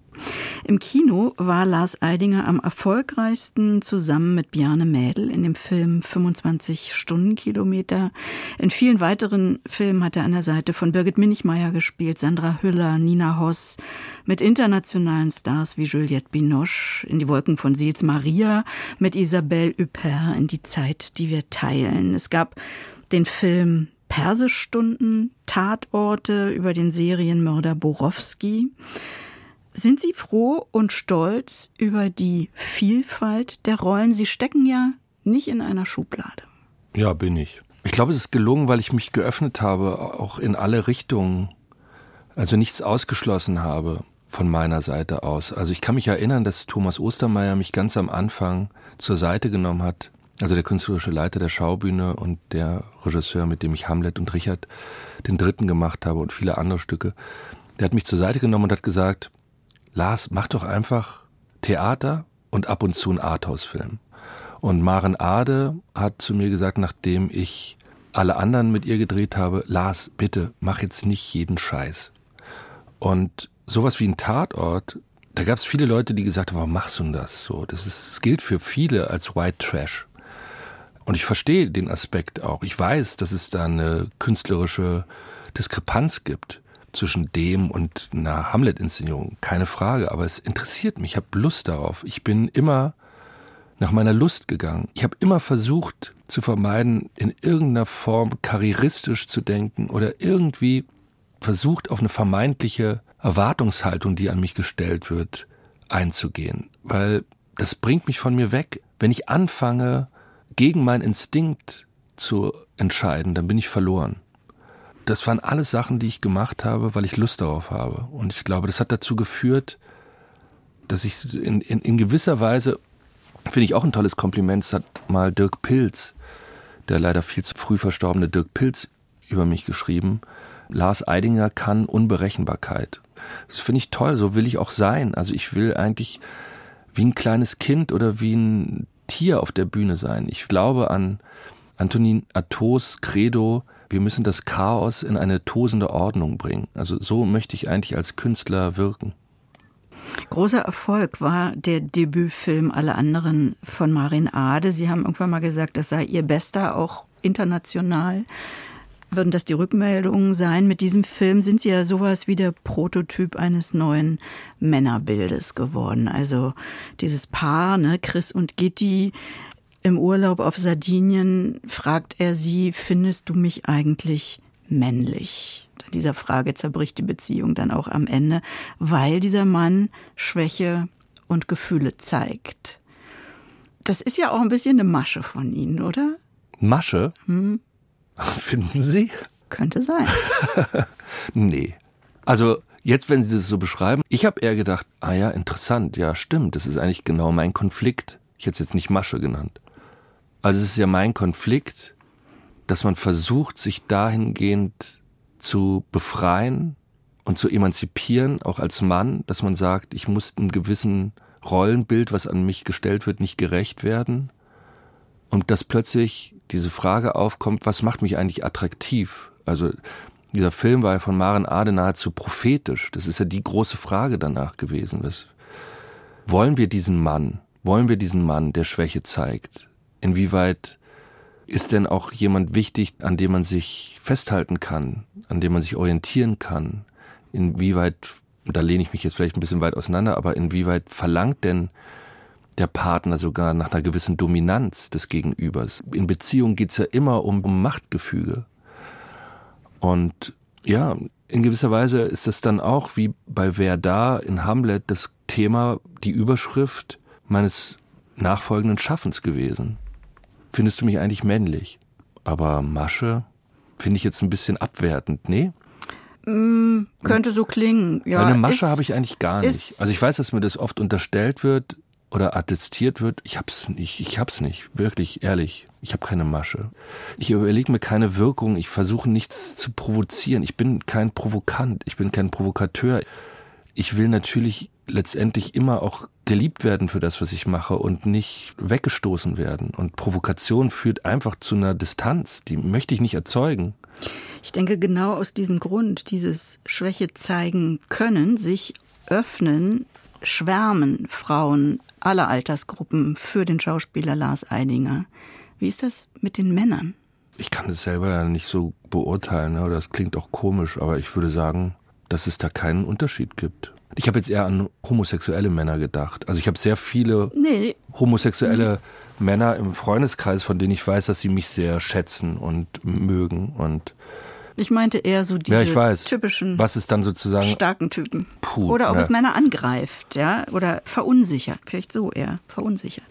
Speaker 2: Im Kino war Lars Eidinger am erfolgreichsten zusammen mit Bjarne Mädel in dem Film 25 Stundenkilometer. In vielen weiteren Filmen hat er an der Seite von Birgit Minichmeier gespielt, Sandra Hüller, Nina Hoss, mit internationalen Stars wie Juliette Binoche, in die Wolken von Sils Maria, mit Isabelle Huppert, in die Zeit, die wir teilen. Es gab den Film Persestunden, Tatorte über den Serienmörder Borowski. Sind Sie froh und stolz über die Vielfalt der Rollen? Sie stecken ja nicht in einer Schublade.
Speaker 3: Ja, bin ich. Ich glaube, es ist gelungen, weil ich mich geöffnet habe, auch in alle Richtungen. Also nichts ausgeschlossen habe von meiner Seite aus. Also ich kann mich erinnern, dass Thomas Ostermeier mich ganz am Anfang zur Seite genommen hat. Also der künstlerische Leiter der Schaubühne und der Regisseur, mit dem ich Hamlet und Richard den Dritten gemacht habe und viele andere Stücke. Der hat mich zur Seite genommen und hat gesagt, Lars, mach doch einfach Theater und ab und zu einen Arthouse-Film. Und Maren Ade hat zu mir gesagt, nachdem ich alle anderen mit ihr gedreht habe, Lars, bitte, mach jetzt nicht jeden Scheiß. Und sowas wie ein Tatort, da gab es viele Leute, die gesagt haben, warum machst du denn das so? Das gilt für viele als White Trash. Und ich verstehe den Aspekt auch. Ich weiß, dass es da eine künstlerische Diskrepanz gibt zwischen dem und einer Hamlet-Inszenierung, keine Frage, aber es interessiert mich, ich habe Lust darauf. Ich bin immer nach meiner Lust gegangen. Ich habe immer versucht zu vermeiden, in irgendeiner Form karrieristisch zu denken oder irgendwie versucht, auf eine vermeintliche Erwartungshaltung, die an mich gestellt wird, einzugehen. Weil das bringt mich von mir weg. Wenn ich anfange, gegen meinen Instinkt zu entscheiden, dann bin ich verloren. Das waren alles Sachen, die ich gemacht habe, weil ich Lust darauf habe. Und ich glaube, das hat dazu geführt, dass ich in gewisser Weise, finde ich auch ein tolles Kompliment, das hat mal Dirk Pilz, der leider viel zu früh verstorbene Dirk Pilz, über mich geschrieben. Lars Eidinger kann Unberechenbarkeit. Das finde ich toll, so will ich auch sein. Also ich will eigentlich wie ein kleines Kind oder wie ein Tier auf der Bühne sein. Ich glaube an Antonin Artaud's Credo, wir müssen das Chaos in eine tosende Ordnung bringen. Also so möchte ich eigentlich als Künstler wirken.
Speaker 2: Großer Erfolg war der Debütfilm Alle anderen von Maren Ade. Sie haben irgendwann mal gesagt, das sei Ihr bester, auch international. Würden das die Rückmeldungen sein? Mit diesem Film sind Sie ja sowas wie der Prototyp eines neuen Männerbildes geworden. Also dieses Paar, ne, Chris und Gitti, im Urlaub auf Sardinien fragt er sie, findest du mich eigentlich männlich? Dieser Frage zerbricht die Beziehung dann auch am Ende, weil dieser Mann Schwäche und Gefühle zeigt. Das ist ja auch ein bisschen eine Masche von Ihnen, oder?
Speaker 3: Masche? Finden Sie?
Speaker 2: Könnte sein.
Speaker 3: Nee. Also jetzt, wenn Sie das so beschreiben, ich habe eher gedacht, ah ja, interessant, ja stimmt, das ist eigentlich genau mein Konflikt. Ich hätte es jetzt nicht Masche genannt. Also es ist ja mein Konflikt, dass man versucht, sich dahingehend zu befreien und zu emanzipieren, auch als Mann, dass man sagt, ich muss einem gewissen Rollenbild, was an mich gestellt wird, nicht gerecht werden. Und dass plötzlich diese Frage aufkommt, was macht mich eigentlich attraktiv? Also dieser Film war ja von Maren Ade nahezu prophetisch. Das ist ja die große Frage danach gewesen. Wollen wir diesen Mann, der Schwäche zeigt? Inwieweit ist denn auch jemand wichtig, an dem man sich festhalten kann, an dem man sich orientieren kann? Inwieweit, da lehne ich mich jetzt vielleicht ein bisschen weit auseinander, aber inwieweit verlangt denn der Partner sogar nach einer gewissen Dominanz des Gegenübers? In Beziehungen geht es ja immer um Machtgefüge. Und ja, in gewisser Weise ist das dann auch wie bei Wer da in Hamlet das Thema, die Überschrift meines nachfolgenden Schaffens gewesen. Findest du mich eigentlich männlich? Aber Masche finde ich jetzt ein bisschen abwertend, nee?
Speaker 2: Könnte so klingen, ja.
Speaker 3: Eine Masche habe ich eigentlich gar nicht. Also ich weiß, dass mir das oft unterstellt wird oder attestiert wird. Ich hab's nicht, wirklich, ehrlich. Ich habe keine Masche. Ich überlege mir keine Wirkung, ich versuche nichts zu provozieren. Ich bin kein Provokant, ich bin kein Provokateur. Ich will natürlich letztendlich immer auch geliebt werden für das, was ich mache und nicht weggestoßen werden. Und Provokation führt einfach zu einer Distanz, die möchte ich nicht erzeugen.
Speaker 2: Ich denke, genau aus diesem Grund, dieses Schwäche zeigen können, sich öffnen, schwärmen Frauen aller Altersgruppen für den Schauspieler Lars Eidinger. Wie ist das mit den Männern?
Speaker 3: Ich kann das selber ja nicht so beurteilen, oder das klingt auch komisch, aber ich würde sagen, dass es da keinen Unterschied gibt. Ich habe jetzt eher an homosexuelle Männer gedacht. Also ich habe sehr viele homosexuelle Männer im Freundeskreis, von denen ich weiß, dass sie mich sehr schätzen und mögen. Und
Speaker 2: ich meinte eher so diese typischen,
Speaker 3: was ist dann sozusagen
Speaker 2: starken Typen. Oder ob es Männer angreift, ja, oder verunsichert. Vielleicht so eher verunsichert.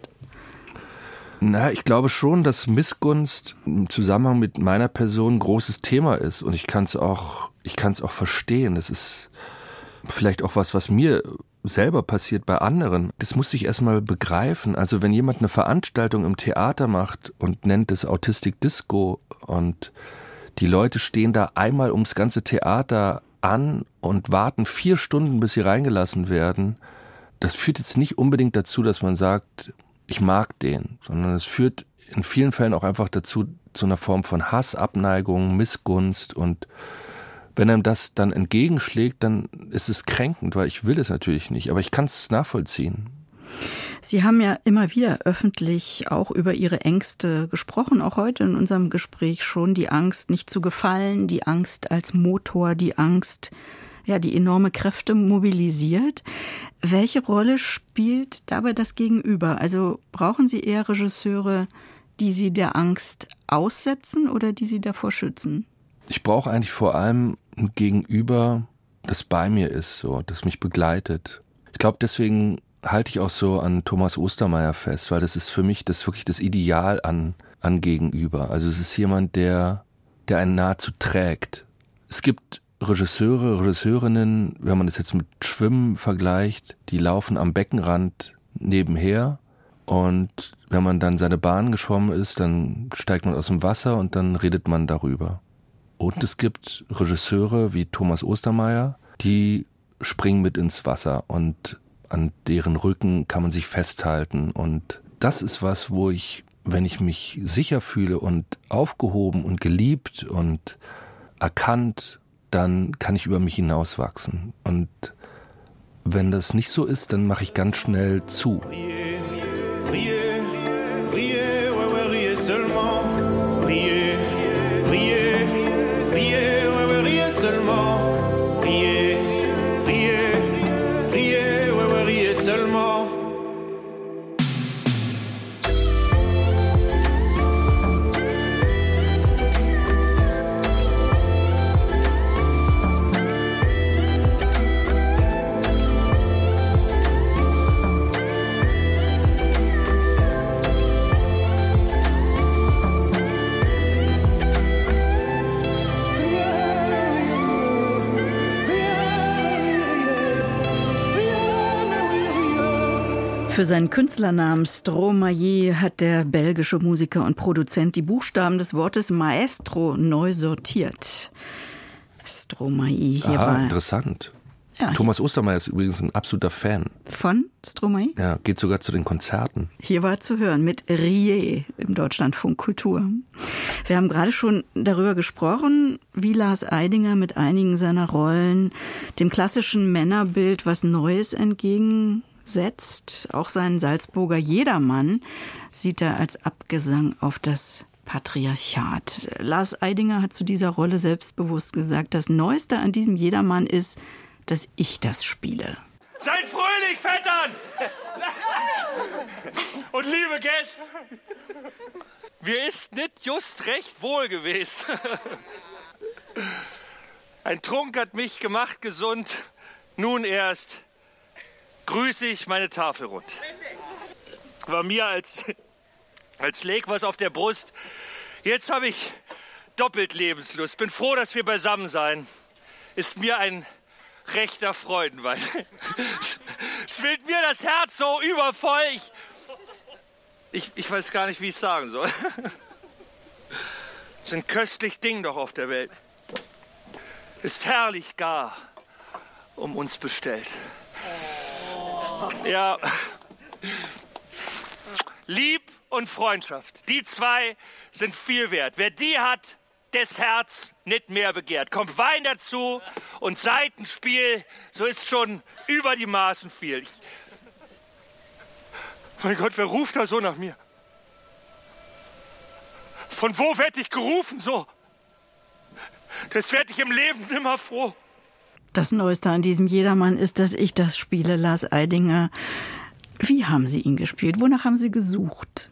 Speaker 3: Na, ich glaube schon, dass Missgunst im Zusammenhang mit meiner Person ein großes Thema ist. Und ich kann es auch verstehen. Das ist vielleicht auch was mir selber passiert bei anderen. Das musste ich erstmal begreifen. Also wenn jemand eine Veranstaltung im Theater macht und nennt es Autistic Disco und die Leute stehen da einmal ums ganze Theater an und warten 4 Stunden, bis sie reingelassen werden, das führt jetzt nicht unbedingt dazu, dass man sagt, ich mag den, sondern es führt in vielen Fällen auch einfach dazu, zu einer Form von Hass, Abneigung, Missgunst. Und wenn einem das dann entgegenschlägt, dann ist es kränkend, weil ich will es natürlich nicht, aber ich kann es nachvollziehen.
Speaker 2: Sie haben ja immer wieder öffentlich auch über Ihre Ängste gesprochen, auch heute in unserem Gespräch schon. Die Angst, nicht zu gefallen, die Angst als Motor, die Angst, ja, die enorme Kräfte mobilisiert. Welche Rolle spielt dabei das Gegenüber? Also brauchen Sie eher Regisseure, die Sie der Angst aussetzen oder die Sie davor schützen?
Speaker 3: Ich brauche eigentlich vor allem ein Gegenüber, das bei mir ist, so, das mich begleitet. Ich glaube, deswegen halte ich auch so an Thomas Ostermeier fest, weil das ist für mich wirklich das Ideal an Gegenüber. Also es ist jemand, der einen nahezu trägt. Es gibt Regisseure, Regisseurinnen, wenn man das jetzt mit Schwimmen vergleicht, die laufen am Beckenrand nebenher und wenn man dann seine Bahn geschwommen ist, dann steigt man aus dem Wasser und dann redet man darüber. Und es gibt Regisseure wie Thomas Ostermeier, die springen mit ins Wasser und an deren Rücken kann man sich festhalten. Und das ist was, wo ich, wenn ich mich sicher fühle und aufgehoben und geliebt und erkannt, dann kann ich über mich hinauswachsen. Und wenn das nicht so ist, dann mache ich ganz schnell zu.
Speaker 10: Riez, riez, ouais, ouais, riez seulement. Riez, riez, riez, ouais, ouais, riez seulement. Riez, riez, riez, ouais, ouais, riez seulement.
Speaker 2: Für seinen Künstlernamen Stromae hat der belgische Musiker und Produzent die Buchstaben des Wortes Maestro neu sortiert. Stromae. Hier war
Speaker 3: interessant.
Speaker 2: Ja,
Speaker 3: Thomas Ostermeier ist übrigens ein absoluter Fan.
Speaker 2: Von Stromae?
Speaker 3: Ja, geht sogar zu den Konzerten.
Speaker 2: Hier war zu hören mit Rie im Deutschlandfunk Kultur. Wir haben gerade schon darüber gesprochen, wie Lars Eidinger mit einigen seiner Rollen dem klassischen Männerbild was Neues entgegensetzt. Auch seinen Salzburger Jedermann sieht er als Abgesang auf das Patriarchat. Lars Eidinger hat zu dieser Rolle selbstbewusst gesagt, das Neueste an diesem Jedermann ist, dass ich das spiele.
Speaker 6: Seid fröhlich, Vettern! Und liebe Gäste, mir ist nicht just recht wohl gewesen. Ein Trunk hat mich gemacht gesund, nun erst grüße ich meine Tafel rund. War mir als leg was auf der Brust. Jetzt habe ich doppelt Lebenslust. Bin froh, dass wir beisammen sein. Ist mir ein rechter Freudenwein. Es schwillt mir das Herz so übervoll. Ich weiß gar nicht, wie ich es sagen soll. Es ist ein köstlich Ding doch auf der Welt. Ist herrlich gar um uns bestellt. Ja, Lieb und Freundschaft, die zwei sind viel wert. Wer die hat, des Herz nicht mehr begehrt. Kommt Wein dazu und Seitenspiel, so ist schon über die Maßen viel. Mein Gott, wer ruft da so nach mir? Von wo werd ich gerufen so? Das werd ich im Leben nimmer froh.
Speaker 2: Das Neueste an diesem Jedermann ist, dass ich das spiele, Lars Eidinger. Wie haben Sie ihn gespielt? Wonach haben Sie gesucht?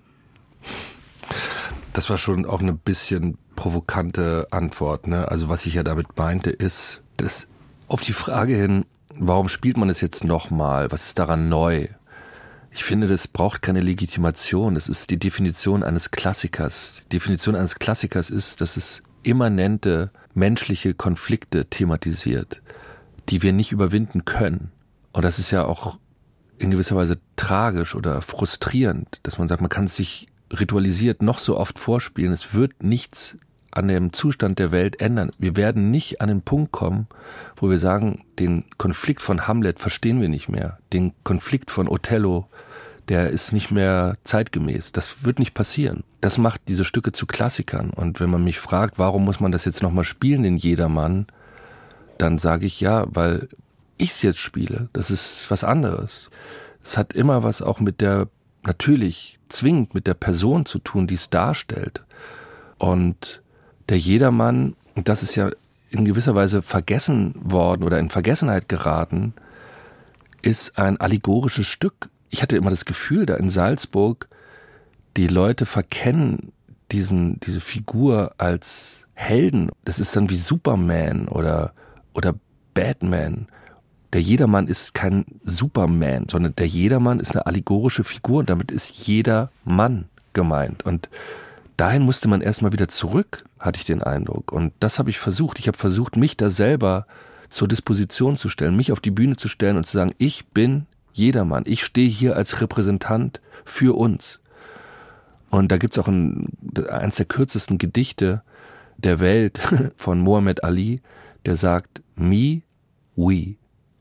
Speaker 3: Das war schon auch eine bisschen provokante Antwort, ne? Also was ich ja damit meinte ist, dass auf die Frage hin, warum spielt man es jetzt nochmal? Was ist daran neu? Ich finde, das braucht keine Legitimation. Das ist die Definition eines Klassikers. Die Definition eines Klassikers ist, dass es immanente menschliche Konflikte thematisiert, die wir nicht überwinden können. Und das ist ja auch in gewisser Weise tragisch oder frustrierend, dass man sagt, man kann es sich ritualisiert noch so oft vorspielen. Es wird nichts an dem Zustand der Welt ändern. Wir werden nicht an den Punkt kommen, wo wir sagen, den Konflikt von Hamlet verstehen wir nicht mehr. Den Konflikt von Othello, der ist nicht mehr zeitgemäß. Das wird nicht passieren. Das macht diese Stücke zu Klassikern. Und wenn man mich fragt, warum muss man das jetzt nochmal spielen, den Jedermann, dann sage ich ja, weil ich es jetzt spiele. Das ist was anderes. Es hat immer was auch mit der, natürlich zwingend mit der Person zu tun, die es darstellt. Und der Jedermann, und das ist ja in gewisser Weise vergessen worden oder in Vergessenheit geraten, ist ein allegorisches Stück. Ich hatte immer das Gefühl, da in Salzburg, die Leute verkennen diese Figur als Helden. Das ist dann wie Superman oder Batman. Der Jedermann ist kein Superman, sondern der Jedermann ist eine allegorische Figur und damit ist jeder Mann gemeint. Und dahin musste man erstmal wieder zurück, hatte ich den Eindruck. Und das habe ich versucht. Ich habe versucht, mich da selber zur Disposition zu stellen, mich auf die Bühne zu stellen und zu sagen, ich bin Jedermann. Ich stehe hier als Repräsentant für uns. Und da gibt's auch eins der kürzesten Gedichte der Welt von Muhammad Ali, der sagt, me, we.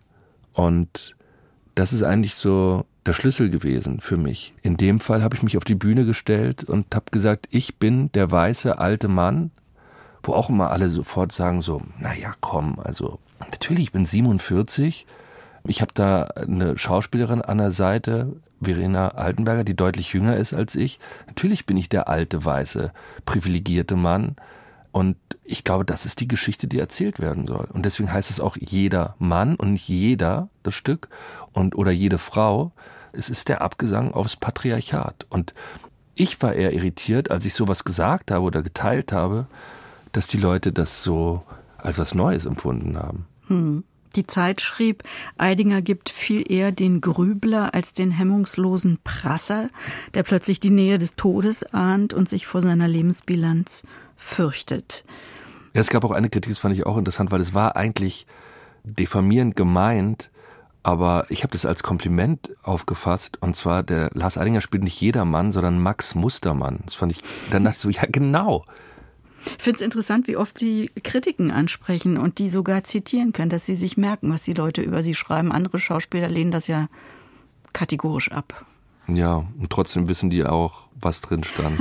Speaker 3: Und das ist eigentlich so der Schlüssel gewesen für mich. In dem Fall habe ich mich auf die Bühne gestellt und habe gesagt, ich bin der weiße alte Mann, wo auch immer alle sofort sagen so, naja, komm, also natürlich, ich bin 47, ich habe da eine Schauspielerin an der Seite, Verena Altenberger, die deutlich jünger ist als ich. Natürlich bin ich der alte, weiße, privilegierte Mann. Und ich glaube, das ist die Geschichte, die erzählt werden soll. Und deswegen heißt es auch jeder Mann und nicht jeder, das Stück, oder jede Frau. Es ist der Abgesang aufs Patriarchat. Und ich war eher irritiert, als ich sowas gesagt habe oder geteilt habe, dass die Leute das so als was Neues empfunden haben.
Speaker 2: Die Zeit schrieb, Eidinger gibt viel eher den Grübler als den hemmungslosen Prasser, der plötzlich die Nähe des Todes ahnt und sich vor seiner Lebensbilanz fürchtet.
Speaker 3: Ja, es gab auch eine Kritik, das fand ich auch interessant, weil es war eigentlich diffamierend gemeint, Aber ich habe das als Kompliment aufgefasst. Und zwar, der Lars Eidinger spielt nicht Jedermann, sondern Max Mustermann. Das fand ich, dann dachte ich so, ja genau.
Speaker 2: Ich finde es interessant, wie oft Sie Kritiken ansprechen und die sogar zitieren können, dass Sie sich merken, was die Leute über Sie schreiben. Andere Schauspieler lehnen das ja kategorisch ab.
Speaker 3: Ja, und trotzdem wissen die auch, was drin stand.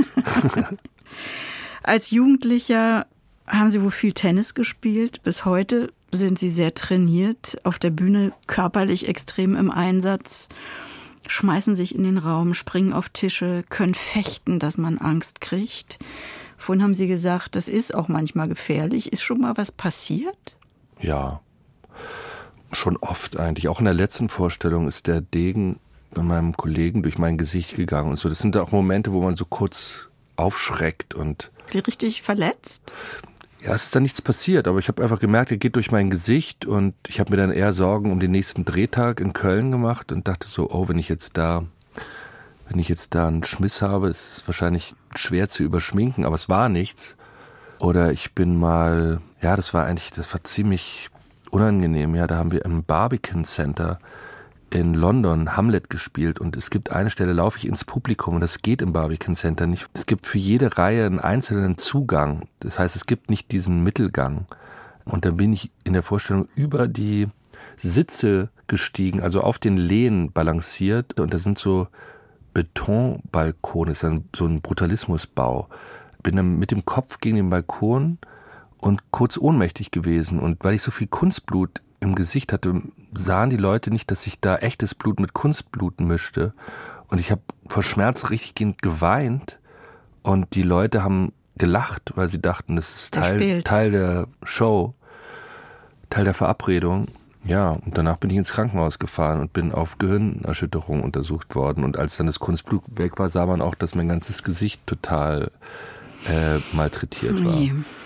Speaker 2: Als Jugendlicher haben Sie wohl viel Tennis gespielt. Bis heute sind Sie sehr trainiert, auf der Bühne körperlich extrem im Einsatz, schmeißen sich in den Raum, springen auf Tische, können fechten, dass man Angst kriegt. Vorhin haben Sie gesagt, das ist auch manchmal gefährlich. Ist schon mal was passiert?
Speaker 3: Ja, schon oft eigentlich. Auch in der letzten Vorstellung ist der Degen bei meinem Kollegen durch mein Gesicht gegangen und so. Das sind auch Momente, wo man so kurz aufschreckt und...
Speaker 2: Wie richtig verletzt?
Speaker 3: Ja, es ist da nichts passiert, aber ich habe einfach gemerkt, er geht durch mein Gesicht und ich habe mir dann eher Sorgen um den nächsten Drehtag in Köln gemacht und dachte so, oh, wenn ich jetzt da einen Schmiss habe, ist es wahrscheinlich schwer zu überschminken, aber es war nichts. Oder ich bin mal, ja, das war ziemlich unangenehm, ja, da haben wir im Barbican Center in London Hamlet gespielt und es gibt eine Stelle, laufe ich ins Publikum und das geht im Barbican Center nicht. Es gibt für jede Reihe einen einzelnen Zugang. Das heißt, es gibt nicht diesen Mittelgang. Und dann bin ich in der Vorstellung über die Sitze gestiegen, also auf den Lehnen balanciert und da sind so Betonbalkone, ist dann so ein Brutalismusbau. Bin dann mit dem Kopf gegen den Balkon und kurz ohnmächtig gewesen und weil ich so viel Kunstblut im Gesicht hatte, sahen die Leute nicht, dass ich da echtes Blut mit Kunstblut mischte. Und ich habe vor Schmerz richtig geweint. Und die Leute haben gelacht, weil sie dachten, das ist Teil der Show, Teil der Verabredung. Ja, und danach bin ich ins Krankenhaus gefahren und bin auf Gehirnerschütterung untersucht worden. Und als dann das Kunstblut weg war, sah man auch, dass mein ganzes Gesicht total malträtiert war.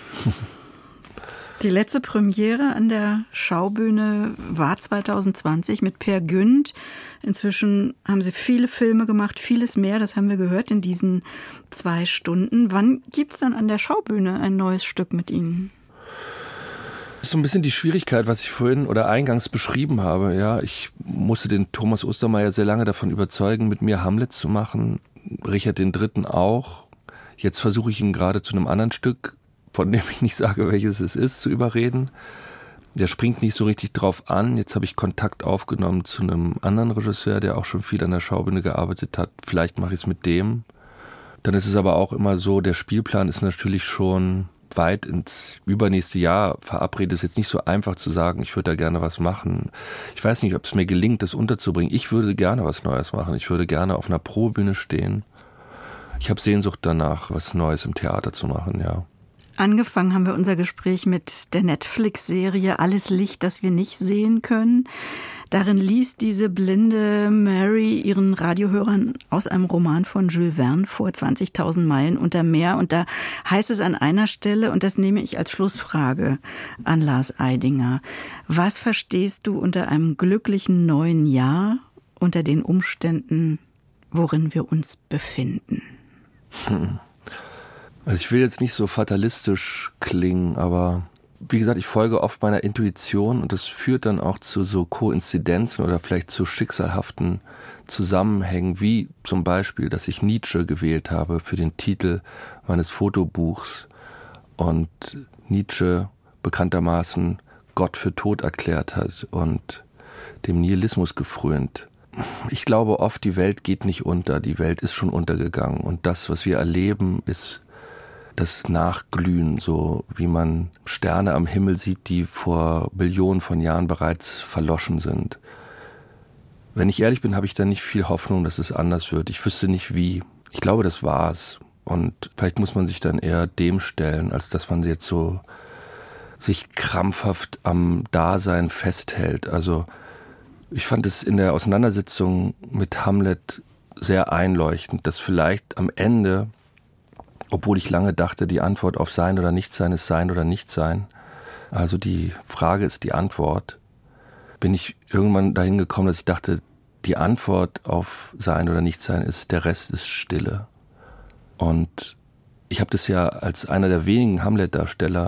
Speaker 2: Die letzte Premiere an der Schaubühne war 2020 mit Peer Gynt. Inzwischen haben Sie viele Filme gemacht, vieles mehr, das haben wir gehört in diesen 2 Stunden. Wann gibt's dann an der Schaubühne ein neues Stück mit Ihnen?
Speaker 3: Das ist so ein bisschen die Schwierigkeit, was ich vorhin oder eingangs beschrieben habe. Ja, ich musste den Thomas Ostermeier sehr lange davon überzeugen, mit mir Hamlet zu machen. Richard III. Auch. Jetzt versuche ich ihn gerade zu einem anderen Stück, von dem ich nicht sage, welches es ist, zu überreden. Der springt nicht so richtig drauf an. Jetzt habe ich Kontakt aufgenommen zu einem anderen Regisseur, der auch schon viel an der Schaubühne gearbeitet hat. Vielleicht mache ich es mit dem. Dann ist es aber auch immer so, der Spielplan ist natürlich schon weit ins übernächste Jahr verabredet. Es ist jetzt nicht so einfach zu sagen, ich würde da gerne was machen. Ich weiß nicht, ob es mir gelingt, das unterzubringen. Ich würde gerne was Neues machen. Ich würde gerne auf einer Probebühne stehen. Ich habe Sehnsucht danach, was Neues im Theater zu machen, ja.
Speaker 2: Angefangen haben wir unser Gespräch mit der Netflix-Serie Alles Licht, das wir nicht sehen können. Darin liest diese blinde Mary ihren Radiohörern aus einem Roman von Jules Verne vor, 20.000 Meilen unter Meer. Und da heißt es an einer Stelle, und das nehme ich als Schlussfrage an Lars Eidinger, was verstehst du unter einem glücklichen neuen Jahr, unter den Umständen, worin wir uns befinden?
Speaker 3: Also ich will jetzt nicht so fatalistisch klingen, aber wie gesagt, ich folge oft meiner Intuition und das führt dann auch zu so Koinzidenzen oder vielleicht zu schicksalhaften Zusammenhängen, wie zum Beispiel, dass ich Nietzsche gewählt habe für den Titel meines Fotobuchs und Nietzsche bekanntermaßen Gott für tot erklärt hat und dem Nihilismus gefrönt. Ich glaube oft, die Welt geht nicht unter, die Welt ist schon untergegangen und das, was wir erleben, ist das Nachglühen, so wie man Sterne am Himmel sieht, die vor Millionen von Jahren bereits verloschen sind. Wenn ich ehrlich bin, habe ich da nicht viel Hoffnung, dass es anders wird. Ich wüsste nicht wie. Ich glaube, das war's. Und vielleicht muss man sich dann eher dem stellen, als dass man jetzt so sich krampfhaft am Dasein festhält. Also ich fand es in der Auseinandersetzung mit Hamlet sehr einleuchtend, dass vielleicht am Ende, obwohl ich lange dachte, die Antwort auf Sein oder Nichtsein ist Sein oder Nichtsein, also die Frage ist die Antwort, bin ich irgendwann dahin gekommen, dass ich dachte, die Antwort auf Sein oder Nichtsein ist, der Rest ist Stille. Und ich habe das ja als einer der wenigen Hamlet-Darsteller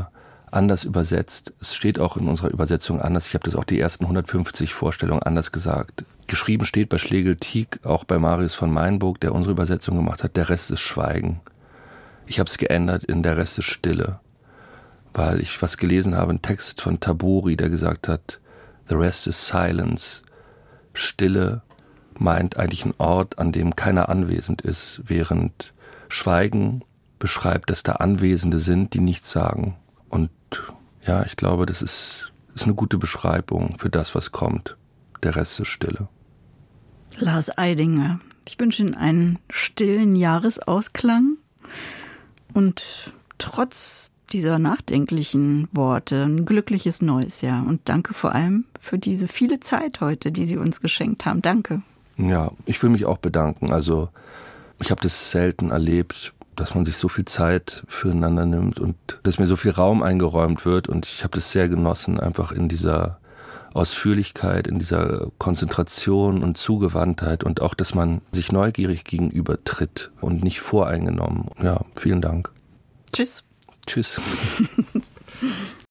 Speaker 3: anders übersetzt. Es steht auch in unserer Übersetzung anders. Ich habe das auch die ersten 150 Vorstellungen anders gesagt. Geschrieben steht bei Schlegel-Tieck, auch bei Marius von Meinburg, der unsere Übersetzung gemacht hat, der Rest ist Schweigen. Ich habe es geändert in der Rest ist Stille, weil ich was gelesen habe, einen Text von Tabori, der gesagt hat, the rest is silence. Stille meint eigentlich einen Ort, an dem keiner anwesend ist, während Schweigen beschreibt, dass da Anwesende sind, die nichts sagen. Und ja, ich glaube, das ist eine gute Beschreibung für das, was kommt. Der Rest ist Stille.
Speaker 2: Lars Eidinger, ich wünsche Ihnen einen stillen Jahresausklang und trotz dieser nachdenklichen Worte ein glückliches neues Jahr. Und danke vor allem für diese viele Zeit heute, die Sie uns geschenkt haben. Danke.
Speaker 3: Ja, ich will mich auch bedanken. Also ich habe das selten erlebt, dass man sich so viel Zeit füreinander nimmt und dass mir so viel Raum eingeräumt wird. Und ich habe das sehr genossen, einfach in dieser Ausführlichkeit, in dieser Konzentration und Zugewandtheit und auch, dass man sich neugierig gegenüber tritt und nicht voreingenommen. Ja, vielen Dank.
Speaker 2: Tschüss.
Speaker 3: Tschüss.